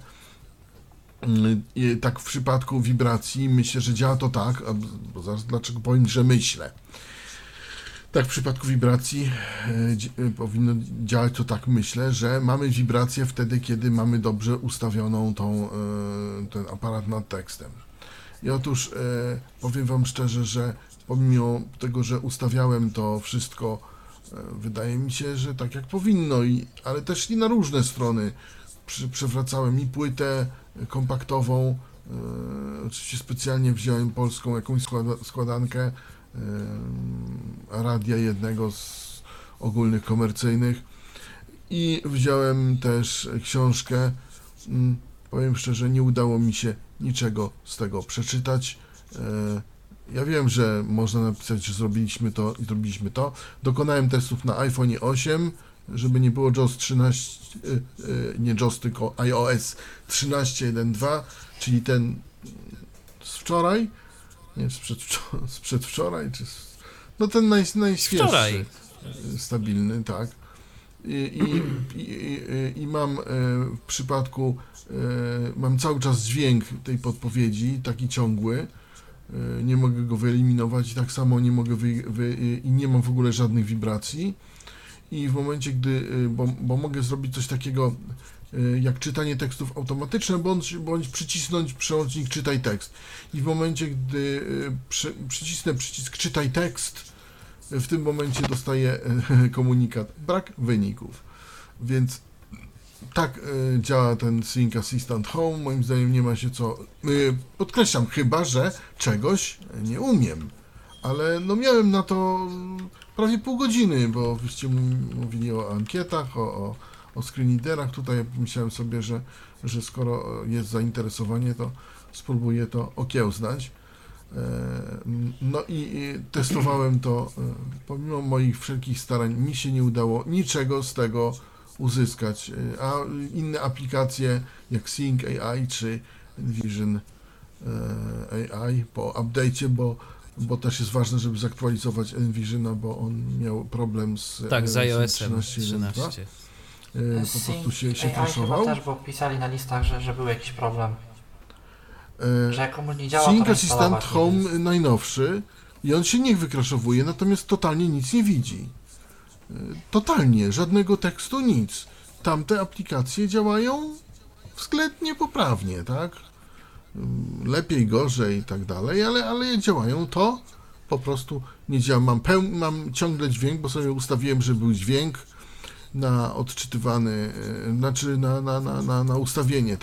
I tak w przypadku wibracji myślę, że działa to tak, bo zaraz dlaczego powiem, że myślę. Tak w przypadku wibracji powinno działać to tak, myślę, że mamy wibrację wtedy, kiedy mamy dobrze ustawioną ten aparat nad tekstem. I otóż powiem wam szczerze, że pomimo tego, że ustawiałem to wszystko, wydaje mi się, że tak jak powinno, ale też i na różne strony przewracałem i płytę kompaktową, oczywiście specjalnie wziąłem polską jakąś składankę, radia jednego z ogólnych komercyjnych i wziąłem też książkę. Powiem szczerze, nie udało mi się niczego z tego przeczytać. Ja wiem, że można napisać, że zrobiliśmy to. Dokonałem testów na iPhone 8, żeby nie było JOS 13, nie JOS, tylko iOS 13.1.2, czyli ten z wczoraj, nie, z przedwczoraj, czy no ten najświeższy, Wczoraj. Stabilny, tak. I mam w przypadku, mam cały czas dźwięk tej podpowiedzi, taki ciągły, nie mogę go wyeliminować i tak samo nie mogę i nie mam w ogóle żadnych wibracji. I w momencie, gdy, bo mogę zrobić coś takiego jak czytanie tekstów automatyczne, bądź przycisnąć przełącznik czytaj tekst. I w momencie, gdy przycisnę przycisk czytaj tekst, w tym momencie dostaję komunikat brak wyników. Więc tak działa ten Seeing Assistant Home. Moim zdaniem nie ma się co... Podkreślam, chyba że czegoś nie umiem. Ale no miałem na to prawie pół godziny, bo wyście mówili o ankietach, o screenreaderach. Tutaj myślałem sobie, że skoro jest zainteresowanie, to spróbuję to okiełznać. No i testowałem to. Pomimo moich wszelkich starań mi się nie udało niczego z tego uzyskać. A inne aplikacje jak Seeing AI czy Envision AI po update'cie, bo też jest ważne, żeby zaktualizować Envisiona, bo on miał problem z iOS-em 13. Po prostu się AI crashował. chyba też, bo pisali na listach, że był jakiś problem. Że jak komuś nie działa, Seeing to Assistant Home najnowszy i on się nie wykraszowuje, natomiast totalnie nic nie widzi. Totalnie, żadnego tekstu, nic. Tamte aplikacje działają względnie poprawnie, tak? Lepiej, gorzej i tak dalej, ale działają. To po prostu nie działa. Mam ciągle dźwięk, bo sobie ustawiłem, że był dźwięk na odczytywany, znaczy na ustawienie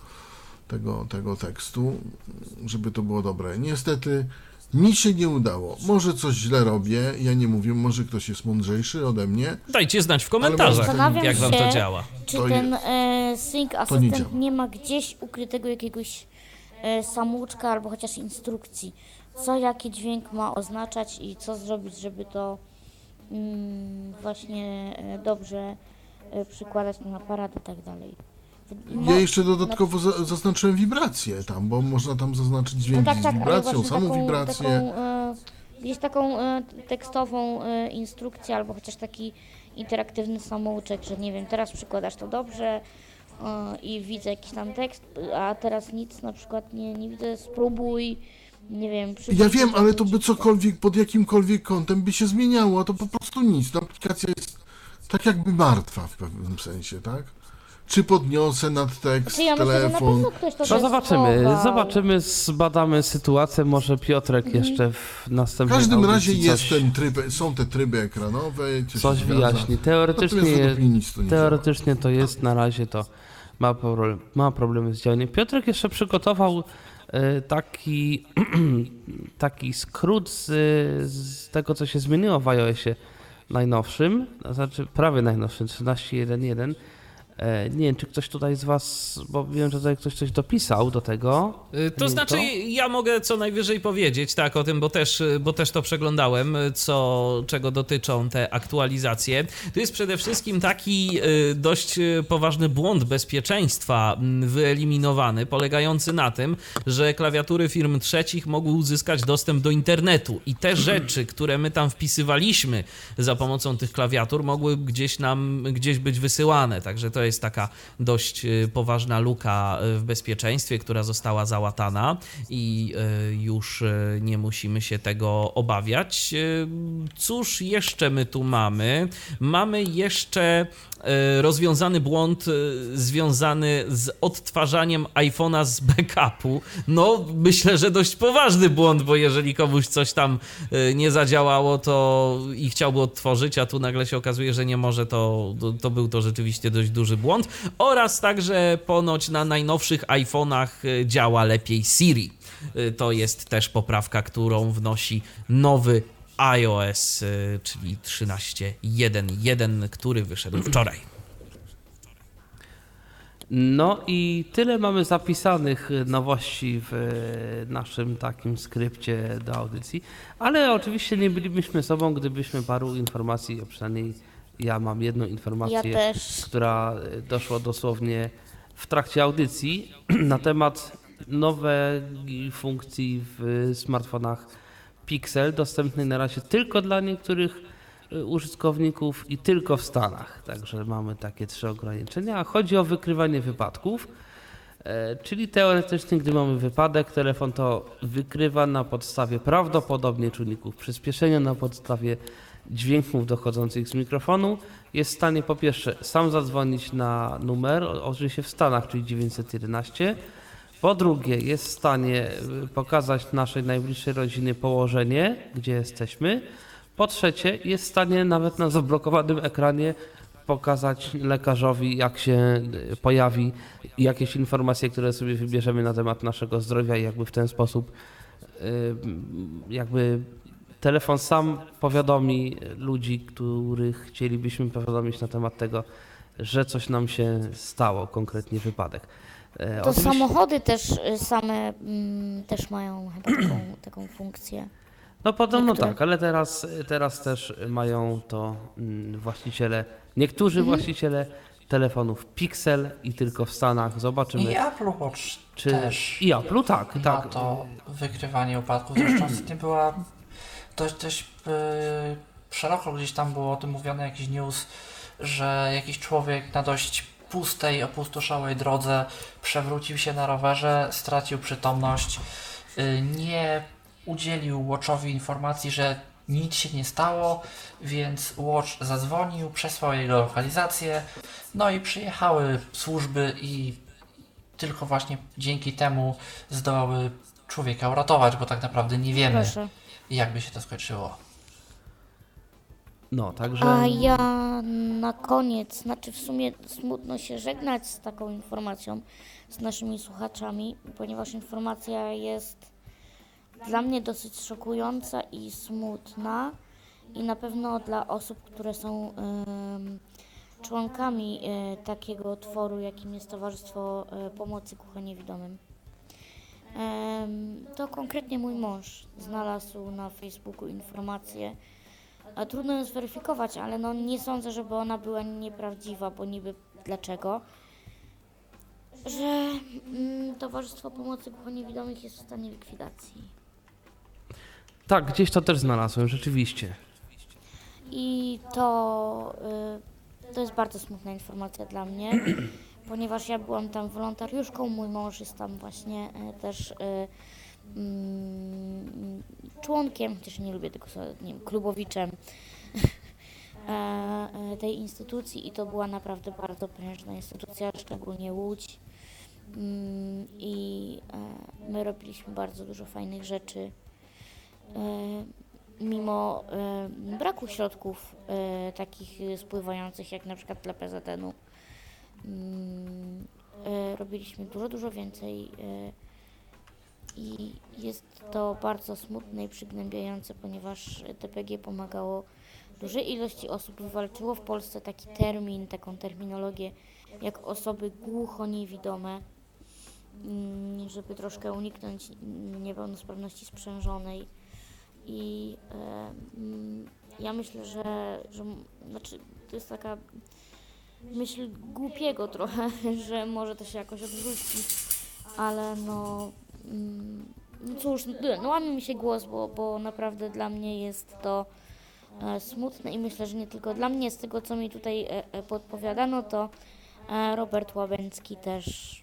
tego tekstu, żeby to było dobre. Niestety mi się nie udało. Może coś źle robię, ja nie mówię, może ktoś jest mądrzejszy ode mnie. Dajcie znać w komentarzach, Zastanawiam jak wam to się, działa. Czy To ten Seeing Assistant działa. nie ma gdzieś ukrytego jakiegoś samouczka albo chociaż instrukcji, co jaki dźwięk ma oznaczać i co zrobić, żeby to właśnie dobrze przykładać na aparat i tak dalej. Ja jeszcze dodatkowo zaznaczyłem wibrację tam, bo można tam zaznaczyć dźwięki tak, z wibracją, samą wibrację. Gdzieś taką tekstową instrukcję albo chociaż taki interaktywny samouczek, że nie wiem, teraz przykładasz to dobrze i widzę jakiś tam tekst, a teraz nic na przykład nie widzę, spróbuj, nie wiem. Ja wiem, ale to by cokolwiek, pod jakimkolwiek kątem by się zmieniało, a to po prostu nic. Ta aplikacja jest tak jakby martwa w pewnym sensie, tak? Czy podniosę nad tekst, telefon. No zobaczymy, zbadamy sytuację, może Piotrek jeszcze w następnym. W każdym razie jest ten tryb, są te tryby ekranowe. Coś wyjaśni. Teoretycznie to jest, na razie to ma problemy z działaniem. Piotrek jeszcze przygotował taki skrót z tego, co się zmieniło w iOSie najnowszym, znaczy prawie najnowszym, 13.1.1. Nie wiem, czy ktoś tutaj z was, bo wiem, że tutaj ktoś coś dopisał do tego. To znaczy, ja mogę co najwyżej powiedzieć tak o tym, bo też to przeglądałem, czego dotyczą te aktualizacje. Tu jest przede wszystkim taki dość poważny błąd bezpieczeństwa wyeliminowany, polegający na tym, że klawiatury firm trzecich mogły uzyskać dostęp do internetu i te rzeczy, które my tam wpisywaliśmy za pomocą tych klawiatur, mogły gdzieś być wysyłane, także to jest taka dość poważna luka w bezpieczeństwie, która została załatana i już nie musimy się tego obawiać. Cóż jeszcze my tu mamy? Mamy jeszcze rozwiązany błąd związany z odtwarzaniem iPhone'a z backupu. No, myślę, że dość poważny błąd, bo jeżeli komuś coś tam nie zadziałało to i chciałby odtworzyć, a tu nagle się okazuje, że nie może, to był to rzeczywiście dość duży błąd. Oraz także ponoć na najnowszych iPhone'ach działa lepiej Siri. To jest też poprawka, którą wnosi nowy iOS, czyli 13.1.1, który wyszedł wczoraj. No i tyle mamy zapisanych nowości w naszym takim skrypcie do audycji, ale oczywiście nie bylibyśmy sobą, gdybyśmy paru informacji, a przynajmniej ja mam jedną informację, która doszła dosłownie w trakcie audycji na temat nowej funkcji w smartfonach Pixel, dostępnej na razie tylko dla niektórych użytkowników i tylko w Stanach. Także mamy takie 3 ograniczenia. Chodzi o wykrywanie wypadków, czyli teoretycznie, gdy mamy wypadek, telefon to wykrywa na podstawie prawdopodobnie czujników przyspieszenia, na podstawie dźwięków dochodzących z mikrofonu. Jest w stanie po pierwsze sam zadzwonić na numer, oczywiście w Stanach, czyli 911. Po drugie, jest w stanie pokazać naszej najbliższej rodziny położenie, gdzie jesteśmy. Po trzecie, jest w stanie nawet na zablokowanym ekranie pokazać lekarzowi, jak się pojawi jakieś informacje, które sobie wybierzemy na temat naszego zdrowia i jakby w ten sposób jakby telefon sam powiadomi ludzi, których chcielibyśmy powiadomić na temat tego, że coś nam się stało, konkretnie wypadek. To oczywiście samochody też same też mają chyba taką funkcję. No podobno tak, ale teraz też mają to właściciele, niektórzy właściciele telefonów Pixel i tylko w Stanach. Zobaczymy. I Apple Watch też. I Apple, tak. To wykrywanie upadków. Zresztą ostatnio była dość szeroko gdzieś tam było o tym mówione, jakiś news, że jakiś człowiek na dość pustej, opustoszałej drodze przewrócił się na rowerze, stracił przytomność, nie udzielił Watchowi informacji, że nic się nie stało, więc Watch zadzwonił, przesłał jego lokalizację, no i przyjechały służby i tylko właśnie dzięki temu zdołały człowieka uratować, bo tak naprawdę nie wiemy, jak by się to skończyło. No, także... A ja na koniec, w sumie smutno się żegnać z taką informacją z naszymi słuchaczami, ponieważ informacja jest dla mnie dosyć szokująca i smutna i na pewno dla osób, które są członkami takiego tworu, jakim jest Towarzystwo Pomocy Głuchoniewidomym. To konkretnie mój mąż znalazł na Facebooku informację, a trudno ją zweryfikować, ale nie sądzę, żeby ona była nieprawdziwa, bo niby dlaczego. że Towarzystwo Pomocy Głuchoniewidomych jest w stanie likwidacji. Tak, gdzieś to też znalazłem, rzeczywiście. I to jest bardzo smutna informacja dla mnie, ponieważ ja byłam tam wolontariuszką, mój mąż jest tam właśnie też członkiem, chociaż nie lubię tego słowa, nie wiem, klubowiczem tej instytucji i to była naprawdę bardzo prężna instytucja, szczególnie Łódź. I my robiliśmy bardzo dużo fajnych rzeczy. Mimo braku środków takich spływających jak na przykład dla PZN-u, robiliśmy dużo więcej i jest to bardzo smutne i przygnębiające, ponieważ TPG pomagało dużej ilości osób, wywalczyło w Polsce taki termin, taką terminologię jak osoby głuchoniewidome, żeby troszkę uniknąć niepełnosprawności sprzężonej. I ja myślę, że znaczy to jest taka myśl głupiego trochę, że może to się jakoś odwróci, ale no cóż, no łamie mi się głos, bo naprawdę dla mnie jest to smutne i myślę, że nie tylko dla mnie, z tego co mi tutaj podpowiadano, to Robert Łabęcki też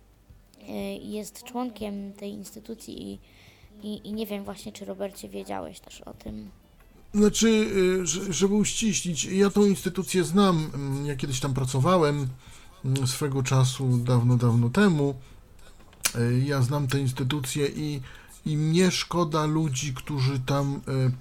jest członkiem tej instytucji i nie wiem właśnie, czy Robercie wiedziałeś też o tym. Znaczy, żeby uściślić, ja tą instytucję znam, ja kiedyś tam pracowałem swego czasu, dawno temu. Ja znam tę instytucję i mnie szkoda ludzi, którzy tam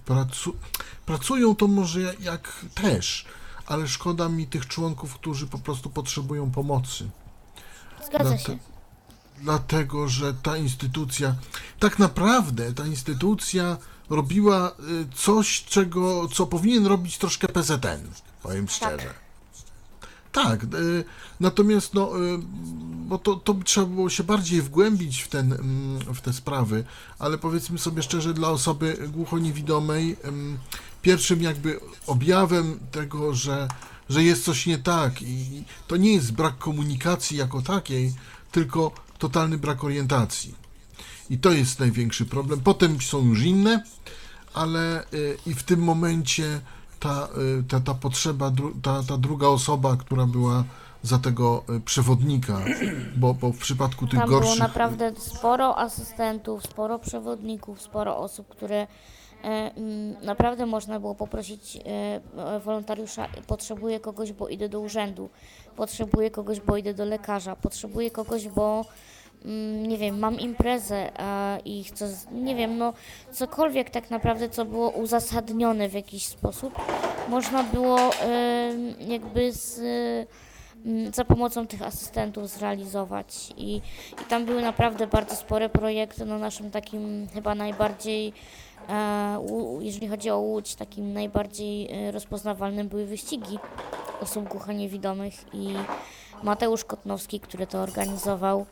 pracują, to może jak też, ale szkoda mi tych członków, którzy po prostu potrzebują pomocy. Zgadza się. Dlatego, że ta instytucja, tak naprawdę ta instytucja robiła coś, co powinien robić troszkę PZN, powiem szczerze. Tak, natomiast no, bo to by trzeba było się bardziej wgłębić w te sprawy, ale powiedzmy sobie szczerze, dla osoby głuchoniewidomej pierwszym jakby objawem tego, że jest coś nie tak i to nie jest brak komunikacji jako takiej, tylko totalny brak orientacji. I to jest największy problem. Potem są już inne, ale i w tym momencie ta potrzeba, ta druga osoba, która była za tego przewodnika, bo w przypadku tych tam gorszych... Tam było naprawdę sporo asystentów, sporo przewodników, sporo osób, które naprawdę można było poprosić wolontariusza, potrzebuję kogoś, bo idę do urzędu, potrzebuję kogoś, bo idę do lekarza, potrzebuję kogoś, bo nie wiem, mam imprezę i chcę, nie wiem, no cokolwiek tak naprawdę, co było uzasadnione w jakiś sposób, można było jakby za pomocą tych asystentów zrealizować i tam były naprawdę bardzo spore projekty, no naszym takim chyba najbardziej, jeżeli chodzi o Łódź, takim najbardziej rozpoznawalnym były wyścigi osób głuchoniewidomych i Mateusz Kotnowski, który to organizował.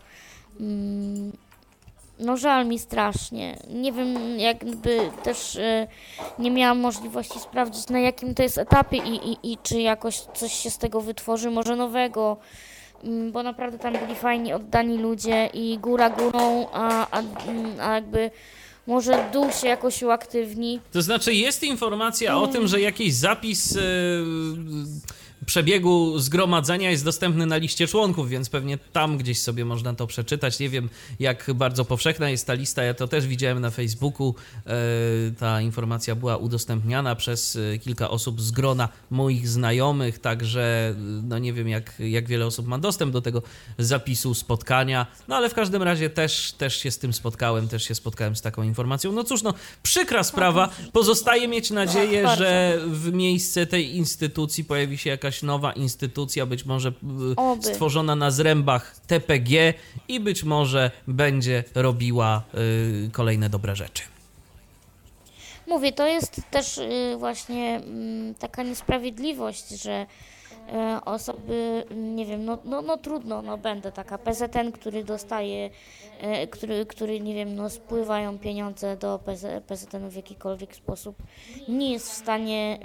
No żal mi strasznie. Nie wiem, jakby też nie miałam możliwości sprawdzić, na jakim to jest etapie i czy jakoś coś się z tego wytworzy, może nowego, bo naprawdę tam byli fajni, oddani ludzie i góra górą, a jakby może dół się jakoś uaktywni. To znaczy jest informacja o tym, że jakiś zapis przebiegu zgromadzenia jest dostępny na liście członków, więc pewnie tam gdzieś sobie można to przeczytać. Nie wiem, jak bardzo powszechna jest ta lista, ja to też widziałem na Facebooku. Ta informacja była udostępniana przez kilka osób z grona moich znajomych, także no nie wiem, jak wiele osób ma dostęp do tego zapisu spotkania, no ale w każdym razie też się z tym spotkałem, też się spotkałem z taką informacją. No cóż, no przykra sprawa. Pozostaje mieć nadzieję, że w miejsce tej instytucji pojawi się jakaś nowa instytucja, być może stworzona na zrębach TPG i być może będzie robiła kolejne dobre rzeczy. Mówię, to jest też właśnie taka niesprawiedliwość, że osoby, nie wiem, no trudno, no będę taka PZN, który dostaje, który nie wiem, no spływają pieniądze do PZN-u w jakikolwiek sposób, nie jest w stanie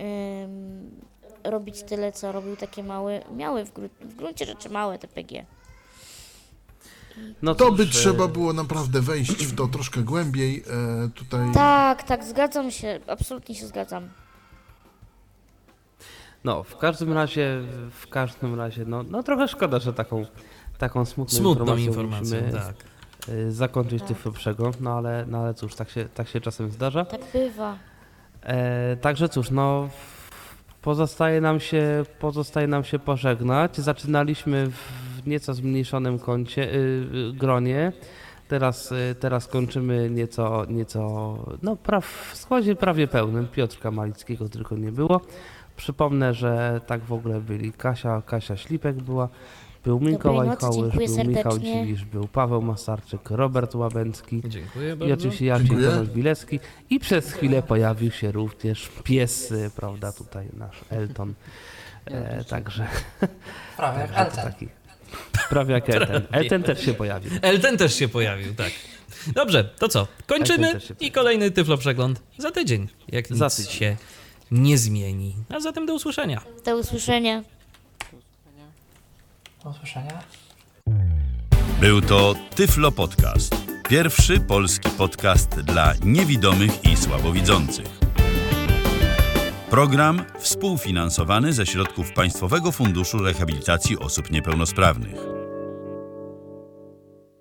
robić tyle, co robił takie miały w gruncie rzeczy małe TPG. No To cóż, by trzeba było naprawdę wejść w to troszkę głębiej. Tutaj Tak, zgadzam się, absolutnie się zgadzam. No, w każdym razie, no trochę szkoda, że taką smutną informacją, musimy tak. zakończyć Tyflo Przegląd, no ale cóż, tak się czasem zdarza. Tak bywa. Także cóż, no pozostaje nam się pożegnać. Zaczynaliśmy w nieco zmniejszonym gronie. Teraz kończymy nieco w składzie prawie pełnym. Piotrka Malickiego tylko nie było. Przypomnę, że tak w ogóle byli Kasia Ślipek była, był Mikołaj Hołysz, był Michał Dziwisz, był Paweł Masarczyk, Robert Łabęcki. Dziękuję I bardzo. oczywiście Jacek Tomek-Wilecki. I przez chwilę pojawił się również pies, prawda, tutaj nasz Elton. Także... Prawie jak Elten. Prawie jak Elten. Elten też się pojawił. Elten też się pojawił, tak. Dobrze, to co? Kończymy i kolejny Tyflo Przegląd za tydzień, jak nic się nie zmieni. A zatem do usłyszenia. Do usłyszenia. Do usłyszenia. Był to Tyflo Podcast. Pierwszy polski podcast dla niewidomych i słabowidzących. Program współfinansowany ze środków Państwowego Funduszu Rehabilitacji Osób Niepełnosprawnych.